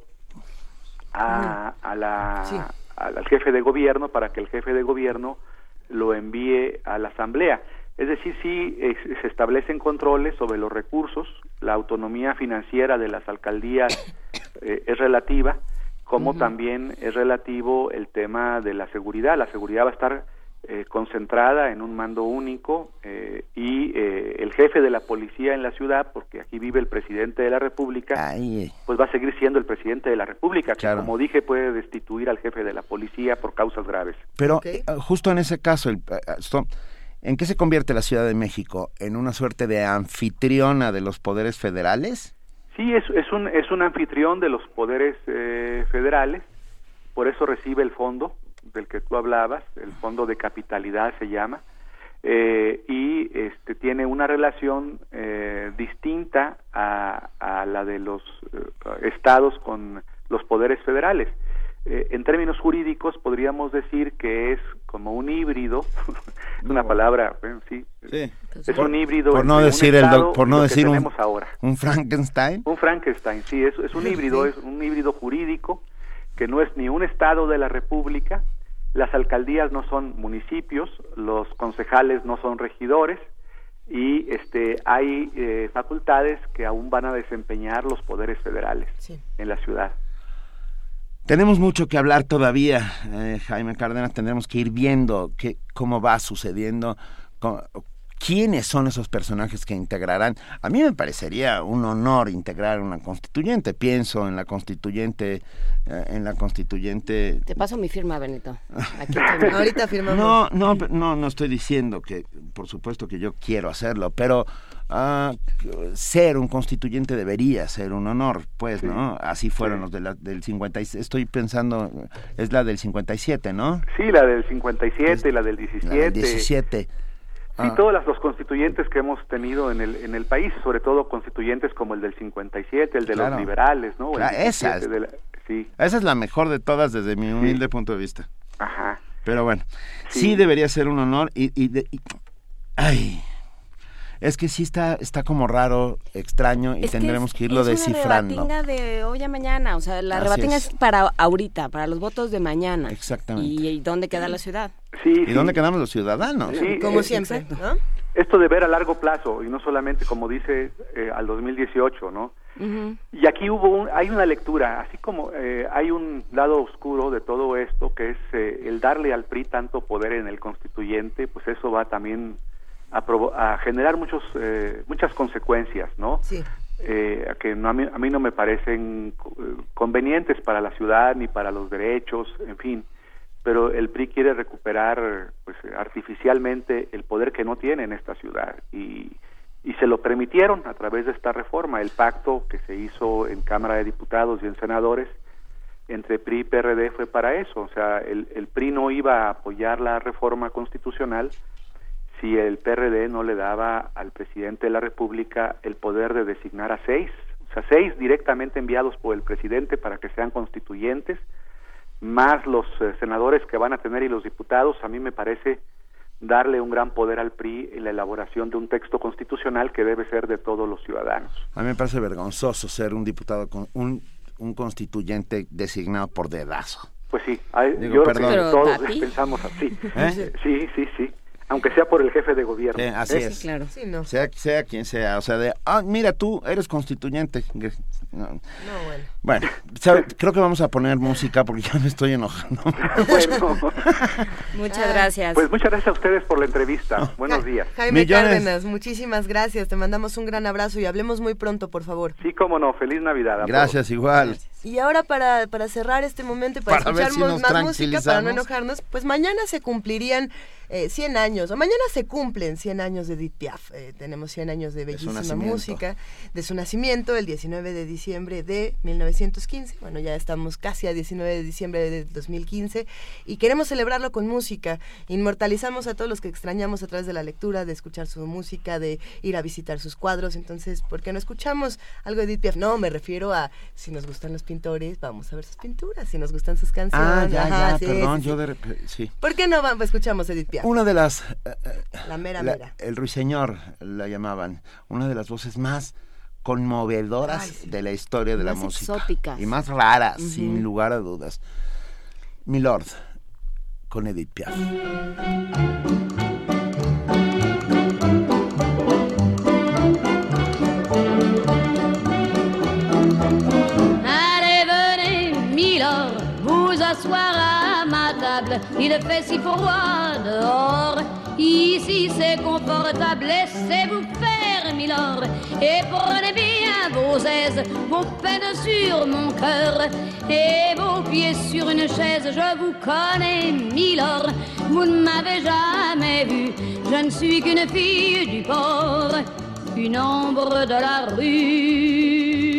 a, a la sí. al jefe de gobierno para que el jefe de gobierno lo envíe a la Asamblea. Es decir, sí eh, se establecen controles sobre los recursos, la autonomía financiera de las alcaldías eh, es relativa, como uh-huh. también es relativo el tema de la seguridad. La seguridad va a estar eh, concentrada en un mando único eh, y eh, el jefe de la policía en la ciudad, porque aquí vive el presidente de la República, Ay. pues va a seguir siendo el presidente de la República, claro. que como dije puede destituir al jefe de la policía por causas graves. Pero okay. eh, justo en ese caso, el, uh, ¿en qué se convierte la Ciudad de México? ¿En una suerte de anfitriona de los poderes federales? Sí, es, es, un, es un anfitrión de los poderes eh, federales, por eso recibe el fondo del que tú hablabas, el fondo de capitalidad se llama, eh, y este tiene una relación eh, distinta a, a la de los eh, estados con los poderes federales. Eh, en términos jurídicos podríamos decir que es como un híbrido, una palabra, bueno, sí, sí. es por, un híbrido por no decir el doc, por no decir un, ahora. un Frankenstein. Un Frankenstein, sí, es, es un híbrido, sí. es un híbrido jurídico que no es ni un estado de la República, las alcaldías no son municipios, los concejales no son regidores, y este hay eh, facultades que aún van a desempeñar los poderes federales sí. en la ciudad. Tenemos mucho que hablar todavía, eh, Jaime Cárdenas, tendremos que ir viendo qué, cómo va sucediendo, cómo, quiénes son esos personajes que integrarán. A mí me parecería un honor integrar una constituyente, pienso en la constituyente, eh, en la constituyente... Te paso mi firma, Benito. Aquí ahorita firmamos. No, no, no, no estoy diciendo que, por supuesto que yo quiero hacerlo, pero... Uh, ser un constituyente debería ser un honor, pues, sí. ¿no? Así fueron sí. los de la, del cincuenta y seis, estoy pensando, es la del cincuenta y siete, ¿no? Sí, la del cincuenta y siete, es, la del diecisiete. La del diecisiete. Sí, ah. todas las, los constituyentes que hemos tenido en el en el país, sobre todo constituyentes como el del cincuenta y siete, el de claro. los liberales, ¿no? Claro, esa, es, de la, sí. esa es la mejor de todas desde mi humilde sí. punto de vista. Ajá. Pero bueno, sí, sí debería ser un honor y... y, de, y ay... Es que sí está está como raro, extraño, y es tendremos que, es, que irlo es descifrando. Es una rebatinga de hoy a mañana, o sea, la Así rebatinga es. es para ahorita, para los votos de mañana. Exactamente. ¿Y, y dónde queda la ciudad? Sí, ¿Y sí. dónde quedamos los ciudadanos? Sí, como eh, siempre, ¿no? Esto de ver a largo plazo, y no solamente, como dice, eh, al dos mil dieciocho, ¿no? Uh-huh. Y aquí hubo un, hay una lectura, así como eh, hay un lado oscuro de todo esto, que es eh, el darle al P R I tanto poder en el constituyente, pues eso va también... A, provo- a generar muchos eh, muchas consecuencias, ¿no? Sí. Eh, que no, a, mí, a mí no me parecen eh, convenientes para la ciudad ni para los derechos, en fin. Pero el P R I quiere recuperar, pues, artificialmente el poder que no tiene en esta ciudad y y se lo permitieron a través de esta reforma, el pacto que se hizo en Cámara de Diputados y en senadores entre P R I y P R D fue para eso, o sea, el, el P R I no iba a apoyar la reforma constitucional si el P R D no le daba al presidente de la República el poder de designar a seis, o sea, seis directamente enviados por el presidente para que sean constituyentes, más los eh, senadores que van a tener y los diputados. A mí me parece darle un gran poder al P R I en la elaboración de un texto constitucional que debe ser de todos los ciudadanos. A mí me parece vergonzoso ser un diputado con un, un constituyente designado por dedazo. Pues sí, hay, Digo, yo perdón. creo que todos ¿Papi? pensamos así. ¿Eh? Sí, sí, sí. Aunque sea por el jefe de gobierno. Sí, así ¿Eh? es. Sí, claro. Sí, no. Sea, sea quien sea, o sea, de, ah, mira, tú eres constituyente. No, no bueno. Bueno, ¿sabe? Creo que vamos a poner música porque ya me estoy enojando. Bueno. Muchas gracias. Pues muchas gracias a ustedes por la entrevista. No. Buenos días. Jaime Millones. Cárdenas, muchísimas gracias. Te mandamos un gran abrazo y hablemos muy pronto, por favor. Sí, cómo no. Feliz Navidad. Gracias, igual. Gracias. Y ahora para, para cerrar este momento y para, para escuchar si más música, para no enojarnos, pues mañana se cumplirían eh, cien años, o mañana se cumplen cien años de Edith Piaf. Eh, tenemos cien años de bellísima de música, de su nacimiento, el diecinueve de diciembre de mil novecientos quince. Bueno, ya estamos casi a diecinueve de diciembre de dos mil quince y queremos celebrarlo con música. Inmortalizamos a todos los que extrañamos a través de la lectura, de escuchar su música, de ir a visitar sus cuadros. Entonces, ¿por qué no escuchamos algo de Edith Piaf? No, me refiero a si nos gustan los pintores, vamos a ver sus pinturas, si nos gustan sus canciones. Ah, ya, Ajá, ya, sí, perdón, sí, yo sí. de repente, sí. ¿Por qué no vamos, escuchamos Edith Piaf? Una de las... Eh, la mera la, mera. El ruiseñor, la llamaban, una de las voces más conmovedoras Ay, sí. de la historia de más la música. Exóticas. Y más raras, uh-huh. sin lugar a dudas. Milord, con Edith Piaf. Asseoir à ma table, il fait si froid dehors. Ici c'est confortable, laissez-vous faire, milord, et prenez bien vos aises, vos peines sur mon cœur, et vos pieds sur une chaise. Je vous connais, milord, vous ne m'avez jamais vu, je ne suis qu'une fille du port, une ombre de la rue.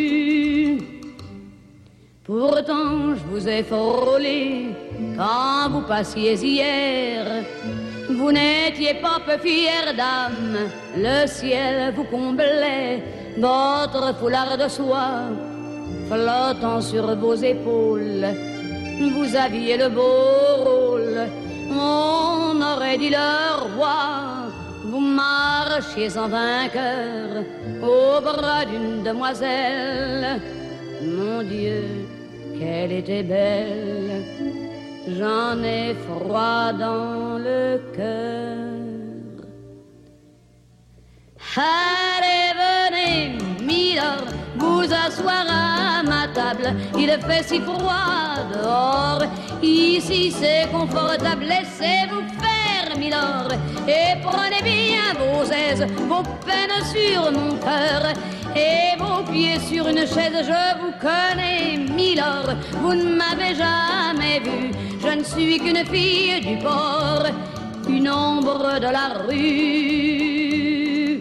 Pourtant je vous ai frôlé quand vous passiez hier. Vous n'étiez pas peu fière dame, le ciel vous comblait, votre foulard de soie flottant sur vos épaules. Vous aviez le beau rôle, on aurait dit le roi. Vous marchiez en vainqueur au bras d'une demoiselle. Mon Dieu, qu'elle était belle, j'en ai froid dans le cœur. Allez, venez, milord, vous asseoir à ma table, il fait si froid dehors, ici c'est confortable, laissez-vous faire, milord, et prenez bien vos aises, vos peines sur mon cœur, et vos pieds sur une chaise. Je vous connais, milord, vous ne m'avez jamais vu, je ne suis qu'une fille du port, une ombre de la rue.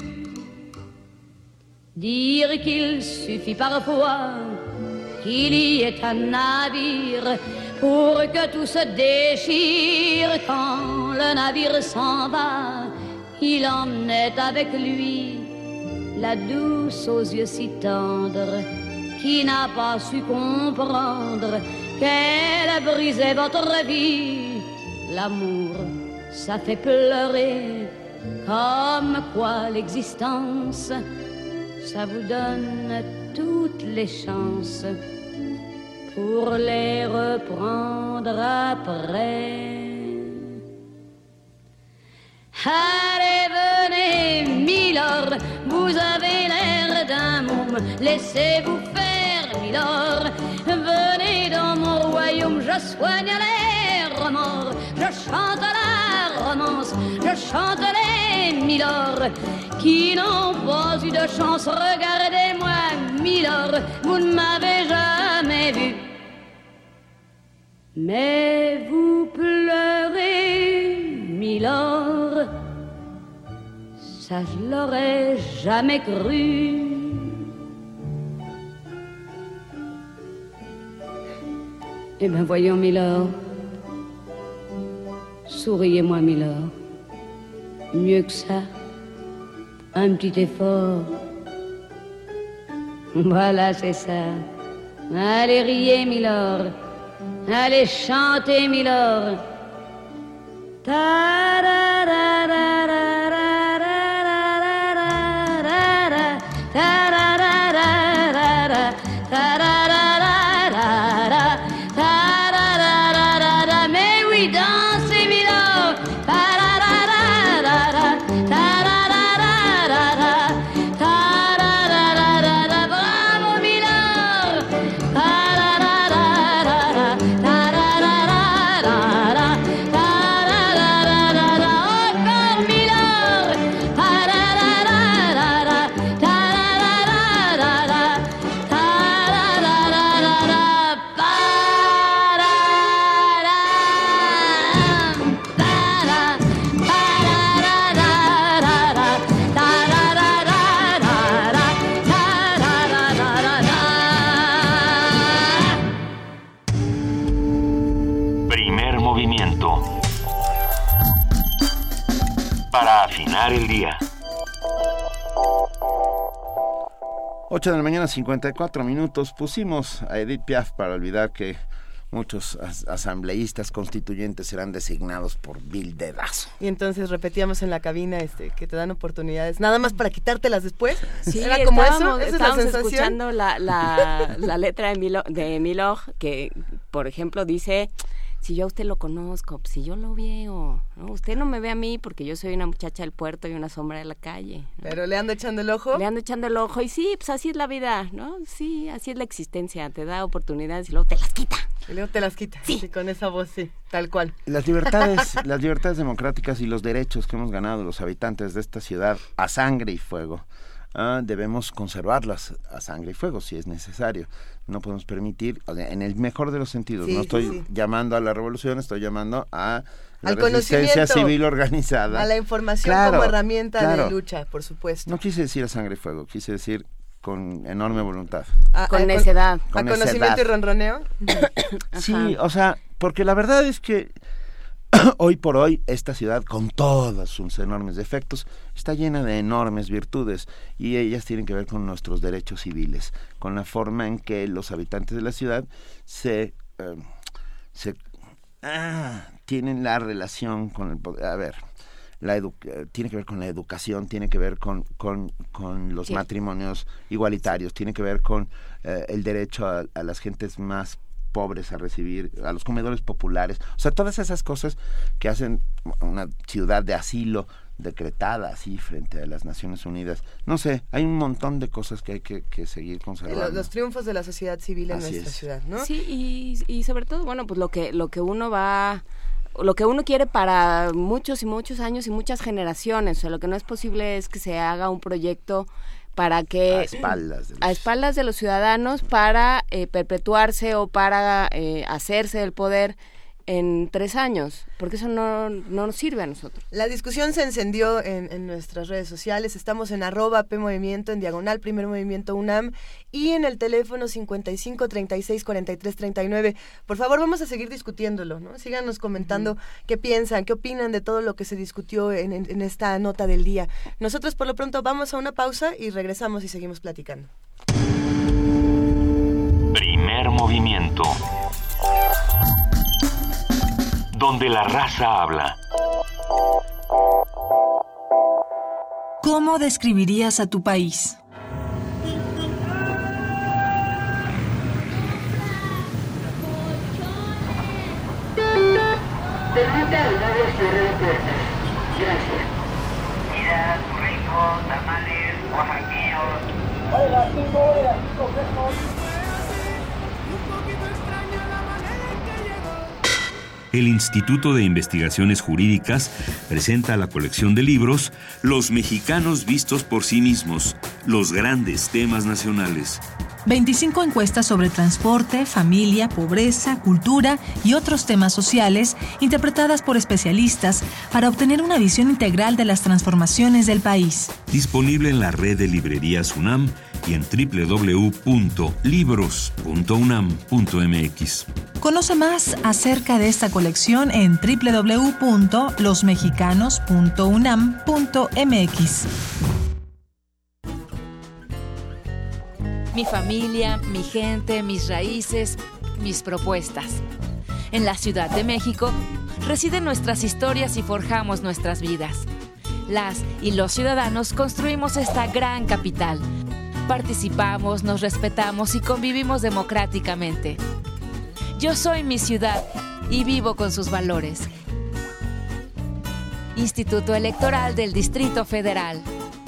Dire qu'il suffit parfois qu'il y ait un navire pour que tout se déchire. Quand le navire s'en va, il emmenait avec lui la douce aux yeux si tendres, qui n'a pas su comprendre qu'elle brisait votre vie. L'amour, ça fait pleurer, comme quoi l'existence, ça vous donne toutes les chances pour les reprendre après. Allez, venez, milord, vous avez l'air d'un môme, laissez-vous faire, milord. Venez dans mon royaume, je soigne les remords, je chante la romance, je chante les milords qui n'ont pas eu de chance. Regardez-moi, milord, vous ne m'avez jamais vu, mais vous pleurez, milord, ça je l'aurais jamais cru. Eh bien voyons, milord, souriez-moi, milord, mieux que ça, un petit effort. Voilà, c'est ça. Allez, riez, milord, allez, chantez, milord. Mais oui, dansez, milord. Bravo, milord. Encore, milord. terminar el día. ocho de la mañana, cincuenta y cuatro minutos. Pusimos a Edith Piaf para olvidar que muchos as- asambleístas constituyentes serán designados por vil dedazo. Y entonces repetíamos en la cabina este que te dan oportunidades nada más para quitártelas después. Sí, era como eso, estábamos, esa es la estábamos sensación. escuchando la, la, la letra de Milog, de Milog, que por ejemplo dice: si yo a usted lo conozco, si yo lo veo, ¿no? Usted no me ve a mí porque yo soy una muchacha del puerto y una sombra de la calle, ¿no? Pero le ando echando el ojo. Le ando echando el ojo y sí, pues así es la vida, ¿no? Sí, así es la existencia, te da oportunidades y luego te las quita. Y luego te las quita. Sí. Sí, con esa voz, sí, tal cual. Las libertades, las libertades democráticas y los derechos que hemos ganado los habitantes de esta ciudad a sangre y fuego, uh, debemos conservarlas a sangre y fuego si es necesario. No podemos permitir, o sea, en el mejor de los sentidos, sí, no estoy sí, sí. llamando a la revolución, estoy llamando a la al resistencia civil organizada. A la información claro, como herramienta claro. de lucha, por supuesto. No quise decir a sangre y fuego, quise decir con enorme voluntad. A, con necedad. ¿A conocimiento y ronroneo? Sí, o sea, porque la verdad es que hoy por hoy esta ciudad, con todos sus enormes defectos, está llena de enormes virtudes y ellas tienen que ver con nuestros derechos civiles, con la forma en que los habitantes de la ciudad se, eh, se ah, tienen la relación con el poder. A ver, la edu- tiene que ver con la educación, tiene que ver con, con, con los sí. matrimonios igualitarios, tiene que ver con eh, el derecho a, a las gentes más pobres a recibir, a los comedores populares, o sea, todas esas cosas que hacen una ciudad de asilo decretada así frente a las Naciones Unidas. No sé, hay un montón de cosas que hay que, que seguir conservando. Los, los triunfos de la sociedad civil en así nuestra es. ciudad, ¿no? Sí, y, y sobre todo, bueno, pues lo que, lo que uno va... lo que uno quiere para muchos y muchos años y muchas generaciones. O sea, lo que no es posible es que se haga un proyecto para que a espaldas de los, a espaldas de los ciudadanos para eh, perpetuarse o para eh, hacerse del poder en tres años, porque eso no, no nos sirve a nosotros. La discusión se encendió en, en nuestras redes sociales. Estamos en arroba P Movimiento, en diagonal Primer Movimiento UNAM, y en el teléfono cincuenta y cinco, treinta y seis, cuarenta y tres, treinta y nueve. Por favor, vamos a seguir discutiéndolo, ¿no? Síganos comentando uh-huh. qué piensan, qué opinan de todo lo que se discutió en, en, en esta nota del día. Nosotros, por lo pronto, vamos a una pausa y regresamos y seguimos platicando. Primer movimiento. Donde la raza habla. ¿Cómo describirías a tu país? Permite al nuevo cierre de puertas. Gracias. Mira, burritos, tamales, oaxaqueños. Hola, cinco horas, cinco pesos. El Instituto de Investigaciones Jurídicas presenta la colección de libros Los mexicanos vistos por sí mismos, los grandes temas nacionales. veinticinco encuestas sobre transporte, familia, pobreza, cultura y otros temas sociales, interpretadas por especialistas para obtener una visión integral de las transformaciones del país. Disponible en la red de librerías UNAM y en doble u doble u doble u punto libros punto unam punto m x. Conoce más acerca de esta colección en doble u doble u doble u punto los mexicanos punto unam punto m x. Mi familia, mi gente, mis raíces, mis propuestas. En la Ciudad de México residen nuestras historias y forjamos nuestras vidas. Las y los ciudadanos construimos esta gran capital. Participamos, nos respetamos y convivimos democráticamente. Yo soy mi ciudad y vivo con sus valores. Instituto Electoral del Distrito Federal.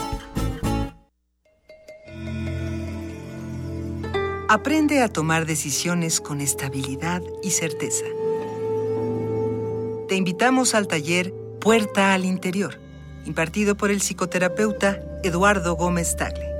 Aprende a tomar decisiones con estabilidad y certeza. Te invitamos al taller Puerta al Interior, impartido por el psicoterapeuta Eduardo Gómez Tagle.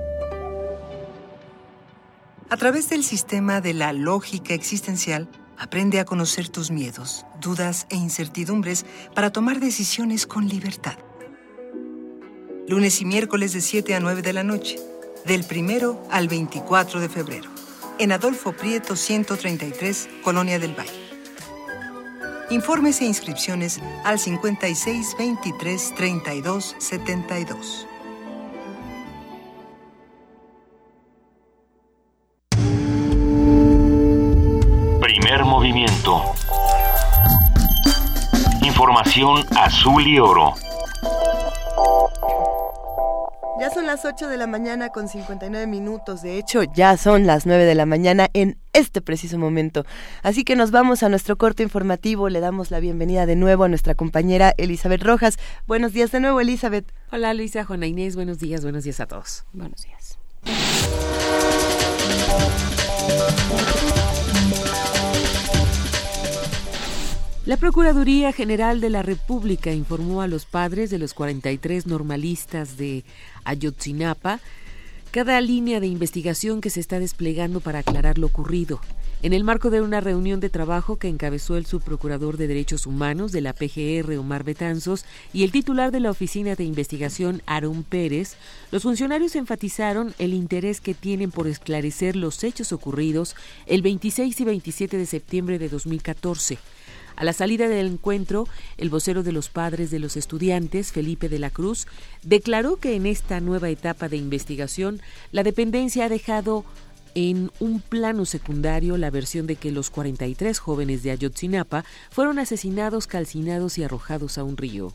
A través del sistema de la lógica existencial, aprende a conocer tus miedos, dudas e incertidumbres para tomar decisiones con libertad. Lunes y miércoles de siete a nueve de la noche, del primero al veinticuatro de febrero, en Adolfo Prieto ciento treinta y tres, Colonia del Valle. Informes e inscripciones al cincuenta y seis, veintitrés, treinta y dos, setenta y dos. Primer movimiento. Información azul y oro. Ya son las ocho de la mañana con cincuenta y nueve minutos. De hecho, ya son las nueve de la mañana en este preciso momento. Así que nos vamos a nuestro corte informativo. Le damos la bienvenida de nuevo a nuestra compañera Elizabeth Rojas. Buenos días de nuevo, Elizabeth. Hola, Luisa, Juana Inés. Buenos días, buenos días a todos. Buenos días. La Procuraduría General de la República informó a los padres de los cuarenta y tres normalistas de Ayotzinapa cada línea de investigación que se está desplegando para aclarar lo ocurrido. En el marco de una reunión de trabajo que encabezó el subprocurador de Derechos Humanos de la P G R, Omar Betanzos, y el titular de la Oficina de Investigación, Aarón Pérez, los funcionarios enfatizaron el interés que tienen por esclarecer los hechos ocurridos el veintiséis y veintisiete de septiembre de dos mil catorce. A la salida del encuentro, el vocero de los padres de los estudiantes, Felipe de la Cruz, declaró que en esta nueva etapa de investigación, la dependencia ha dejado en un plano secundario la versión de que los cuarenta y tres jóvenes de Ayotzinapa fueron asesinados, calcinados y arrojados a un río.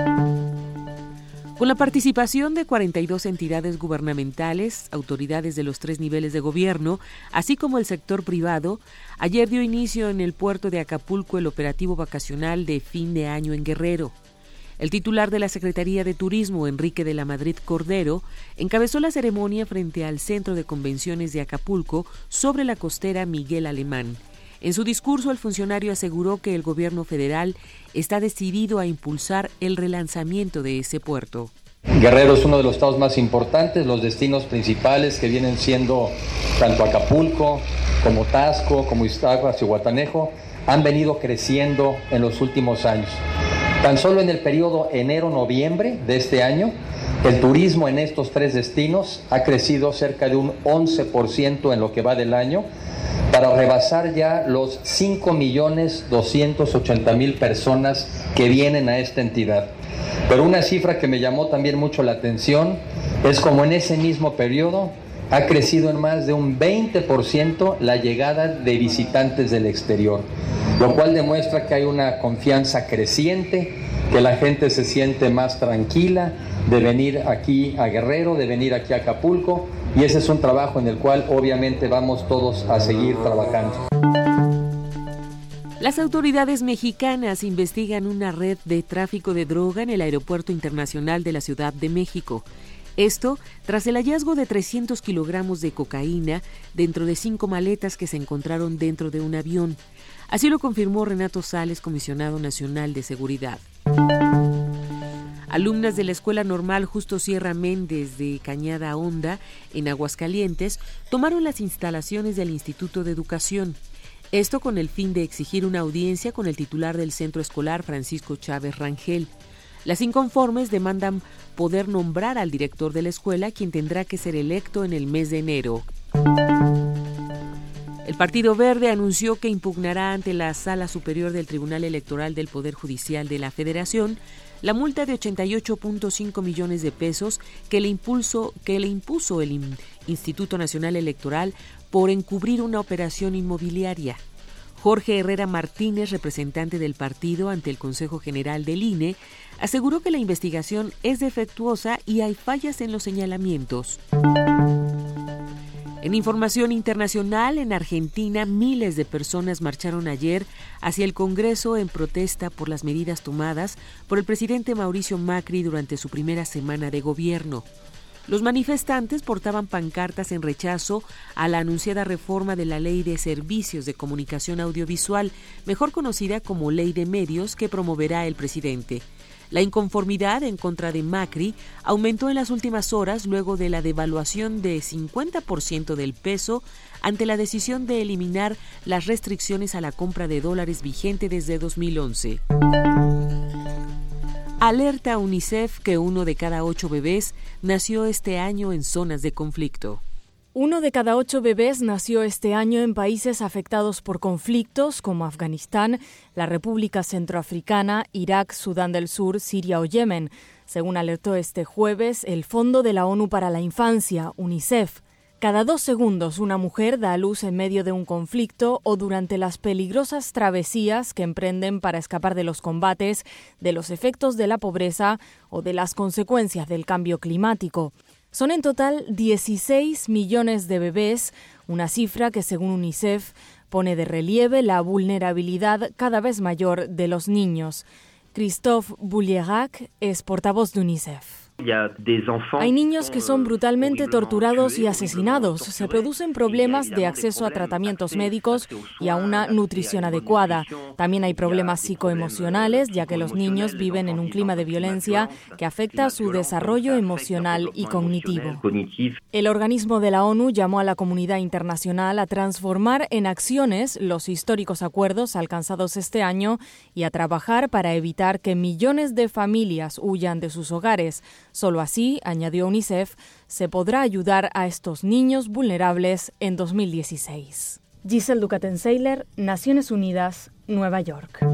Con la participación de cuarenta y dos entidades gubernamentales, autoridades de los tres niveles de gobierno, así como el sector privado, ayer dio inicio en el puerto de Acapulco el operativo vacacional de fin de año en Guerrero. El titular de la Secretaría de Turismo, Enrique de la Madrid Cordero, encabezó la ceremonia frente al Centro de Convenciones de Acapulco sobre la costera Miguel Alemán. En su discurso, el funcionario aseguró que el gobierno federal está decidido a impulsar el relanzamiento de ese puerto. Guerrero es uno de los estados más importantes, los destinos principales que vienen siendo tanto Acapulco como Taxco, como Iztapas y Guatanejo, han venido creciendo en los últimos años. Tan solo en el periodo enero-noviembre de este año, el turismo en estos tres destinos ha crecido cerca de un once por ciento en lo que va del año, para rebasar ya los cinco millones doscientos ochenta mil personas que vienen a esta entidad. Pero una cifra que me llamó también mucho la atención es como en ese mismo periodo ha crecido en más de un veinte por ciento la llegada de visitantes del exterior, lo cual demuestra que hay una confianza creciente, que la gente se siente más tranquila de venir aquí a Guerrero, de venir aquí a Acapulco, y ese es un trabajo en el cual obviamente vamos todos a seguir trabajando. Las autoridades mexicanas investigan una red de tráfico de droga en el Aeropuerto Internacional de la Ciudad de México. Esto tras el hallazgo de trescientos kilogramos de cocaína dentro de cinco maletas que se encontraron dentro de un avión. Así lo confirmó Renato Sales, comisionado nacional de seguridad. Alumnas de la Escuela Normal Justo Sierra Méndez de Cañada Honda, en Aguascalientes, tomaron las instalaciones del Instituto de Educación. Esto con el fin de exigir una audiencia con el titular del centro escolar, Francisco Chávez Rangel. Las inconformes demandan poder nombrar al director de la escuela, quien tendrá que ser electo en el mes de enero. El Partido Verde anunció que impugnará ante la Sala Superior del Tribunal Electoral del Poder Judicial de la Federación la multa de ochenta y ocho punto cinco millones de pesos que le, impulso, que le impuso el Instituto Nacional Electoral por encubrir una operación inmobiliaria. Jorge Herrera Martínez, representante del partido ante el Consejo General del I N E, aseguró que la investigación es defectuosa y hay fallas en los señalamientos. En información internacional, en Argentina, miles de personas marcharon ayer hacia el Congreso en protesta por las medidas tomadas por el presidente Mauricio Macri durante su primera semana de gobierno. Los manifestantes portaban pancartas en rechazo a la anunciada reforma de la Ley de Servicios de Comunicación Audiovisual, mejor conocida como Ley de Medios, que promoverá el presidente. La inconformidad en contra de Macri aumentó en las últimas horas luego de la devaluación de cincuenta por ciento del peso ante la decisión de eliminar las restricciones a la compra de dólares vigente desde dos mil once. Alerta a UNICEF que uno de cada ocho bebés nació este año en zonas de conflicto. Uno de cada ocho bebés nació este año en países afectados por conflictos como Afganistán, la República Centroafricana, Irak, Sudán del Sur, Siria o Yemen, según alertó este jueves el Fondo de la ONU para la Infancia, UNICEF. Cada dos segundos una mujer da a luz en medio de un conflicto o durante las peligrosas travesías que emprenden para escapar de los combates, de los efectos de la pobreza o de las consecuencias del cambio climático. Son en total dieciséis millones de bebés, una cifra que, según UNICEF, pone de relieve la vulnerabilidad cada vez mayor de los niños. Christophe Boulierac es portavoz de UNICEF. Hay niños que son brutalmente torturados y asesinados. Se producen problemas de acceso a tratamientos médicos y a una nutrición adecuada. También hay problemas psicoemocionales, ya que los niños viven en un clima de violencia que afecta su desarrollo emocional y cognitivo. El organismo de la ONU llamó a la comunidad internacional a transformar en acciones los históricos acuerdos alcanzados este año y a trabajar para evitar que millones de familias huyan de sus hogares. Solo así, añadió UNICEF, se podrá ayudar a estos niños vulnerables en dos mil dieciséis. Giselle Ducaten-Seiler, Naciones Unidas, Nueva York.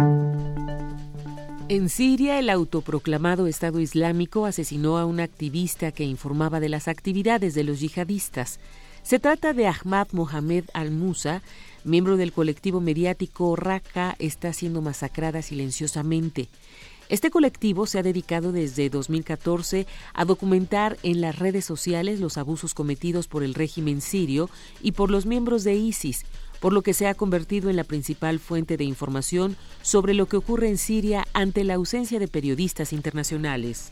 En Siria, el autoproclamado Estado Islámico asesinó a un activista que informaba de las actividades de los yihadistas. Se trata de Ahmad Mohamed al-Musa, miembro del colectivo mediático Raqqa, está siendo masacrada silenciosamente. Este colectivo se ha dedicado desde dos mil catorce a documentar en las redes sociales los abusos cometidos por el régimen sirio y por los miembros de ISIS, por lo que se ha convertido en la principal fuente de información sobre lo que ocurre en Siria ante la ausencia de periodistas internacionales.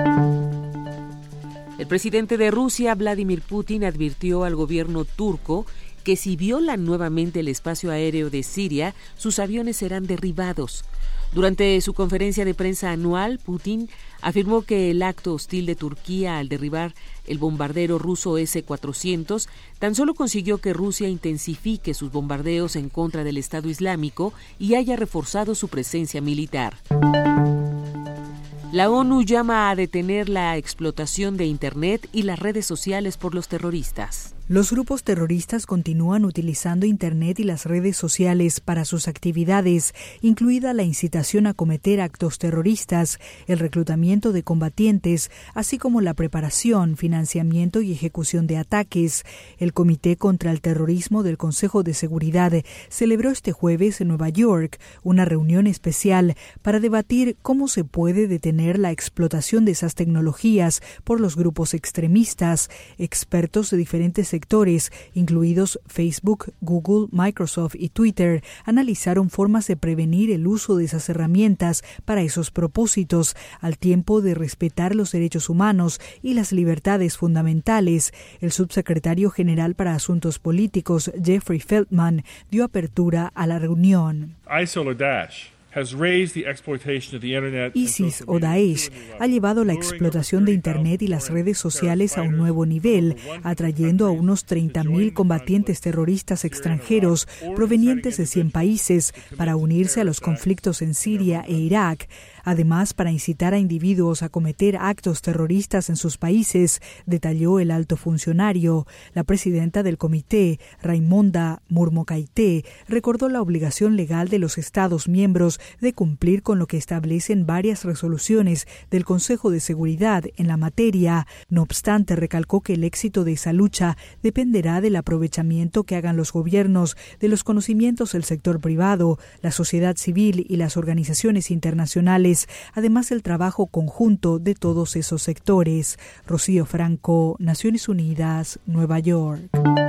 El presidente de Rusia, Vladimir Putin, advirtió al gobierno turco que si violan nuevamente el espacio aéreo de Siria, sus aviones serán derribados. Durante su conferencia de prensa anual, Putin afirmó que el acto hostil de Turquía al derribar el bombardero ruso ese cuatrocientos tan solo consiguió que Rusia intensifique sus bombardeos en contra del Estado Islámico y haya reforzado su presencia militar. La ONU llama a detener la explotación de Internet y las redes sociales por los terroristas. Los grupos terroristas continúan utilizando Internet y las redes sociales para sus actividades, incluida la incitación a cometer actos terroristas, el reclutamiento de combatientes, así como la preparación, financiamiento y ejecución de ataques. El Comité contra el Terrorismo del Consejo de Seguridad celebró este jueves en Nueva York una reunión especial para debatir cómo se puede detener la explotación de esas tecnologías por los grupos extremistas. Expertos de diferentes sectores sectores, incluidos Facebook, Google, Microsoft y Twitter, analizaron formas de prevenir el uso de esas herramientas para esos propósitos, al tiempo de respetar los derechos humanos y las libertades fundamentales. El subsecretario general para Asuntos Políticos, Jeffrey Feltman, dio apertura a la reunión. ISIL o Daesh ISIS o Daesh ha llevado la explotación de Internet y las redes sociales a un nuevo nivel, atrayendo a unos treinta mil combatientes terroristas extranjeros provenientes de cien países para unirse a los conflictos en Siria e Irak. Además, para incitar a individuos a cometer actos terroristas en sus países, detalló el alto funcionario. La presidenta del comité, Raimonda Murmocaité, recordó la obligación legal de los Estados miembros de cumplir con lo que establecen varias resoluciones del Consejo de Seguridad en la materia. No obstante, recalcó que el éxito de esa lucha dependerá del aprovechamiento que hagan los gobiernos de los conocimientos del sector privado, la sociedad civil y las organizaciones internacionales, además el trabajo conjunto de todos esos sectores. Rocío Franco, Naciones Unidas, Nueva York.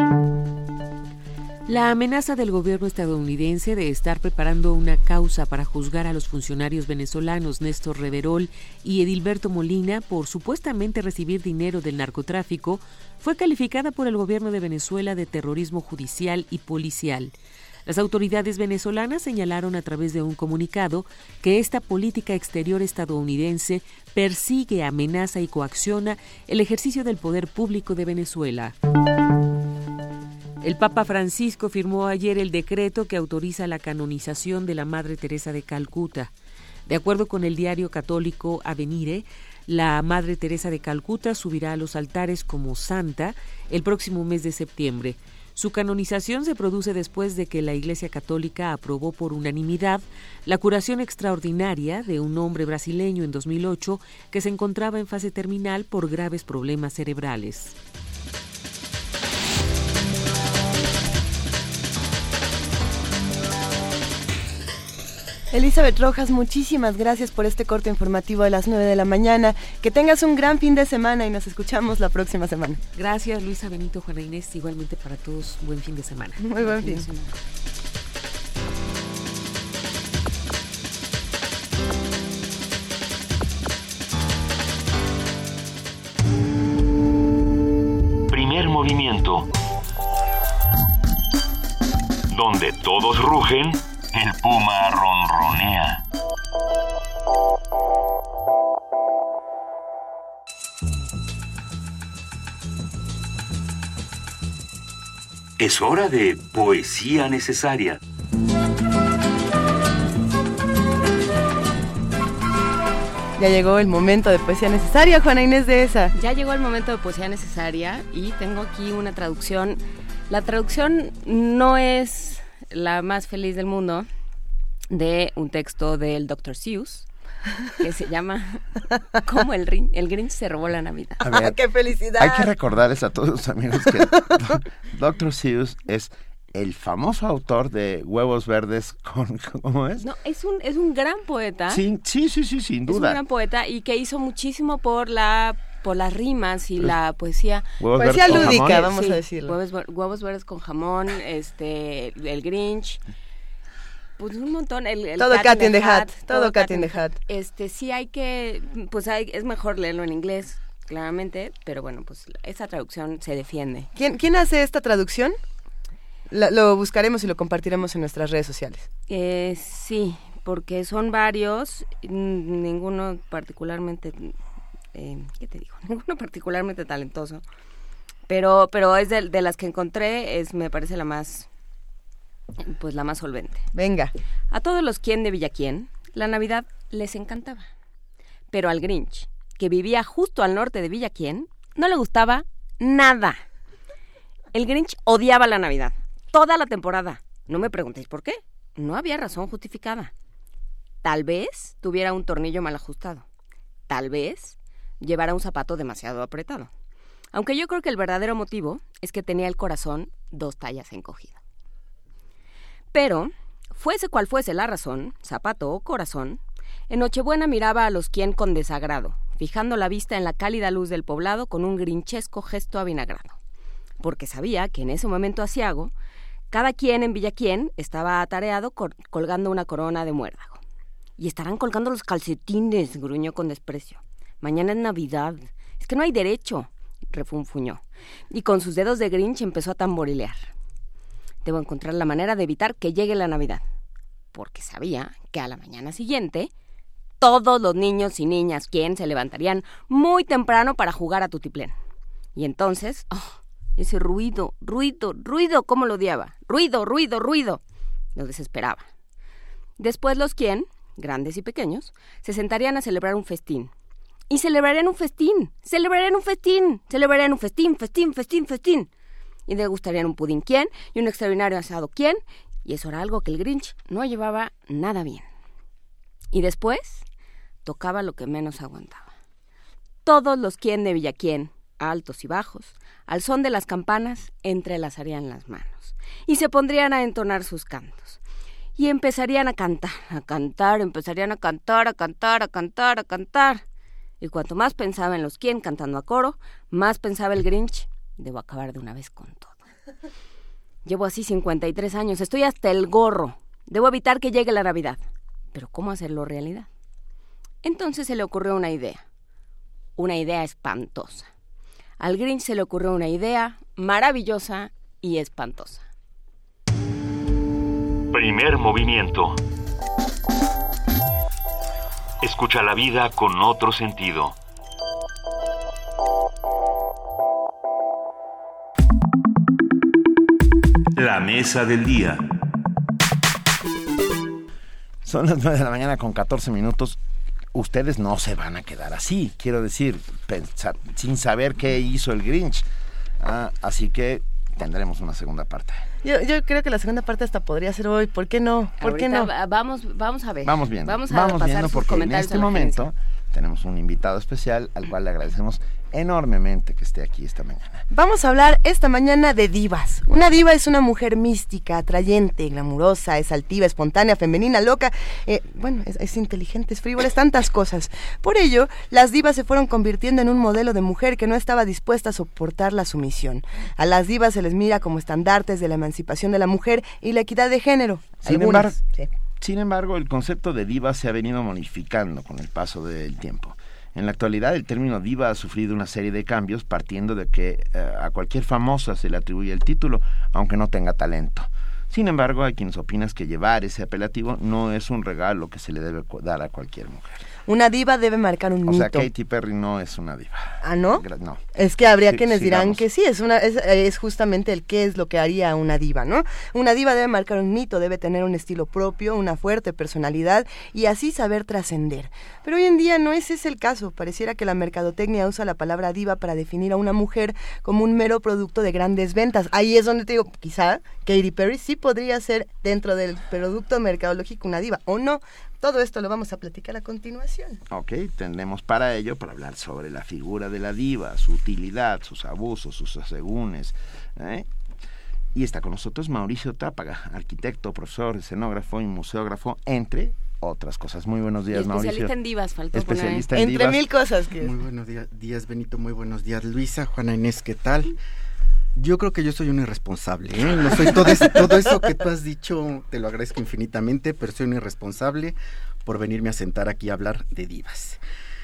La amenaza del gobierno estadounidense de estar preparando una causa para juzgar a los funcionarios venezolanos Néstor Reverol y Edilberto Molina por supuestamente recibir dinero del narcotráfico fue calificada por el gobierno de Venezuela de terrorismo judicial y policial. Las autoridades venezolanas señalaron a través de un comunicado que esta política exterior estadounidense persigue, amenaza y coacciona el ejercicio del poder público de Venezuela. El Papa Francisco firmó ayer el decreto que autoriza la canonización de la Madre Teresa de Calcuta. De acuerdo con el diario católico Avenire, La Madre Teresa de Calcuta subirá a los altares como santa el próximo mes de septiembre. Su canonización se produce después de que la Iglesia Católica aprobó por unanimidad la curación extraordinaria de un hombre brasileño en dos mil ocho que se encontraba en fase terminal por graves problemas cerebrales. Elizabeth Rojas, muchísimas gracias por este corte informativo de las nueve de la mañana. Que tengas un gran fin de semana y nos escuchamos la próxima semana. Gracias, Luisa, Benito, Juana Inés. Igualmente para todos, buen fin de semana. Muy buen fin. fin. Primer movimiento. Donde todos rugen, el puma ronronea. Es hora de poesía necesaria. Ya llegó el momento de poesía necesaria, Juana Inés de esa. Ya llegó el momento de poesía necesaria y tengo aquí una traducción. La traducción no es la más feliz del mundo de un texto del doctor Seuss que se llama ¿Cómo el, Rin- el Grinch se robó la Navidad? A ver, ¡qué felicidad! Hay que recordarles a todos los amigos que doctor Seuss es el famoso autor de Huevos Verdes con... ¿Cómo es? No, es un, es un gran poeta. Sí, sí, sí, sí, sin duda. Es un gran poeta y que hizo muchísimo por la por las rimas y pues, la poesía poesía lúdica, vamos sí, a decirlo. Huevos, huevos verdes con jamón, este, el Grinch, pues un montón. El, el todo Cat in the Hat, todo Cat in the Hat. Este, sí hay que, pues hay, es mejor leerlo en inglés, claramente, pero bueno, pues esa traducción se defiende. ¿Quién, quién hace esta traducción? La, lo buscaremos y lo compartiremos en nuestras redes sociales. Eh, sí, porque son varios, ninguno particularmente, eh, ¿qué te digo? Ninguno particularmente talentoso, pero pero es de, de las que encontré, es me parece la más, pues la más solvente. Venga. A todos los quien de Villaquién, la Navidad les encantaba, pero al Grinch, que vivía justo al norte de Villaquién, no le gustaba nada. El Grinch odiaba la Navidad. Toda la temporada. No me preguntéis por qué. No había razón justificada. Tal vez tuviera un tornillo mal ajustado. Tal vez llevara un zapato demasiado apretado. Aunque yo creo que el verdadero motivo es que tenía el corazón dos tallas encogido. Pero, fuese cual fuese la razón, zapato o corazón, en Nochebuena miraba a los quien con desagrado, fijando la vista en la cálida luz del poblado con un grinchesco gesto avinagrado. Porque sabía que en ese momento aciago, cada quien en Villaquién estaba atareado col- colgando una corona de muérdago. Y estarán colgando los calcetines, gruñó con desprecio. Mañana es Navidad. Es que no hay derecho, refunfuñó. Y con sus dedos de Grinch empezó a tamborilear. Debo encontrar la manera de evitar que llegue la Navidad. Porque sabía que a la mañana siguiente, todos los niños y niñas quien se levantarían muy temprano para jugar a tutiplén. Y entonces... Oh, ese ruido, ruido, ruido, cómo lo odiaba. Ruido, ruido, ruido. Lo desesperaba. Después los quien, grandes y pequeños, se sentarían a celebrar un festín. Y celebrarían un festín, celebrarían un festín, celebrarían un festín, festín, festín, festín. Y degustarían un pudín quién y un extraordinario asado quién. Y eso era algo que el Grinch no llevaba nada bien. Y después tocaba lo que menos aguantaba. Todos los quien de Villaquién, altos y bajos, al son de las campanas, entrelazarían las manos y se pondrían a entonar sus cantos. Y empezarían a cantar, a cantar, empezarían a cantar, a cantar, a cantar, a cantar. Y cuanto más pensaba en los quien cantando a coro, más pensaba el Grinch, debo acabar de una vez con todo. Llevo así cincuenta y tres años, estoy hasta el gorro. Debo evitar que llegue la Navidad. Pero ¿cómo hacerlo realidad? Entonces se le ocurrió una idea. Una idea espantosa. Al Grinch se le ocurrió una idea maravillosa y espantosa. Primer movimiento. Escucha la vida con otro sentido. La mesa del día. Son las nueve de la mañana con catorce minutos. ustedes no se van a quedar así, quiero decir, pensar, sin saber qué hizo el Grinch. Ah, así que tendremos una segunda parte. Yo, yo creo que la segunda parte hasta podría ser hoy. ¿Por qué no? ¿Por Ahorita qué no? Vamos, vamos a ver. Vamos viendo. Vamos, a vamos pasar viendo sus porque en comentarios este a la momento agencia. tenemos un invitado especial al cual le agradecemos enormemente que esté aquí esta mañana. Vamos a hablar esta mañana de divas. Una diva es una mujer mística, atrayente, glamurosa, es altiva, espontánea, femenina, loca, eh, bueno, es, es inteligente, es frívola, es tantas cosas. Por ello, las divas se fueron convirtiendo en un modelo de mujer que no estaba dispuesta a soportar la sumisión. A las divas se les mira como estandartes de la emancipación de la mujer y la equidad de género. Sin Algunas, embargo, sí. sin embargo, el concepto de diva se ha venido modificando con el paso del tiempo. En la actualidad, el término diva ha sufrido una serie de cambios, partiendo de que eh, a cualquier famosa se le atribuye el título, aunque no tenga talento. Sin embargo, hay quienes opinan que llevar ese apelativo no es un regalo que se le debe dar a cualquier mujer. Una diva debe marcar un O mito. sea, Katy Perry no es una diva. ¿Ah, no? Gra- No. Es que habría Sí, quienes dirán sigamos. que sí, es una es, es justamente el qué es lo que haría una diva, ¿no? Una diva debe marcar un mito, debe tener un estilo propio, una fuerte personalidad y así saber trascender. Pero hoy en día no ese es el caso. Pareciera que la mercadotecnia usa la palabra diva para definir a una mujer como un mero producto de grandes ventas. Ahí es donde te digo, quizá Katy Perry sí podría ser dentro del producto mercadológico una diva, o no. Todo esto lo vamos a platicar a continuación. Ok, tendremos para ello, para hablar sobre la figura de la diva, su utilidad, sus abusos, sus asegúnes. ¿eh? Y está con nosotros Mauricio Trápaga, arquitecto, profesor, escenógrafo y museógrafo, entre otras cosas. Muy buenos días, Y Mauricio. especialista en divas, faltó Especialista poner. en Entre divas. mil cosas que... Muy buenos días, días, Benito, muy buenos días, Luisa, Juana Inés, ¿qué tal? Yo creo que yo soy un irresponsable, ¿eh? No soy todo eso, todo eso que tú has dicho, te lo agradezco infinitamente, pero soy un irresponsable por venirme a sentar aquí a hablar de divas.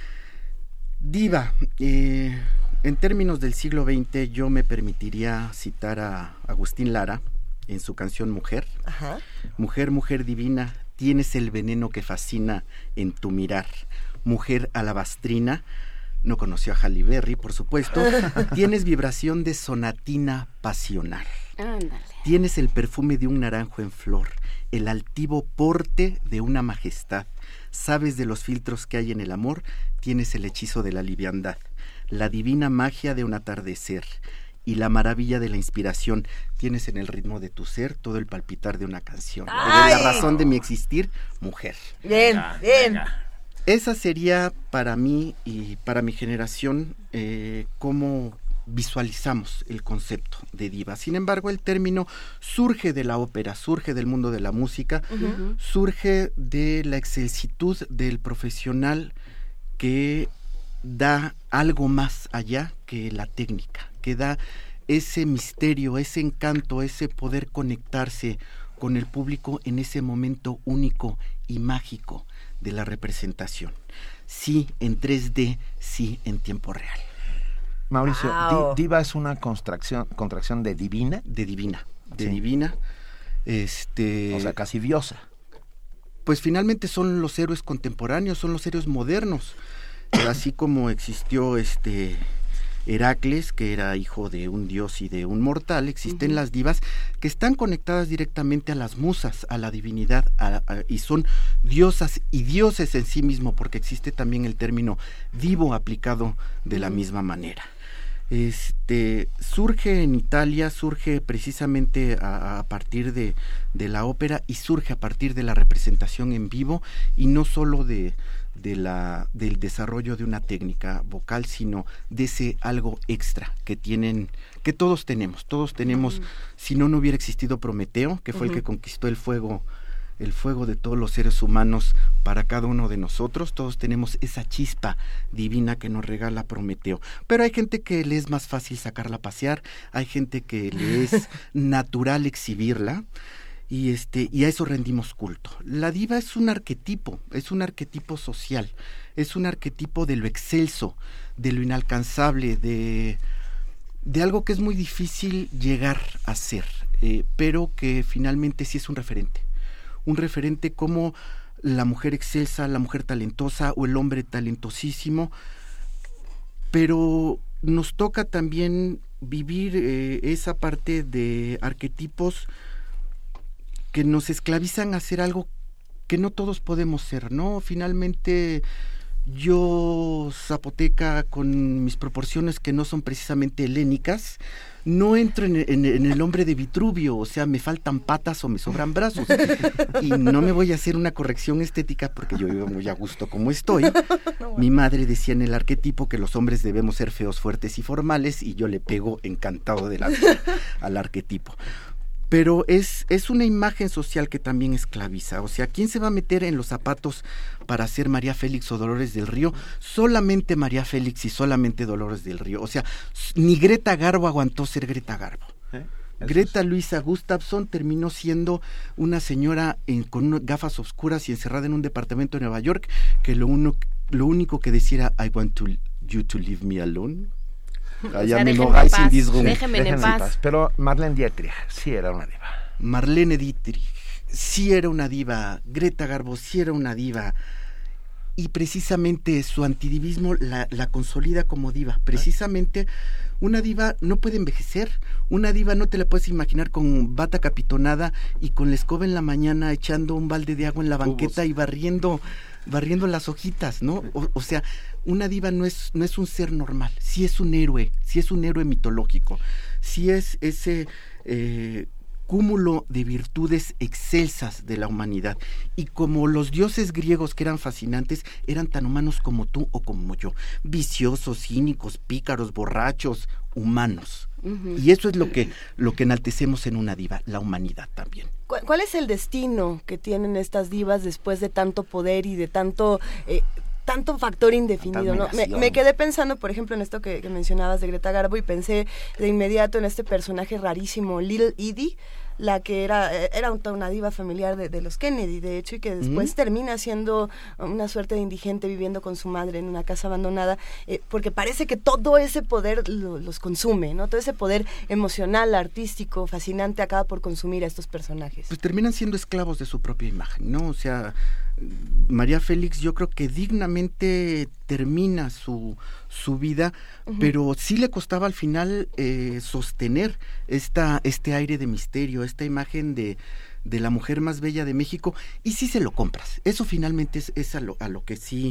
Diva, eh, en términos del siglo veinte, yo me permitiría citar a Agustín Lara en su canción Mujer. Ajá. Mujer, mujer divina, tienes el veneno que fascina en tu mirar. Mujer alabastrina, no conoció a Halle Berry, por supuesto. Tienes vibración de sonatina pasional. Ándale. Tienes el perfume de un naranjo en flor, el altivo porte de una majestad. Sabes de los filtros que hay en el amor, tienes el hechizo de la liviandad, la divina magia de un atardecer y la maravilla de la inspiración. Tienes en el ritmo de tu ser todo el palpitar de una canción. ¡Ay! Eres la razón de mi existir, mujer. Bien, Venga, bien. venga. Esa sería para mí y para mi generación eh, cómo visualizamos el concepto de diva. Sin embargo, el término surge de la ópera, surge del mundo de la música, Ujú. surge de la excelsitud del profesional que da algo más allá que la técnica, que da ese misterio, ese encanto, ese poder conectarse con el público en ese momento único y mágico de la representación. Sí en tres D, sí en tiempo real. Mauricio, Wow. di- diva es una contracción, contracción de divina. De divina, de Sí. divina. Este, O sea, casi diosa. pues finalmente son los héroes contemporáneos, son los héroes modernos. Pero así como existió este Heracles, que era hijo de un dios y de un mortal, existen Ujú. las divas que están conectadas directamente a las musas, a la divinidad, a- a- y son diosas y dioses en sí mismo, porque existe también el término divo aplicado de la Ujú. misma manera. Este surge en Italia, surge precisamente a, a partir de, de la ópera y surge a partir de la representación en vivo y no solo de, de la del desarrollo de una técnica vocal, sino de ese algo extra que tienen, que todos tenemos, todos tenemos. Ujú. Si no, no hubiera existido Prometeo, que fue el Ujú. que conquistó el fuego el fuego de todos los seres humanos para cada uno de nosotros. Todos tenemos esa chispa divina que nos regala Prometeo. Pero hay gente que le es más fácil sacarla a pasear, hay gente que le es natural exhibirla, y este y a eso rendimos culto. La diva es un arquetipo, es un arquetipo social, es un arquetipo de lo excelso, de lo inalcanzable, de de algo que es muy difícil llegar a ser, eh, pero que finalmente sí es un referente. Un referente como la mujer excelsa, la mujer talentosa o el hombre talentosísimo, pero nos toca también vivir eh, esa parte de arquetipos que nos esclavizan a hacer algo que no todos podemos ser, ¿no? Finalmente yo, zapoteca, con mis proporciones que no son precisamente helénicas, no entro en, en, en el hombre de Vitruvio, o sea, me faltan patas o me sobran brazos. Y no me voy a hacer una corrección estética porque yo vivo muy a gusto como estoy. Mi madre decía en el arquetipo que los hombres debemos ser feos, fuertes y formales, y yo le pego encantado de la vida al arquetipo. Pero es, es una imagen social que también esclaviza. O sea, ¿quién se va a meter en los zapatos para ser María Félix o Dolores del Río? Solamente María Félix y solamente Dolores del Río. O sea, ni Greta Garbo aguantó ser Greta Garbo. ¿Eh? Greta Luisa Gustafsson terminó siendo una señora en, con unas gafas oscuras y encerrada en un departamento de Nueva York, que lo, uno, lo único que decía era I want to, you to leave me alone. Allá o sea, déjenme en paz, déjenme, déjenme en paz. paz. Pero Marlene Dietrich sí era una diva. Marlene Dietrich sí era una diva. Greta Garbo sí era una diva. Y precisamente su antidivismo la, la consolida como diva. Precisamente una diva no puede envejecer. Una diva no te la puedes imaginar con bata capitonada y con la escoba en la mañana echando un balde de agua en la banqueta y barriendo barriendo las hojitas, ¿no? O, o sea, una diva no es no es un ser normal, sí es un héroe, sí es un héroe mitológico, sí es ese eh, cúmulo de virtudes excelsas de la humanidad. Y como los dioses griegos, que eran fascinantes, eran tan humanos como tú o como yo, viciosos, cínicos, pícaros, borrachos, humanos. Uh-huh. Y eso es lo que lo que enaltecemos en una diva, la humanidad también. ¿Cuál es el destino que tienen estas divas después de tanto poder y de tanto eh, tanto factor indefinido, ¿no? Me, me quedé pensando, por ejemplo, en esto que, que mencionabas de Greta Garbo, y pensé de inmediato en este personaje rarísimo, Little Edie, la que era era una diva familiar de, de los Kennedy, de hecho, y que después mm. termina siendo una suerte de indigente viviendo con su madre en una casa abandonada, eh, porque parece que todo ese poder lo, los consume, ¿no? Todo ese poder emocional, artístico, fascinante, acaba por consumir a estos personajes. Pues terminan siendo esclavos de su propia imagen, ¿no? O sea, María Félix yo creo que dignamente termina su, su vida, uh-huh. pero sí le costaba al final eh, sostener esta, este aire de misterio, esta imagen de, de la mujer más bella de México, y sí se lo compras. Eso finalmente es, es a, lo, a lo que sí,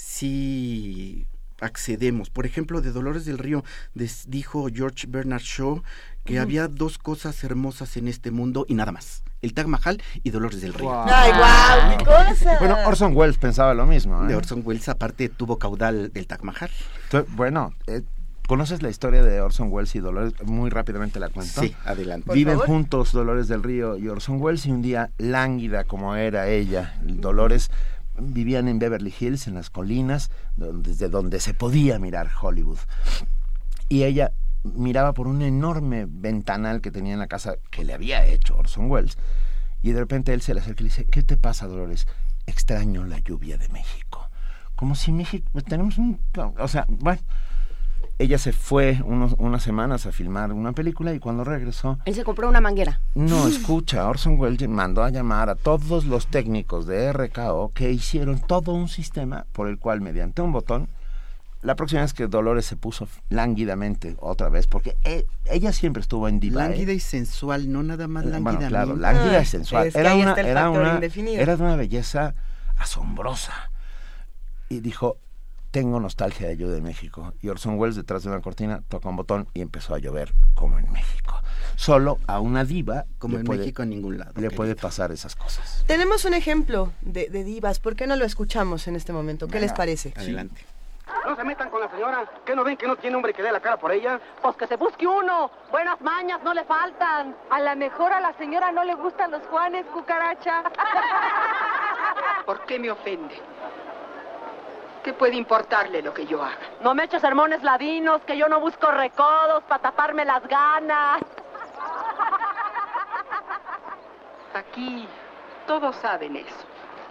sí accedemos. Por ejemplo, de Dolores del Río des, dijo George Bernard Shaw que uh-huh. había dos cosas hermosas en este mundo y nada más: el Taj Mahal y Dolores del Río. Wow. ¡Ay, guau! ¡Qué cosa! Bueno, Orson Welles pensaba lo mismo, ¿eh? De Orson Welles, aparte, tuvo caudal del Taj Mahal. Bueno, eh, ¿conoces la historia de Orson Welles y Dolores? Muy rápidamente la cuento. Sí, adelante. Viven juntos Dolores del Río y Orson Welles, y un día, lánguida como era ella, Dolores, vivían en Beverly Hills, en las colinas, desde donde se podía mirar Hollywood. Y ella miraba por un enorme ventanal que tenía en la casa que le había hecho Orson Welles, y de repente él se le acerca y le dice: ¿qué te pasa, Dolores? Extraño la lluvia de México. Como si México, pues tenemos un, o sea, bueno, ella se fue unos, unas semanas a filmar una película, y cuando regresó, él se compró una manguera. No, escucha, Orson Welles mandó a llamar a todos los técnicos de R K O, que hicieron todo un sistema por el cual, mediante un botón, la próxima vez que Dolores se puso lánguidamente otra vez, porque él, ella siempre estuvo en diva. Lánguida ¿eh? y sensual, no nada más lánguida. Bueno, claro, lánguida y sensual. Es era, una, era, una, era de una belleza asombrosa. Y dijo: tengo nostalgia de Yo de México. Y Orson Welles, detrás de una cortina, toca un botón y empezó a llover como en México. Solo a una diva, como en puede, México, en ningún lado, le querido. puede pasar esas cosas. Tenemos un ejemplo de, de divas. ¿Por qué no lo escuchamos en este momento? ¿Qué Venga, les parece? Adelante. Sí. No se metan con la señora. ¿Qué no ven que no tiene hombre que dé la cara por ella? Pues que se busque uno. Buenas mañas no le faltan. A lo mejor a la señora no le gustan los Juanes, cucaracha. ¿Por qué me ofende? ¿Qué puede importarle lo que yo haga? No me eches sermones ladinos, que yo no busco recodos para taparme las ganas. Aquí todos saben eso.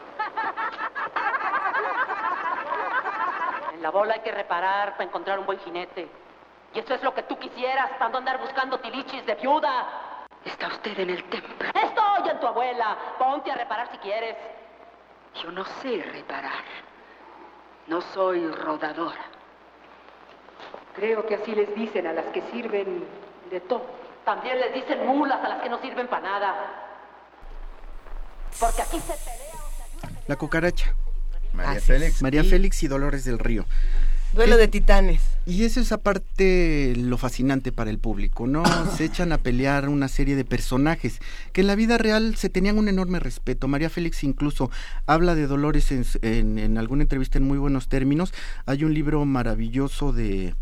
En la bola hay que reparar para encontrar un buen jinete. Y eso es lo que tú quisieras, para no andar buscando tilichis de viuda. ¿Está usted en el templo? Estoy en tu abuela. Ponte a reparar si quieres. Yo no sé reparar. No soy rodadora. Creo que así les dicen a las que sirven de todo. También les dicen mulas a las que no sirven para nada. Porque aquí se pelea o se ayuda. La cucaracha. María Félix. María y... Félix y Dolores del Río. Duelo de titanes. Y eso es aparte lo fascinante para el público, ¿no? Se echan a pelear una serie de personajes que en la vida real se tenían un enorme respeto. María Félix incluso habla de Dolores en, en, en alguna entrevista en muy buenos términos. Hay un libro maravilloso de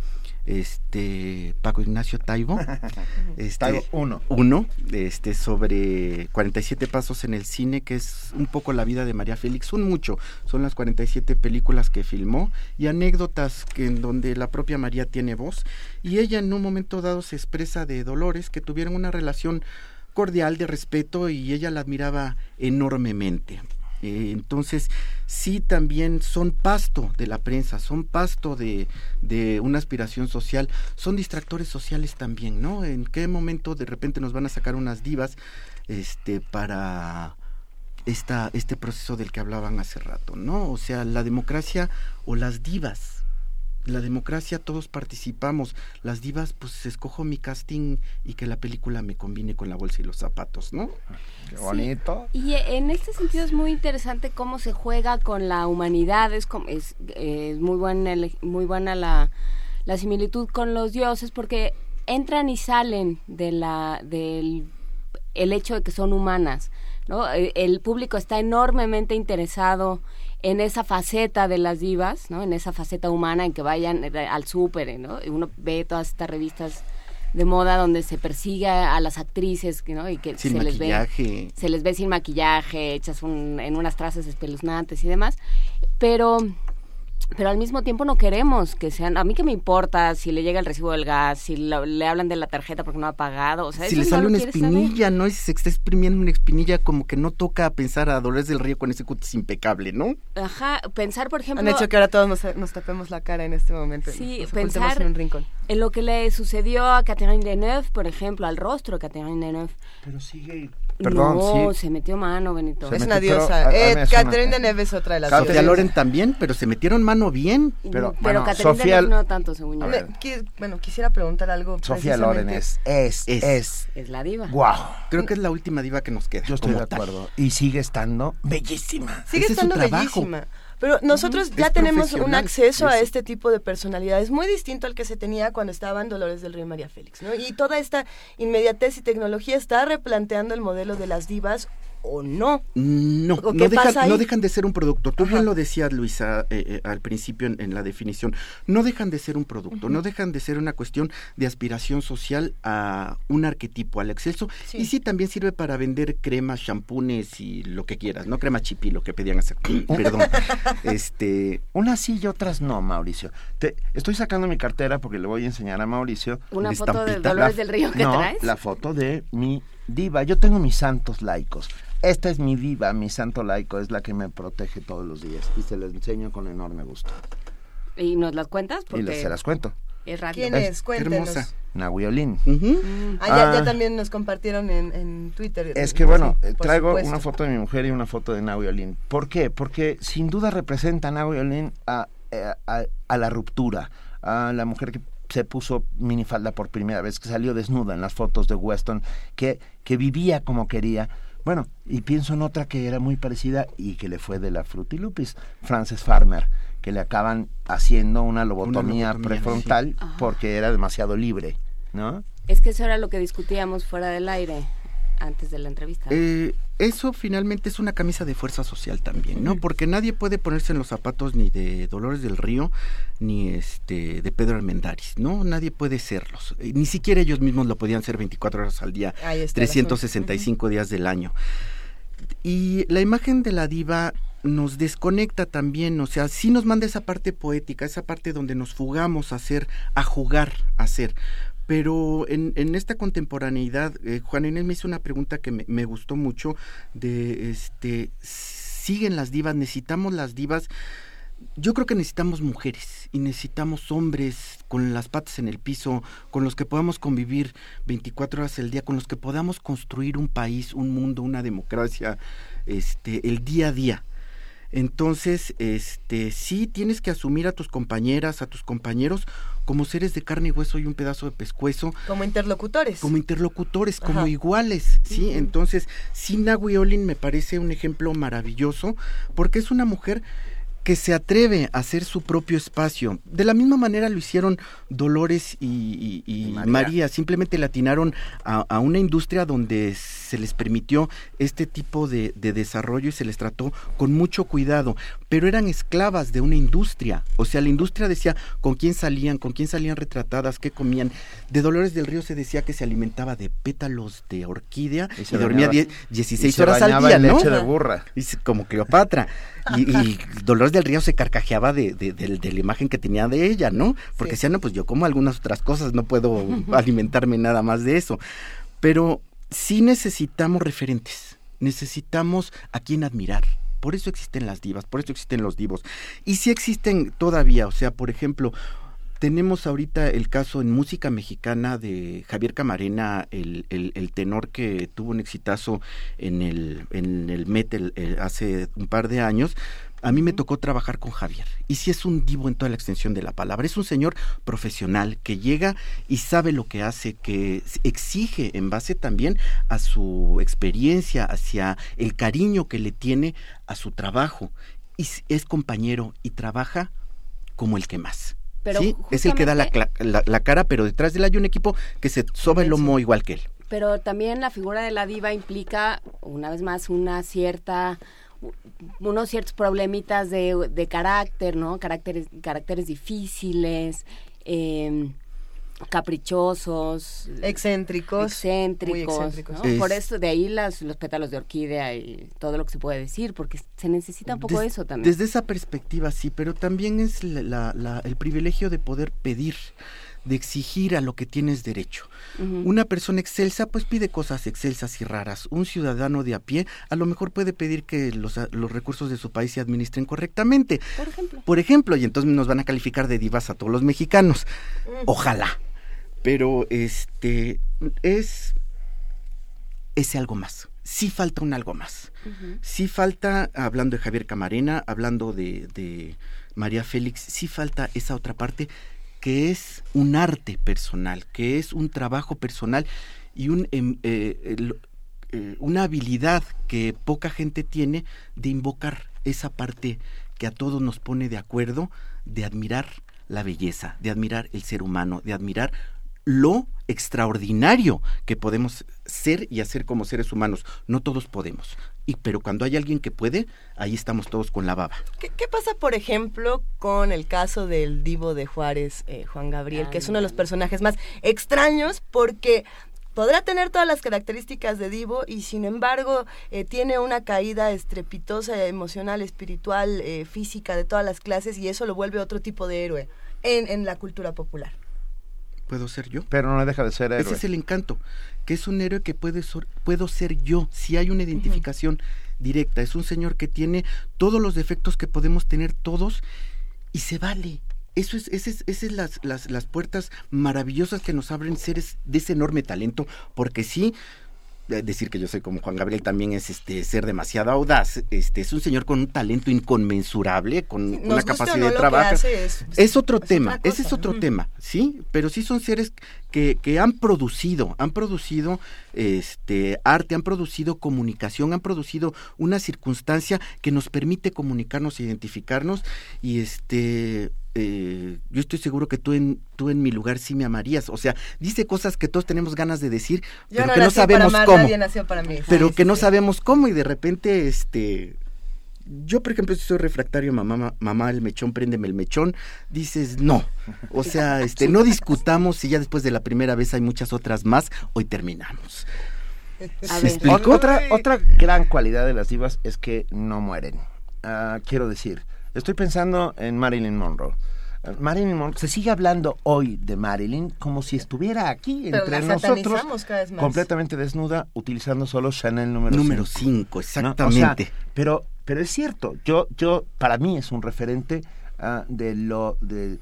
este Paco Ignacio Taibo, este, Taibo uno. uno, este, sobre cuarenta y siete pasos en el cine, que es un poco la vida de María Félix. Son mucho, son las cuarenta y siete películas que filmó y anécdotas que en donde la propia María tiene voz, y ella en un momento dado se expresa de Dolores, que tuvieron una relación cordial de respeto y ella la admiraba enormemente. Eh, entonces, sí, también son pasto de la prensa, son pasto de, de una aspiración social, son distractores sociales también, ¿no? ¿En qué momento de repente nos van a sacar unas divas este, para esta, este proceso del que hablaban hace rato, ¿no? O sea, la democracia o las divas. La democracia, todos participamos. Las divas, pues escojo mi casting y que la película me combine con la bolsa y los zapatos, ¿no? Qué bonito. Sí. Y en este sentido es muy interesante cómo se juega con la humanidad. Es, como, es, es muy buena, muy buena la, la similitud con los dioses, porque entran y salen de la del el hecho de que son humanas, ¿no? El, el público está enormemente interesado en esa faceta de las divas, ¿no? En esa faceta humana, en que vayan al súper, ¿no? Y uno ve todas estas revistas de moda donde se persigue a las actrices, ¿no? Y que sin se maquillaje. les ve se les ve sin maquillaje, hechas un, en unas trazas espeluznantes y demás, pero pero al mismo tiempo no queremos que sean, a mí que me importa si le llega el recibo del gas, si lo, le hablan de la tarjeta porque no ha pagado, o sea, si eso le no sale lo una quieres espinilla, saber. ¿no? Y si se está exprimiendo una espinilla, como que no toca pensar a Dolores del Río con ese cutis impecable, ¿no? Ajá, pensar, por ejemplo... Han hecho que ahora todos nos, nos tapemos la cara en este momento. Sí, nos pensar en un rincón. En lo que le sucedió a Catherine Deneuve, por ejemplo, al rostro de Catherine Deneuve. Pero sigue... Perdón, no, sí. se metió mano, Benito. Se es metió, una diosa. Pero, eh, es Catherine una... Deneuve es otra de las Sofía Loren también, pero se metieron mano bien. Pero, pero bueno, Catherine Sofía... Deneuve no tanto, según yo. Me, qui, bueno, quisiera preguntar algo. Sofía Loren es, es, es, es. Es la diva. Wow. Creo que es la última diva que nos queda. Yo estoy de acuerdo. Tal. Y sigue estando bellísima. Sigue Ese estando es su trabajo. bellísima. Pero nosotros uh-huh. ya es tenemos un acceso eso. a este tipo de personalidades muy distinto al que se tenía cuando estaban Dolores del Río y María Félix, ¿no? Y toda esta inmediatez y tecnología está replanteando el modelo de las divas, ¿o no? No, ¿O no, dejan, ahí? no dejan de ser un producto. Tú Ajá. bien lo decías, Luisa, eh, eh, al principio en, en la definición. No dejan de ser un producto, uh-huh. no dejan de ser una cuestión de aspiración social a un arquetipo, al exceso. Sí. Y sí, también sirve para vender cremas, champunes y lo que quieras, ¿no? Crema chipí, lo que pedían hacer. Perdón. este Unas sí y otras no, Mauricio. Te, estoy sacando mi cartera porque le voy a enseñar a Mauricio. ¿Una foto de Dolores del Río que no, traes? La foto de mi diva. Yo tengo mis santos laicos. Esta es mi diva, mi santo laico, es la que me protege todos los días y se las enseño con enorme gusto. ¿Y nos las cuentas? Porque y les, se las cuento. Es radio. ¿Quién es? es? Cuéntenos. Hermosa. Nahui Olin. Uh-huh. Mm. Ah, ya, ya también nos compartieron en, en Twitter. Es que bueno, sí, traigo supuesto. una foto de mi mujer y una foto de Nahui Olin. ¿Por qué? Porque sin duda representa a Nahui Olin a, a, a la ruptura, a la mujer que se puso minifalda por primera vez, que salió desnuda en las fotos de Weston, que, que vivía como quería. Bueno, y pienso en otra que era muy parecida y que le fue de la Frutilupis, Frances Farmer, que le acaban haciendo una lobotomía, una lobotomía prefrontal sí. porque era demasiado libre, ¿no? Es que eso era lo que discutíamos fuera del aire antes de la entrevista. Eh, eso finalmente es una camisa de fuerza social también, ¿no? Porque nadie puede ponerse en los zapatos ni de Dolores del Río ni este de Pedro Armendáriz, ¿no? Nadie puede serlos. Eh, ni siquiera ellos mismos lo podían ser veinticuatro horas al día, trescientos sesenta y cinco uh-huh. días del año. Y la imagen de la diva nos desconecta también, o sea, sí nos manda esa parte poética, esa parte donde nos fugamos a hacer, a jugar a hacer. Pero en, en esta contemporaneidad, eh, Juan Inés me hizo una pregunta que me, me gustó mucho, de, este, siguen las divas, necesitamos las divas. Yo creo que necesitamos mujeres y necesitamos hombres con las patas en el piso, con los que podamos convivir veinticuatro horas al día, con los que podamos construir un país, un mundo, una democracia, este, el día a día. Entonces, este, sí tienes que asumir a tus compañeras, a tus compañeros como seres de carne y hueso y un pedazo de pescuezo. Como interlocutores. Como interlocutores, Ajá. como iguales, ¿sí? Uh-huh. Entonces, sí, Nahui Olin me parece un ejemplo maravilloso, porque es una mujer que se atreve a hacer su propio espacio. De la misma manera lo hicieron Dolores y, y, y María. María, simplemente le atinaron a, a una industria donde se les permitió este tipo de, de desarrollo y se les trató con mucho cuidado, pero eran esclavas de una industria, o sea, la industria decía con quién salían, con quién salían retratadas, qué comían. De Dolores del Río se decía que se alimentaba de pétalos de orquídea y, y dormía dieciséis horas al día, ¿no? Leche de burra. Y como Cleopatra. Y, y Dolores del Río se carcajeaba de, de, de, de la imagen que tenía de ella, ¿no? Porque sí. decía, no, pues yo como algunas otras cosas, no puedo alimentarme nada más de eso. Pero sí necesitamos referentes, necesitamos a quien admirar. Por eso existen las divas, por eso existen los divos. Y sí existen todavía, o sea, por ejemplo, tenemos ahorita el caso en música mexicana de Javier Camarena, el, el, el tenor que tuvo un exitazo en el, en el Met el, el, hace un par de años. A mí me tocó trabajar con Javier, y sí es un divo en toda la extensión de la palabra. Es un señor profesional que llega y sabe lo que hace, que exige en base también a su experiencia, hacia el cariño que le tiene a su trabajo, y es compañero y trabaja como el que más. Pero sí, justamente es el que da la, la, la cara, pero detrás de él hay un equipo que se soba el lomo igual que él. Pero también la figura de la diva implica, una vez más, una cierta, unos ciertos problemitas de, de carácter, ¿no? Caracteres, caracteres difíciles, eh, caprichosos, excéntricos, excéntricos, muy excéntricos. ¿no? Es, por eso de ahí las, los pétalos de orquídea y todo lo que se puede decir, porque se necesita un poco des, eso también. Desde esa perspectiva sí, pero también es la, la, la, el privilegio de poder pedir, de exigir a lo que tienes derecho. Uh-huh. Una persona excelsa pues pide cosas excelsas y raras. Un ciudadano de a pie a lo mejor puede pedir que los, los recursos de su país se administren correctamente. Por ejemplo. Por ejemplo, y entonces nos van a calificar de divas a todos los mexicanos. Uh-huh. Ojalá. Pero este es ese algo más. Sí falta un algo más. Uh-huh. Sí falta, hablando de Javier Camarena, hablando de, de María Félix, sí falta esa otra parte que es un arte personal, que es un trabajo personal y un eh, eh, eh, una habilidad que poca gente tiene de invocar esa parte que a todos nos pone de acuerdo, de admirar la belleza, de admirar el ser humano, de admirar lo extraordinario que podemos ser y hacer como seres humanos. No todos podemos, y pero cuando hay alguien que puede, ahí estamos todos con la baba. ¿Qué, qué pasa, por ejemplo, con el caso del divo de Juárez, eh, Juan Gabriel, Ay, que es uno de los personajes más extraños porque podrá tener todas las características de divo y sin embargo eh, tiene una caída estrepitosa, emocional, espiritual, eh, física, de todas las clases, y eso lo vuelve otro tipo de héroe en, en la cultura popular? ¿Puedo ser yo? Pero no deja de ser héroe. Ese es el encanto, que es un héroe que puede ser, puedo ser yo, si hay una identificación uh-huh. directa. Es un señor que tiene todos los defectos que podemos tener todos y se vale. Eso es, ese es, ese es las, las, las puertas maravillosas que nos abren seres de ese enorme talento, porque sí, decir que yo soy como Juan Gabriel también es este ser demasiado audaz. Este es un señor con un talento inconmensurable, con Nos una capacidad no de trabajo. Es, es otro es tema, ese es otro uh-huh. tema, sí, pero sí son seres que, que han producido, han producido este arte, han producido comunicación, han producido una circunstancia que nos permite comunicarnos, identificarnos y este Eh, yo estoy seguro que tú en tú en mi lugar sí me amarías, o sea, dice cosas que todos tenemos ganas de decir, yo pero no que no sabemos para amar, cómo, nadie nació para mí. pero sí, que sí, no sí. sabemos cómo y de repente, este, yo por ejemplo si soy refractario, mamá, mamá el mechón, préndeme el mechón, dices no, o sea, este, no discutamos si ya después de la primera vez hay muchas otras más, hoy terminamos. A ver. Otra, otra gran cualidad de las divas es que no mueren. Uh, quiero decir, estoy pensando en Marilyn Monroe. Uh, Marilyn Monroe, se sigue hablando hoy de Marilyn como si estuviera aquí Pero entre la nosotros, cada vez más. completamente desnuda, utilizando solo Chanel número número cinco, exactamente. ¿No? O sea, pero, pero es cierto, yo, yo, para mí es un referente uh, de lo, de,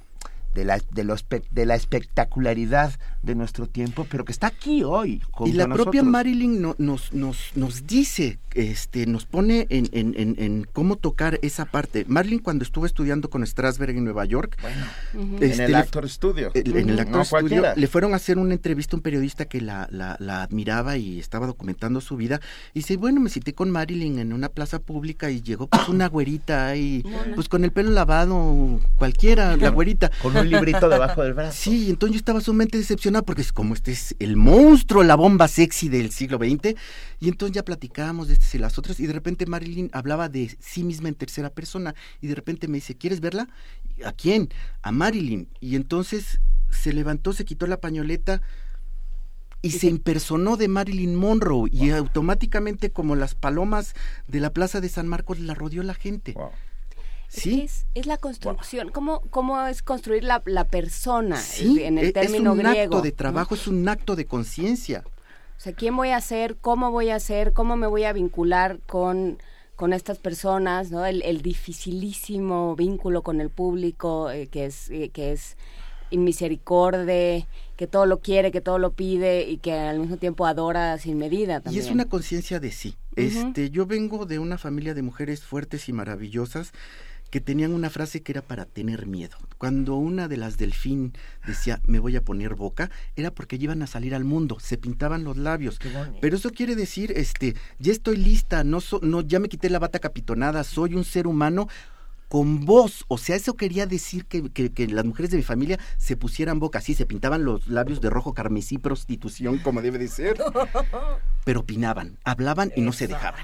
de la de los de la espectacularidad de nuestro tiempo, pero que está aquí hoy y la nosotros. Propia Marilyn no, nos nos nos dice, este nos pone en, en, en, en cómo tocar esa parte. Marilyn, cuando estuvo estudiando con Strasberg en Nueva York, bueno, uh-huh. este, en el Actor Studio, en, en el Actor no, Studio cualquiera. le fueron a hacer una entrevista a un periodista que la, la, la admiraba y estaba documentando su vida, y dice, bueno, me cité con Marilyn en una plaza pública y llegó pues una güerita y Mona. pues con el pelo lavado, cualquiera, la güerita. Con un librito debajo del brazo. Sí, entonces yo estaba sumamente decepcionado porque es como este es el monstruo, la bomba sexy del siglo veinte, y entonces ya platicábamos de estas y las otras, y de repente Marilyn hablaba de sí misma en tercera persona, y de repente me dice, ¿quieres verla? ¿A quién? A Marilyn. Y entonces se levantó, se quitó la pañoleta y se impersonó de Marilyn Monroe, wow. Y automáticamente, como las palomas de la Plaza de San Marcos, la rodeó la gente. Wow. ¿Sí? Es, es la construcción, wow. ¿Cómo, cómo es construir la, la persona sí, en el término griego? Es un acto de trabajo, ¿no? Es un acto de conciencia. O sea, ¿quién voy a ser? ¿Cómo voy a ser? ¿Cómo me voy a vincular con, con estas personas? ¿No? El, el dificilísimo vínculo con el público, eh, que es eh, que es inmisericordia, que todo lo quiere, que todo lo pide y que al mismo tiempo adora sin medida también. Y es una conciencia de sí. Uh-huh. Este, yo vengo de una familia de mujeres fuertes y maravillosas que tenían una frase que era para tener miedo. Cuando una de las Delfín decía, me voy a poner boca, era porque iban a salir al mundo, se pintaban los labios. Pero eso quiere decir, este, ya estoy lista, no, so, no ya me quité la bata capitonada, soy un ser humano con voz. O sea, eso quería decir que, que, que las mujeres de mi familia se pusieran boca, sí, se pintaban los labios de rojo carmesí, prostitución, como debe de ser, pero opinaban, hablaban y no se dejaban.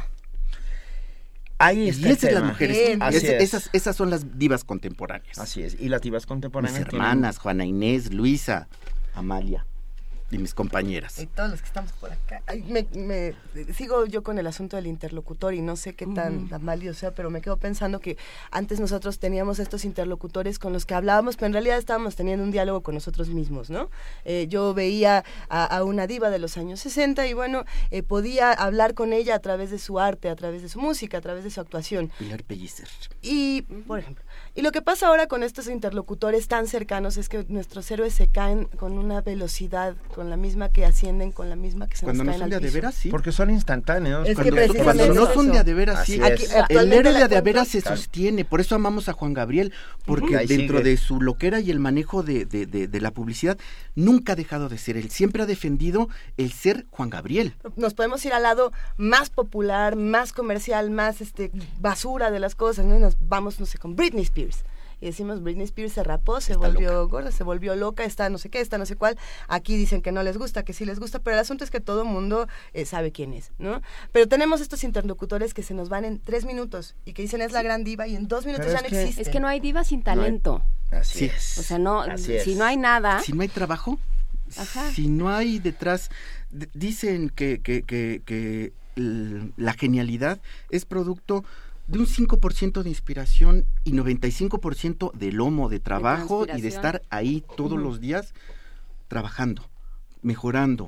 Ahí está y esas las mujeres, Así es, es. Esas, esas son las divas contemporáneas. Así es, y las divas contemporáneas. Mis hermanas, tienen... Juana Inés, Luisa, Amalia y mis compañeras. Y todos los que estamos por acá. Ay, me, me sigo yo con el asunto del interlocutor y no sé qué tan, tan válido sea, pero me quedo pensando que antes nosotros teníamos estos interlocutores con los que hablábamos, pero en realidad estábamos teniendo un diálogo con nosotros mismos, ¿no? Eh, yo veía a, a una diva de los años sesenta y bueno, eh, podía hablar con ella a través de su arte, a través de su música, a través de su actuación. Pilar Pellicer. Y, por ejemplo, y lo que pasa ahora con estos interlocutores tan cercanos es que nuestros héroes se caen con una velocidad, con la misma que ascienden, con la misma que se cuando nos caen no son al de piso. a veras, sí. Porque son instantáneos. Es cuando, que cuando no son de a de veras, sí. Aquí, el héroe de a de veras se claro. sostiene. Por eso amamos a Juan Gabriel, porque uh-huh. dentro sigue. de su loquera y el manejo de, de, de, de la publicidad, nunca ha dejado de ser él. Siempre ha defendido el ser Juan Gabriel. Nos podemos ir al lado más popular, más comercial, más este basura de las cosas, ¿no? Y nos vamos, no sé, con Britney Spears. Y decimos, Britney Spears se rapó, se está volvió loca. gorda, se volvió loca, está no sé qué, está no sé cuál. Aquí dicen que no les gusta, que sí les gusta, pero el asunto es que todo el mundo eh, sabe quién es, ¿no? Pero tenemos estos interlocutores que se nos van en tres minutos y que dicen es la gran diva y en dos minutos pero ya no que, existe. Es que no hay diva sin talento. No hay, así sí. es. O sea, no, así si es. no hay nada. Si no hay trabajo, Ajá. si no hay detrás, d- dicen que, que, que, que l- la genialidad es producto de un cinco por ciento de inspiración y noventa y cinco por ciento de lomo, de trabajo de y de estar ahí todos uh-huh. los días trabajando, mejorando.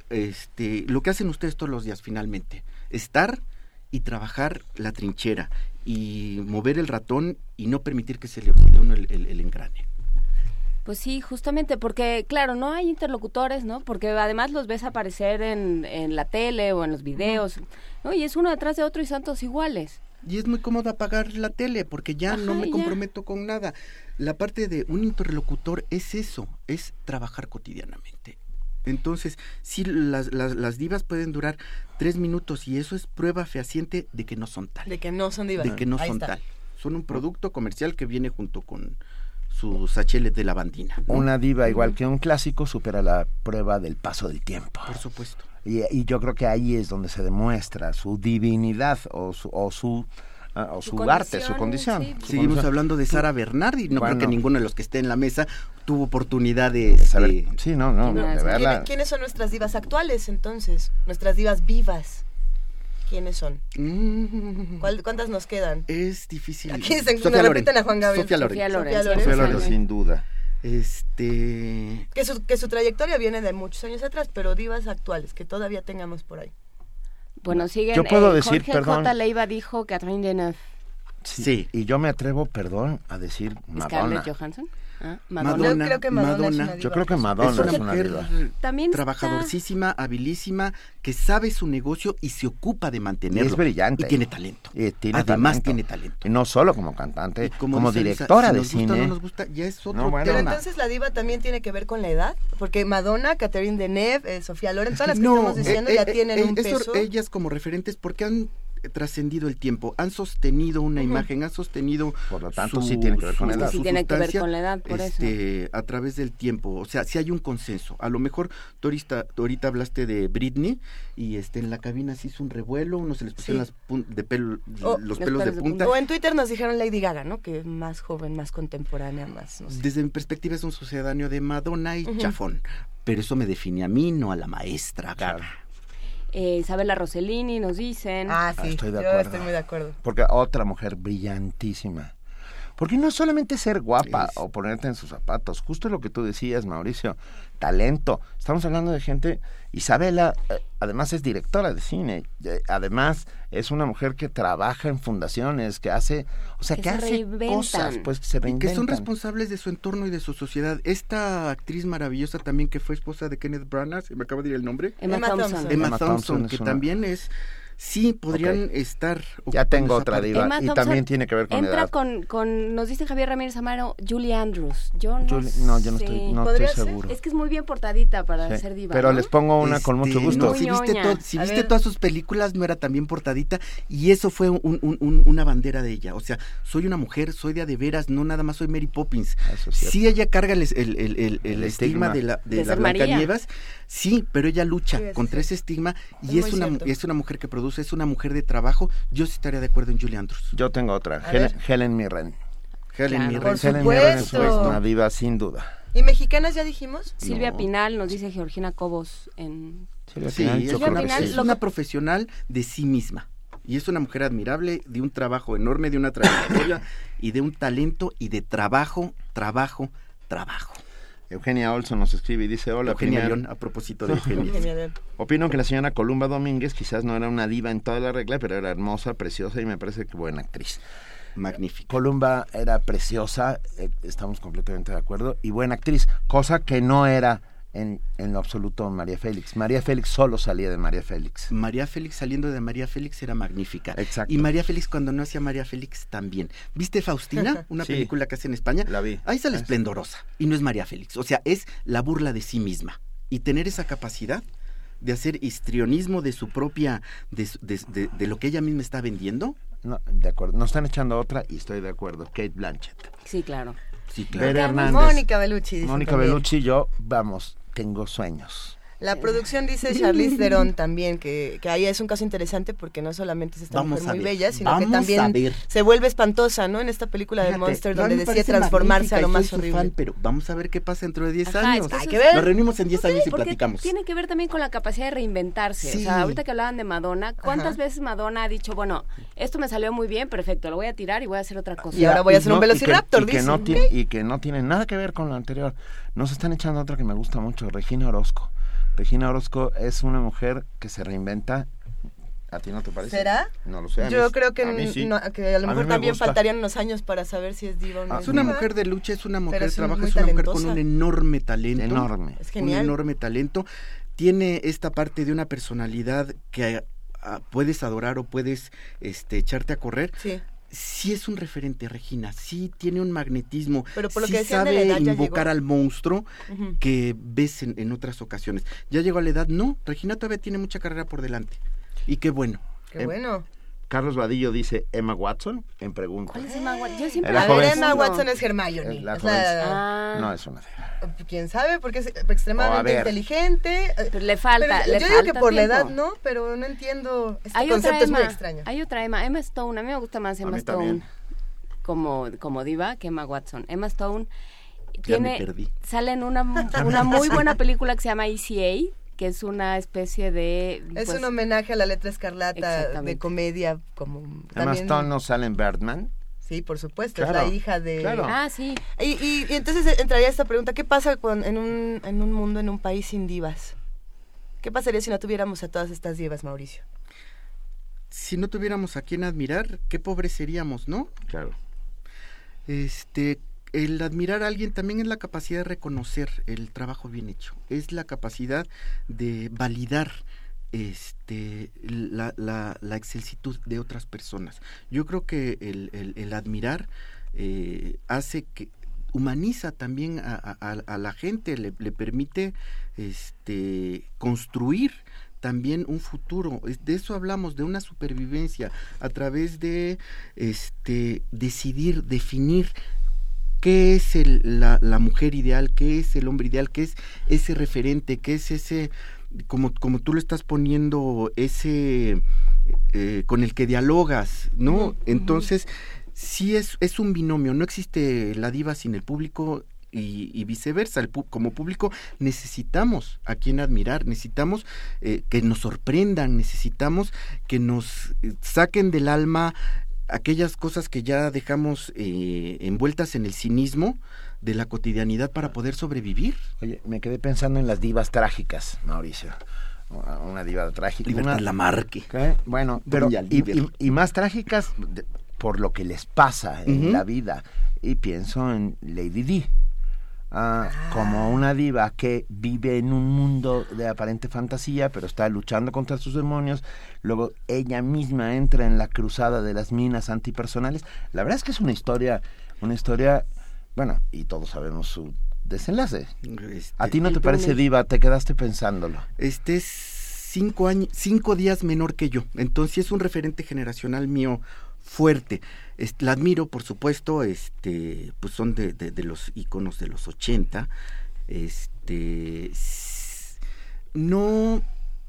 Este, lo que hacen ustedes todos los días finalmente, estar y trabajar la trinchera y mover el ratón y no permitir que se le oxide uno el, el, el engrane. Pues sí, justamente porque, claro, no hay interlocutores, ¿no? Porque además los ves aparecer en, en la tele o en los videos, ¿no? Y es uno detrás de otro y son todos iguales. Y es muy cómodo apagar la tele porque ya Ajá, no me comprometo ya. con nada. La parte de un interlocutor es eso, es trabajar cotidianamente. Entonces, sí, las, las, las divas pueden durar tres minutos y eso es prueba fehaciente de que no son tal. De que no son divas. De que no Ahí son está. tal. Son un producto comercial que viene junto con sus H L de lavandina, ¿no? Una diva, igual que un clásico, supera la prueba del paso del tiempo. Por supuesto. Y, y yo creo que ahí es donde se demuestra su divinidad o su, o su, uh, o su, su arte, su condición. Sí. Su Seguimos condición. hablando de Sara Bernardi. No bueno. creo que ninguno de los que esté en la mesa tuvo oportunidad de... de saber, de, sí, no, no, no de verla. ¿Quiénes son nuestras divas actuales, entonces? Nuestras divas vivas. ¿Quiénes son? Mm. ¿Cuál, ¿Cuántas nos quedan? Es difícil. Aquí dicen, me repiten a Juan Gabriel. Sofía Loren. Sofía Loren, Sofía Loren, Sofía Loren sin duda. Este... Que su, que su trayectoria viene de muchos años atrás, pero divas actuales, que todavía tengamos por ahí. Bueno, siguen. Yo puedo eh, decir, Jorge perdón. J. Leiva dijo Catherine Deneuve. Sí, sí, y yo me atrevo, perdón, a decir Madonna. ¿Scarlett Johansson? ¿Ah? Madonna. Madonna. Yo creo que Madonna, Madonna. Es una diva. Yo creo que Madonna es una, es una mujer diva. También trabajadorísima, está... habilísima, que sabe su negocio y se ocupa de mantenerlo. Y es brillante. Y tiene talento. Y tiene Además talento. tiene talento. Y no solo como cantante, como, como directora Lisa, si de nos cine. Gusta, no nos gusta, ya es otro no, bueno. Pero tema. entonces la diva también tiene que ver con la edad, porque Madonna, Catherine Deneuve, eh, Sofía Loren, todas las que no, estamos diciendo eh, ya eh, tienen eh, un eso, peso. Ellas como referentes, porque han trascendido el tiempo, han sostenido una uh-huh. imagen, han sostenido por lo tanto su, sí tiene que ver con la edad, sí tiene que ver con la edad, por este, eso a través del tiempo, o sea, si sí hay un consenso. A lo mejor tú ahorita, tú ahorita hablaste de Britney y este en la cabina se hizo un revuelo, uno se les pusieron sí. las pun- de pelo, o, los pelos de punta. O en Twitter nos dijeron Lady Gaga, ¿no? Que es más joven, más contemporánea, más no sé. Desde mi perspectiva es un sucedáneo de Madonna y uh-huh. chafón, pero eso me define a mí, no a la maestra. Claro. Eh, Isabella Rossellini nos dicen. Ah, sí, ah, estoy de yo acuerdo. estoy muy de acuerdo. Porque otra mujer brillantísima. Porque no solamente ser guapa es... o ponerte en sus zapatos, justo lo que tú decías, Mauricio, talento. Estamos hablando de gente, Isabela, eh, además es directora de cine, eh, además es una mujer que trabaja en fundaciones, que hace, o sea, que, que hace reinventan. cosas, pues que se reinventan. Y que son responsables de su entorno y de su sociedad. Esta actriz maravillosa también que fue esposa de Kenneth Branagh, se me acaba de ir el nombre. Emma, Emma Thompson. Thompson, Emma Thompson, Thompson que una... también es... Sí, podrían okay. estar... Ya tengo otra diva Emma y Thompson también tiene que ver con entra edad. con, con, nos dice Javier Ramírez Amaro, Julie Andrews. Yo no Julie, No, yo no sé. estoy, no estoy seguro. Es que es muy bien portadita para sí, ser diva, pero ¿no? les pongo una este, con mucho gusto. No, si viste, to, si viste todas sus películas, no era tan bien portadita, y eso fue un, un, un, una bandera de ella. O sea, soy una mujer, soy de a de veras, no nada más soy Mary Poppins. Sí, ella carga el, el, el, el, el estigma de la, de de la Blancanieves, sí, pero ella lucha sí, contra sí. ese estigma, y es es una, cierto. es una mujer que produce, es una mujer de trabajo. Yo sí estaría de acuerdo en Julie Andrews. Yo tengo otra, Helen, Helen Mirren. Helen claro. Mirren. Por Helen Mirren es una diva sin duda. ¿Y mexicanas ya dijimos? Silvia No. Pinal, nos dice Georgina Cobos en... Silvia sí, Pinal, es, una, Pinal, es una profesional de sí misma. Y es una mujer admirable, de un trabajo enorme, de una trayectoria y de un talento y de trabajo, trabajo, trabajo. Eugenia Olson nos escribe y dice, hola, Eugenia opinión, León, a propósito de Eugenia. Opino que la señora Columba Domínguez quizás no era una diva en toda la regla, pero era hermosa, preciosa y me parece que buena actriz. Magnífica. Columba era preciosa, eh, estamos completamente de acuerdo, y buena actriz, cosa que no era en, en lo absoluto María Félix. María Félix solo salía de María Félix. María Félix saliendo de María Félix era magnífica. Exacto. Y María Félix cuando no hacía María Félix también. ¿Viste Faustina? Una sí, película que hace en España. La vi. Ahí sale esplendorosa. Y no es María Félix. O sea, es la burla de sí misma. Y tener esa capacidad de hacer histrionismo de su propia, de, de, de, de lo que ella misma está vendiendo. No, de acuerdo. Nos están echando otra y estoy de acuerdo. Kate Blanchett. Sí, claro. Sí, claro. Vera Hernández. Mónica Bellucci. Mónica Bellucci y yo, vamos, tengo sueños. La producción dice Charlize Theron también, que, que ahí es un caso interesante porque no solamente es esta vamos mujer muy ver, bella, sino vamos que también se vuelve espantosa, ¿no? En esta película de Monster, donde decide transformarse a lo más horrible. Fan, pero vamos a ver qué pasa dentro de diez Ajá, años. Es que Hay que ver. Nos reunimos en diez pues años sí, y platicamos. Tiene que ver también con la capacidad de reinventarse. Sí. O sea, ahorita que hablaban de Madonna, ¿cuántas Ajá. veces Madonna ha dicho, bueno, esto me salió muy bien, perfecto, lo voy a tirar y voy a hacer otra cosa? Y ahora voy a hacer no, un Velociraptor, y que, y que dice. no tiene, y que no tiene nada que ver con lo anterior. Nos están echando otra que me gusta mucho, Regina Orozco. Regina Orozco es una mujer que se reinventa. ¿A ti no te parece? ¿Será? No lo sé. Yo mí, creo que, a, mí sí. no, que a lo A mejor mí me también gusta. faltarían unos años para saber si es diva o no. Ah, es es una diva. mujer de lucha, es una mujer Pero que es trabaja, muy es una mujer talentosa. con un enorme talento. Enorme. Es genial. Un enorme talento. Tiene esta parte de una personalidad que a, a, puedes adorar o puedes este, echarte a correr. Sí. Sí es un referente, Regina, sí tiene un magnetismo, Pero por lo sí que decían de sabe la edad, ya invocar llegó. al monstruo Ujú. que ves en, en otras ocasiones. ¿Ya llegó a la edad? No, Regina todavía tiene mucha carrera por delante. Y qué bueno. Qué eh, bueno. Carlos Vadillo dice Emma Watson en pregunta. ¿Cuál es Emma Watson? Yo siempre La A joven- ver, Emma confundo. Watson es Hermione. Es la Es joven- la- Ah. No es una diva. ¿Quién sabe? Porque es Oh, a extremadamente ver. inteligente. Pero le falta, Pero le yo digo que falta por la tiempo. edad no, pero no entiendo. Este Hay otra concepto es Emma, muy extraño. hay otra Emma, Emma Stone, a mí me gusta más A Emma mí Stone también. como, como diva que Emma Watson. Emma Stone Ya me tiene, perdí. sale en una, una muy buena película que se llama E C A, que es una especie de... Es pues, un homenaje a la letra escarlata Exactamente. de comedia, como Emma también. Stone no sale en Birdman. Sí, por supuesto, Claro, es la hija de... claro. Ah, sí. Y, y, y entonces entraría esta pregunta, ¿qué pasa con, en, un, en un mundo, en un país sin divas? ¿Qué pasaría si no tuviéramos a todas estas divas, Mauricio? Si no tuviéramos a quien admirar, qué pobres seríamos, ¿no? Claro. Este, el admirar a alguien también es la capacidad de reconocer el trabajo bien hecho, es la capacidad de validar este la, la, la excelsitud de otras personas. Yo creo que el, el, el admirar eh, hace que humaniza también a, a, a la gente, le, le permite este construir también un futuro. De eso hablamos, de una supervivencia a través de este decidir, definir qué es el, la, la mujer ideal, qué es el hombre ideal, qué es ese referente, qué es ese, como, como tú lo estás poniendo, ese eh, con el que dialogas, ¿no? Uh-huh. Entonces, sí es, es un binomio, no existe la diva sin el público. Y, y viceversa, el, como público necesitamos a quien admirar, necesitamos eh, que nos sorprendan, necesitamos que nos eh, saquen del alma aquellas cosas que ya dejamos eh, envueltas en el cinismo de la cotidianidad para poder sobrevivir. Oye, me quedé pensando en las divas trágicas, Mauricio. Una diva trágica. Libertad una... Lamarque. ¿Qué? Bueno, pero y, y, y más trágicas de, por lo que les pasa en uh-huh. la vida. Y pienso en Lady Di. Ah, ah. Como una diva que vive en un mundo de aparente fantasía, pero está luchando contra sus demonios. Luego ella misma entra en la cruzada de las minas antipersonales. La verdad es que es una historia, una historia, bueno, y todos sabemos su desenlace. Este, ¿A ti no te parece túnel. diva? Te quedaste pensándolo. Este es cinco años, cinco días menor que yo, entonces es un referente generacional mío fuerte. Este, la admiro, por supuesto, este, pues son de, de, de los íconos de los ochenta. Este, no,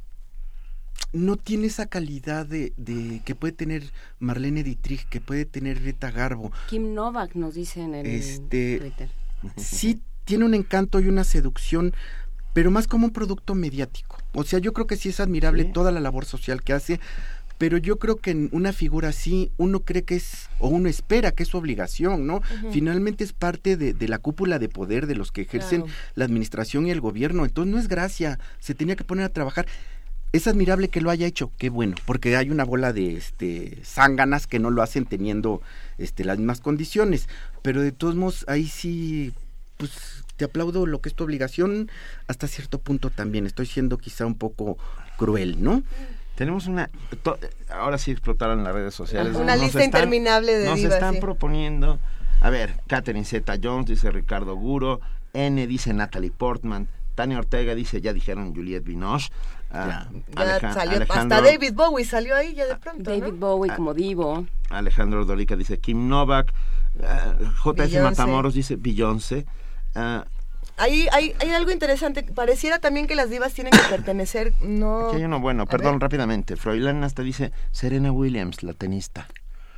no tiene esa calidad de, de que puede tener Marlene Dietrich, que puede tener Greta Garbo. Kim Novak nos dice en el este, Twitter. Sí, tiene un encanto y una seducción, pero más como un producto mediático. O sea, yo creo que sí es admirable ¿Sí? toda la labor social que hace. Pero yo creo que en una figura así uno cree que es, o uno espera que es su obligación, ¿no? Uh-huh. Finalmente es parte de, de la cúpula de poder de los que ejercen claro. la administración y el gobierno, entonces no es gracia, se tenía que poner a trabajar. Es admirable que lo haya hecho, qué bueno, porque hay una bola de este zánganas que no lo hacen teniendo este las mismas condiciones, pero de todos modos ahí sí, pues te aplaudo lo que es tu obligación, hasta cierto punto también, estoy siendo quizá un poco cruel, ¿no? Tenemos una, to, ahora sí explotaron las redes sociales. Una nos lista están, interminable de nos divas. Nos están sí. proponiendo, a ver, Catherine Zeta-Jones, dice Ricardo Guro, N dice Natalie Portman, Tania Ortega dice, ya dijeron Juliette Binoche. Uh, ya, Aleja- salió, hasta David Bowie salió ahí ya de pronto, David ¿no? Bowie como divo. Alejandro Dolica dice Kim Novak, uh, J F Matamoros dice Beyoncé. Uh, Hay, hay, hay algo interesante, pareciera también que las divas tienen que pertenecer, no... Aquí hay uno bueno, perdón, ver. rápidamente, Froilán hasta dice Serena Williams, la tenista.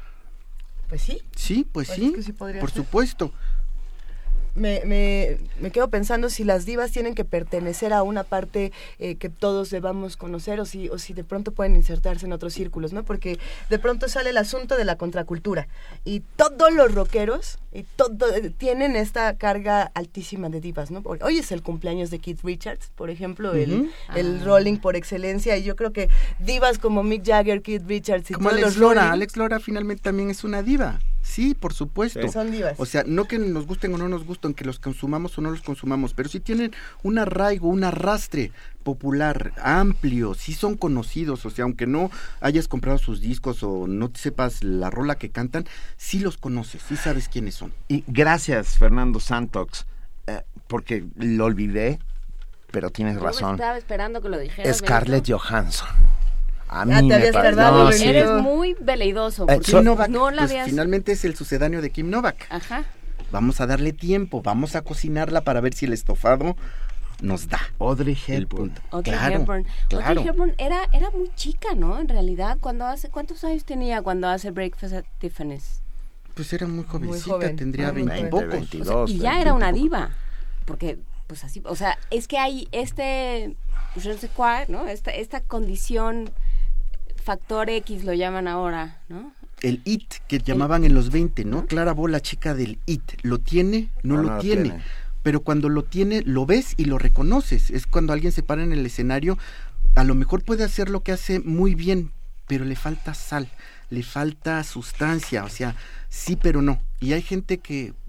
Pues sí. Sí, pues, pues sí, sí por ser. supuesto. Me, me, me quedo pensando si las divas tienen que pertenecer a una parte eh, que todos debamos conocer o si, o si de pronto pueden insertarse en otros círculos, ¿no? Porque de pronto sale el asunto de la contracultura y todos los rockeros y todo, eh, tienen esta carga altísima de divas, ¿no? Hoy es el cumpleaños de Keith Richards, por ejemplo, uh-huh. el, el ah. Rolling por excelencia, y yo creo que divas como Mick Jagger, Keith Richards y como todos Alex los Lora, Rolling, Alex Lora finalmente también es una diva. Sí, por supuesto. Sí. Son divas. O sea, no que nos gusten o no nos gusten, que los consumamos o no los consumamos, pero sí tienen un arraigo, un arrastre popular amplio, sí son conocidos, o sea, aunque no hayas comprado sus discos o no te sepas la rola que cantan, sí los conoces, sí sabes quiénes son. Y gracias, Fernando Santox, eh, porque lo olvidé, pero tienes Yo razón. Estaba esperando que lo dijeras. Scarlett Benito. Johansson. A ya mí te habías tardado, no, sí. Eres muy veleidoso. Eh, Kim Novak, no la pues habías... finalmente es el sucedáneo de Kim Novak. Ajá. Vamos a darle tiempo, vamos a cocinarla para ver si el estofado nos da. Audrey Hepburn. Audrey claro, Hepburn. Claro. Audrey Hepburn era, era muy chica, ¿no? En realidad, cuando hace, ¿cuántos años tenía cuando hace Breakfast at Tiffany's? Pues era muy jovencita, muy joven. tendría veinte pocos. veintidós. O sea, y ya era una diva, porque pues así, o sea, es que hay este, pues no sé cuál, ¿no? Esta, esta condición, factor X lo llaman ahora, ¿no? El it que llamaban en los veinte, ¿no? Clara Bow, la chica del it, ¿lo tiene? No, no lo no tiene. tiene. Pero cuando lo tiene, lo ves y lo reconoces. Es cuando alguien se para en el escenario, a lo mejor puede hacer lo que hace muy bien, pero le falta sal, le falta sustancia, o sea, sí pero no. Y hay gente que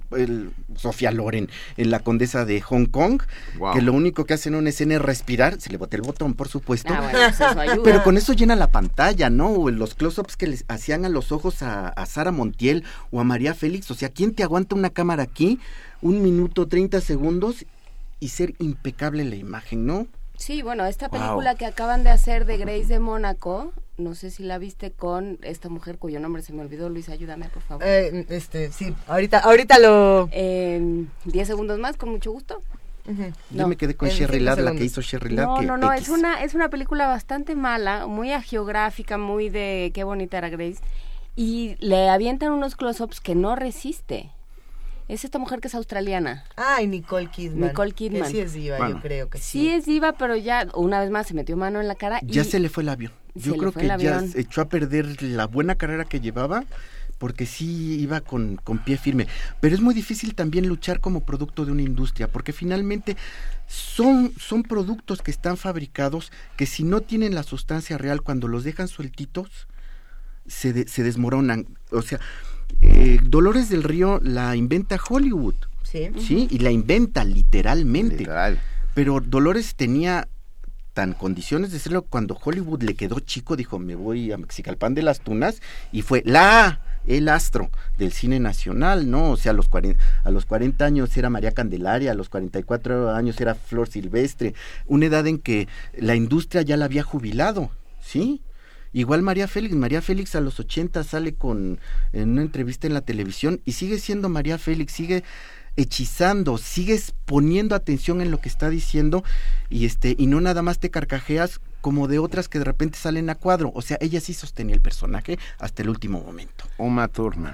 el, Sofía Loren, en La Condesa de Hong Kong, wow. que lo único que hace en una escena es respirar, se le bota el botón, por supuesto, ah, bueno, pues eso ayuda. Pero con eso llena la pantalla, ¿no? O los close-ups que les hacían a los ojos a, a Sara Montiel o a María Félix, o sea, ¿quién te aguanta una cámara aquí, un minuto, treinta segundos y ser impecable en la imagen, ¿no? Sí, bueno, esta película wow. que acaban de hacer de Grace de Mónaco, no sé si la viste con esta mujer cuyo nombre se me olvidó. Luis, ayúdame, por favor. Eh, este, sí, ahorita, ahorita lo... Eh, diez segundos más, con mucho gusto. Uh-huh. Yo no, me quedé con Sherry Ladd, la que hizo Sherry Ladd. No, que no, no, X. es una, es una película bastante mala, muy agiográfica, muy de qué bonita era Grace, y le avientan unos close-ups que no resiste. Es esta mujer que es australiana. Ay, Nicole Kidman. Nicole Kidman. Que sí es diva, bueno. yo creo que sí. Sí es diva, pero ya una vez más se metió mano en la cara. Ya y se le fue el avión. Yo creo que ya echó a perder la buena carrera que llevaba, porque sí iba con, con pie firme. Pero es muy difícil también luchar como producto de una industria, porque finalmente son, son productos que están fabricados, que si no tienen la sustancia real, cuando los dejan sueltitos, se, de, se desmoronan. O sea... Eh, Dolores del Río la inventa Hollywood, sí, ¿sí? Uh-huh. Y la inventa literalmente. Literal. Pero Dolores tenía tan condiciones de hacerlo cuando Hollywood le quedó chico, dijo, me voy a Mexicalpan de las Tunas, y fue la, el astro del cine nacional, ¿no? O sea, a los cuarenta, a los cuarenta años era María Candelaria, a los cuarenta y cuatro años era Flor Silvestre, una edad en que la industria ya la había jubilado, ¿sí? Igual María Félix, María Félix a los ochenta sale con en una entrevista en la televisión y sigue siendo María Félix, sigue hechizando, sigues poniendo atención en lo que está diciendo y este y no nada más te carcajeas como de otras que de repente salen a cuadro, o sea, ella sí sostenía el personaje hasta el último momento. Uma Thurman.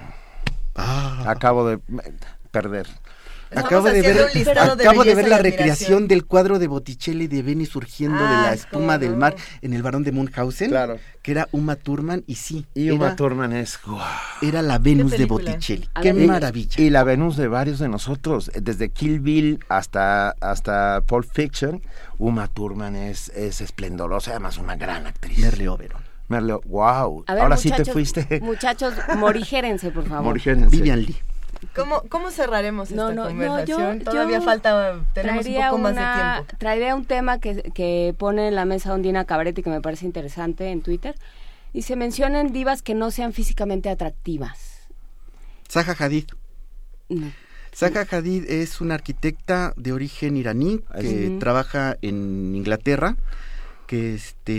Ah. Acabo de perder. Acabo de ver, acabo de, de ver la recreación del cuadro de Botticelli de Venus surgiendo ah, de la espuma del mar en El Barón de Munchausen, claro. que era Uma Thurman y sí. Y era, Uma Thurman es... Wow. Era la Venus de Botticelli. Qué y, maravilla. Y la Venus de varios de nosotros, desde Kill Bill hasta, hasta Pulp Fiction, Uma Thurman es, es esplendorosa, además una gran actriz. Merle Oberon. Merle, wow. Ver, ahora sí te fuiste. Muchachos, morigérense, por favor. Morigérense. Vivian Lee. ¿Cómo, ¿Cómo cerraremos esta no, no, conversación? No, yo, Todavía yo falta, tenemos un poco una, más de tiempo. Traería un tema que, que pone en la mesa Ondina Cabaretti que me parece interesante en Twitter. Y se mencionan divas que no sean físicamente atractivas. Zaha Hadid. No. Zaha Hadid es una arquitecta de origen iraní que uh-huh. trabaja en Inglaterra, que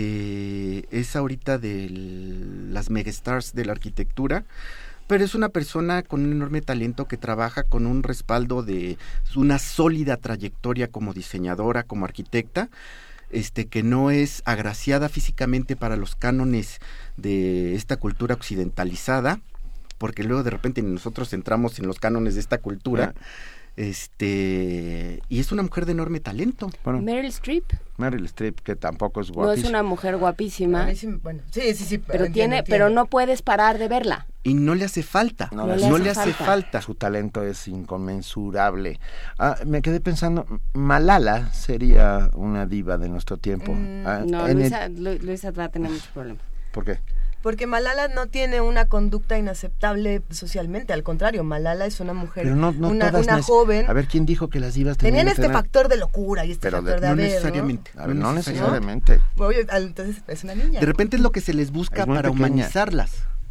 este es ahorita de las megastars de la arquitectura. Pero es una persona con un enorme talento que trabaja con un respaldo de una sólida trayectoria como diseñadora, como arquitecta, este que no es agraciada físicamente para los cánones de esta cultura occidentalizada, porque luego de repente nosotros entramos en los cánones de esta cultura. Yeah. Este y es una mujer de enorme talento. Bueno, Meryl Streep. Meryl Streep, que tampoco es guapísima. No es una mujer guapísima. Sí, bueno, sí, sí, sí. Pero entiendo, tiene, entiendo. pero no puedes parar de verla. Y no le hace falta. No, no le, no le hace, hace falta. falta. Su talento es inconmensurable. Ah, me quedé pensando, Malala sería una diva de nuestro tiempo. Mm, ah, no, Luisa, el... Luisa va a tener muchos problemas. ¿Por qué? Porque Malala no tiene una conducta inaceptable socialmente, al contrario, Malala es una mujer, Pero no, no una, todas una joven. A ver, ¿quién dijo que las divas tenían tenían este tener... factor de locura y este Pero factor de, de no haber, necesariamente, ¿no? A ver, no no necesariamente. Oye, entonces es una niña. De repente es lo que se les busca para pequeña. humanizarlas.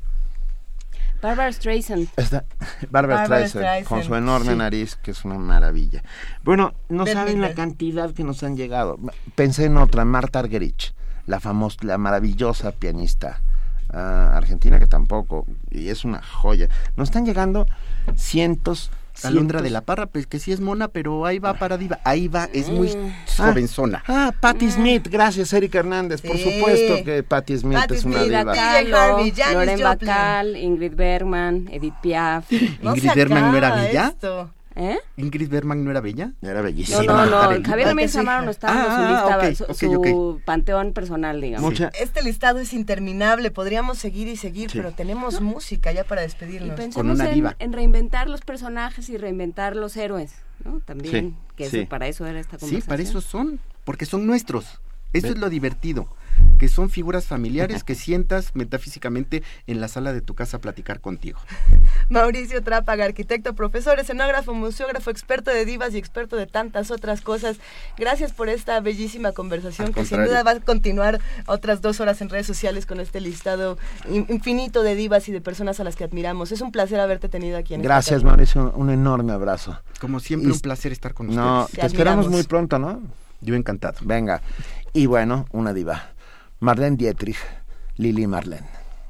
Barbara Streisand. Esta, Barbara, Barbara Streisand, Streisand, con su enorme sí. nariz, que es una maravilla. Bueno, no ven, saben ven, la ven. cantidad que nos han llegado. Pensé en otra, Marta Argerich, la famosa, la maravillosa pianista uh, argentina, que tampoco, y es una joya. Nos están llegando cientos, Alondra de la Parra, pues que sí es mona, pero ahí va para diva, ahí va, es muy jovenzona. Ah, ah Patti Smith, gracias Erika Hernández, sí. por supuesto que Patti Smith Patti es una Smith, diva. Kahlo, Loren Bacall, Ingrid Bergman, Edith Piaf. No Ingrid Bergman no era bella. Esto. ¿Eh? Ingrid Bergman no era bella. Era bellísima. No, no, no. Javier Ramírez Amaro no estaba en su lista, okay, su, okay, su okay. panteón personal, digamos. Mucha. Este listado es interminable, podríamos seguir y seguir, sí. pero tenemos ¿no? música ya para despedirnos. Y pensemos Con una diva. En, en reinventar los personajes y reinventar los héroes, ¿no? También, sí, que sí. Eso, para eso era esta conversación. Sí, para eso son, porque son nuestros. Eso es lo divertido, que son figuras familiares que sientas metafísicamente en la sala de tu casa a platicar contigo. Mauricio Trápaga, arquitecto, profesor, escenógrafo, museógrafo, experto de divas y experto de tantas otras cosas. Gracias por esta bellísima conversación, que sin duda va a continuar otras dos horas en redes sociales con este listado infinito de divas y de personas a las que admiramos. Es un placer haberte tenido aquí en Gracias, Mauricio, un enorme abrazo. Como siempre, y un placer estar con ustedes. No, te, te esperamos muy pronto, ¿no? Yo encantado. Venga. Y bueno, una diva. Marlene Dietrich, Lili Marlene.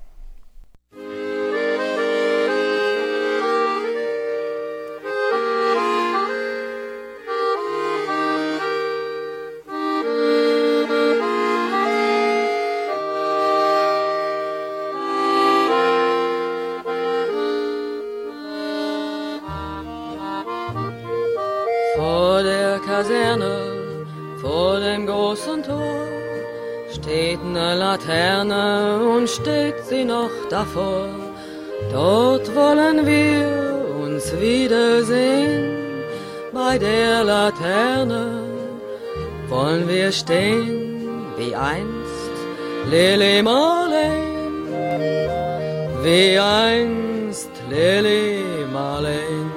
Vor der Kaserne, vor dem großen Tor, steht eine Laterne und steht sie noch davor. Dort wollen wir uns wiedersehen, bei der Laterne wollen wir stehen, wie einst Lili Marleen, wie einst Lili Marleen.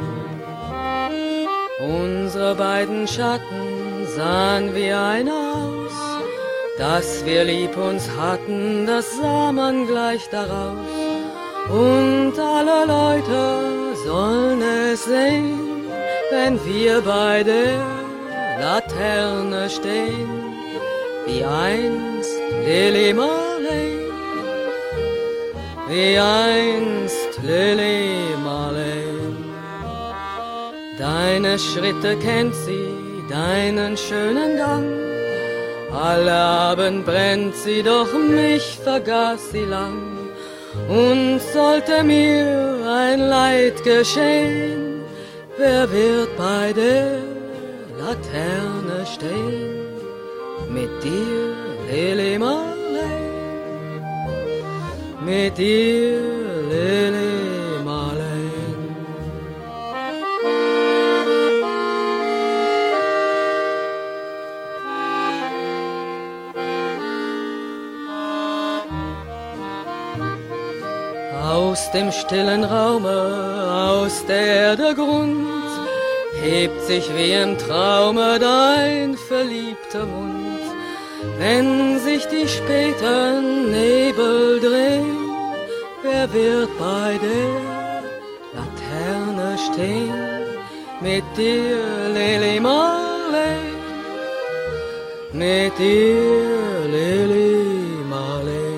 Unsere beiden Schatten sahen wie ein aus, dass wir lieb uns hatten, das sah man gleich daraus. Und alle Leute sollen es sehen, wenn wir bei der Laterne stehen, wie einst Lili Marleen, wie einst Lili Marleen. Deine Schritte kennt sie, deinen schönen Gang. Alle Abend brennt sie, doch mich vergaß sie lang. Und sollte mir ein Leid geschehen, wer wird bei der Laterne stehen? Mit dir, Lili Marleen, mit dir, Lili Marleen. Aus dem stillen Raume, aus der Erde Grund, hebt sich wie im Traume dein verliebter Mund. Wenn sich die späten Nebel drehen, wer wird bei der Laterne stehen? Mit dir, Lili Marleen, mit dir, Lili Marleen.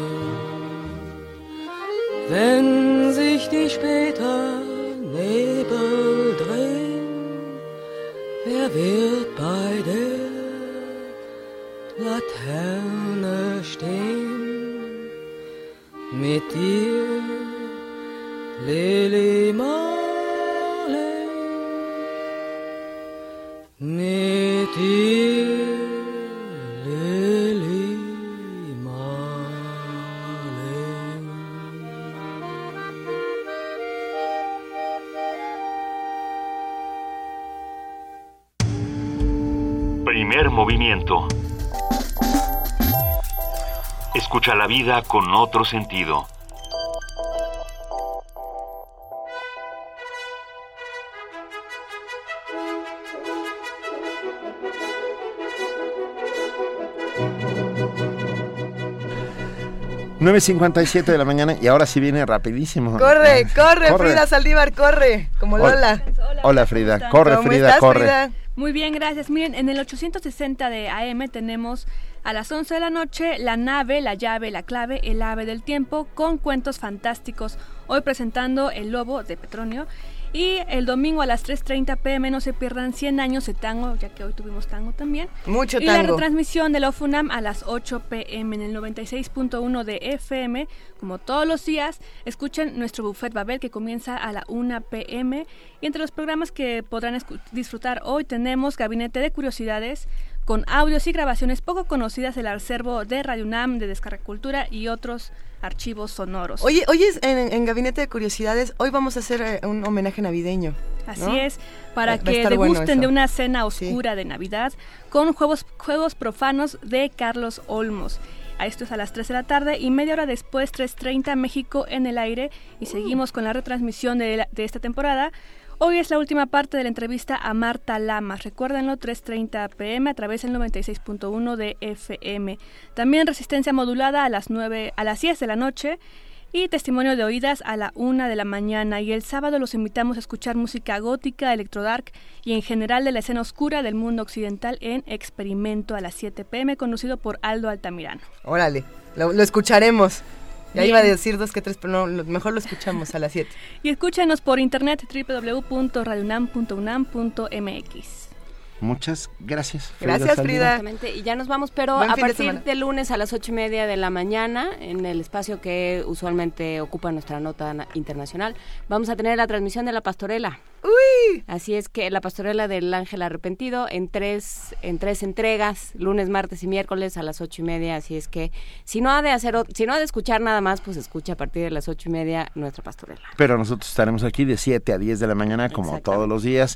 Wenn sich die späten Nebel drehen, wer wird bei der Laterne stehen? Mit dir, Lili Marleen, mit dir, Lili Marleen. Primer movimiento. Escucha la vida con otro sentido. nueve cincuenta y siete de la mañana y ahora sí viene rapidísimo. Corre, corre, corre. Frida Saldívar, corre, como Lola. Hola, Hola Frida, corre ¿Cómo Frida, estás, corre. Frida? Muy bien, gracias. Miren, en el ochocientos sesenta de A M tenemos a las once de la noche La nave, la llave, la clave, el ave del tiempo con cuentos fantásticos. Hoy presentando El lobo de Petronio. Y el domingo a las tres treinta pm no se pierdan cien años de tango, ya que hoy tuvimos tango también. Mucho tango. Y la retransmisión de la OFUNAM a las ocho pm en el noventa y seis punto uno de F M. Como todos los días, escuchen nuestro Buffet Babel que comienza a la una pm. Y entre los programas que podrán disfrutar hoy tenemos Gabinete de Curiosidades con audios y grabaciones poco conocidas del acervo de Radio UNAM, de Descarga Cultura y otros archivos sonoros. Oye, hoy es en, en Gabinete de Curiosidades, hoy vamos a hacer eh, un homenaje navideño, ¿no? Así es, para Va- va a que estar bueno degusten eso. de una cena oscura de Navidad con juegos, juegos profanos de Carlos Olmos. A esto es a las tres de la tarde y media hora después, tres treinta, México en el aire, y seguimos con la retransmisión de, la- de esta temporada. Hoy es la última parte de la entrevista a Marta Lamas. Recuérdenlo, tres treinta pm a través del noventa y seis punto uno de F M. También resistencia modulada a las nueve, a las diez de la noche y testimonio de oídas a la una de la mañana. Y el sábado los invitamos a escuchar música gótica, electrodark y en general de la escena oscura del mundo occidental en Experimento a las siete pm, conducido por Aldo Altamirano. Órale, lo, lo escucharemos. Ya Bien. iba a decir dos que tres, pero no, lo- mejor lo escuchamos a las siete. Y escúchenos por internet doble u doble u doble u punto radio unam punto unam punto m x. Muchas gracias. Gracias, Frida. Exactamente, y ya nos vamos, pero Buen a fin de partir semana. de lunes a las ocho y media de la mañana, en el espacio que usualmente ocupa nuestra nota na- internacional, vamos a tener la transmisión de La Pastorela. ¡Uy! Así es que La Pastorela del Ángel Arrepentido en tres, en tres entregas, lunes, martes y miércoles a las ocho y media. Así es que si no ha de hacer, o- si no ha de escuchar nada más, pues escucha a partir de las ocho y media nuestra Pastorela. Pero nosotros estaremos aquí de siete a diez de la mañana, como Exactamente. todos los días.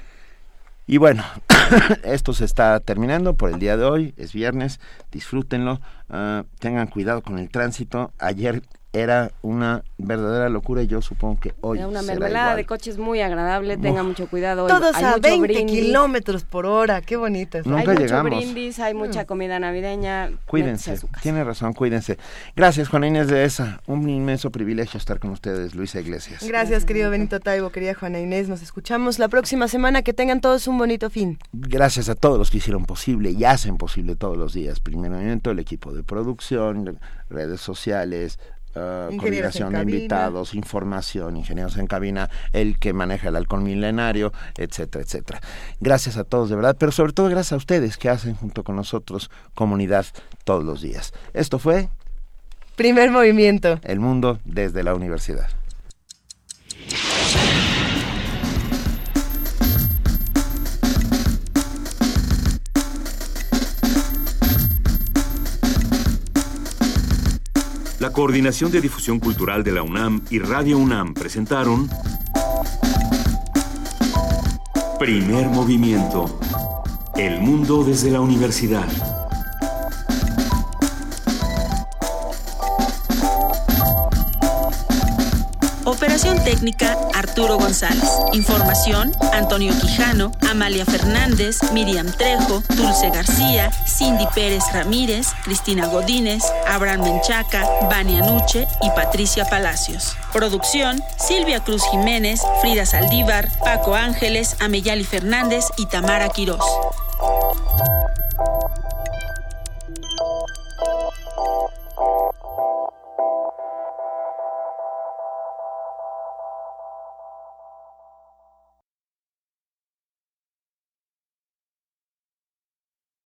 Y bueno, esto se está terminando por el día de hoy, es viernes, disfrútenlo, ah, tengan cuidado con el tránsito. Ayer era una verdadera locura y yo supongo que hoy Era una será mermelada igual. de coches muy agradable, tenga Uf. mucho cuidado. Todos hay a mucho veinte brindis. kilómetros por hora, qué bonito. Nunca hay mucho llegamos. brindis, hay mucha comida navideña. métese Cuídense, a su casa. tiene razón, cuídense. Gracias, Juana Inés de esa, un inmenso privilegio estar con ustedes, Luisa Iglesias. Gracias, querido Benito Taibo, querida Juana Inés. Nos escuchamos la próxima semana. Que tengan todos un bonito fin. Gracias a todos los que hicieron posible y hacen posible todos los días. Primer Movimiento, el equipo de producción, redes sociales, uh, Ingenieros coordinación en de cabina. invitados, información, ingenieros en cabina, el que maneja el halcón milenario, etcétera, etcétera. Gracias a todos de verdad, pero sobre todo gracias a ustedes que hacen junto con nosotros comunidad todos los días. Esto fue Primer Movimiento. El Mundo desde la Universidad. La Coordinación de Difusión Cultural de la UNAM y Radio UNAM presentaron Primer Movimiento. El mundo desde la universidad. Operación técnica, Arturo González. Información, Antonio Quijano, Amalia Fernández, Miriam Trejo, Dulce García, Cindy Pérez Ramírez, Cristina Godínez, Abraham Menchaca, Vania Nuche y Patricia Palacios. Producción, Silvia Cruz Jiménez, Frida Saldívar, Paco Ángeles, Ameyali Fernández y Tamara Quirós.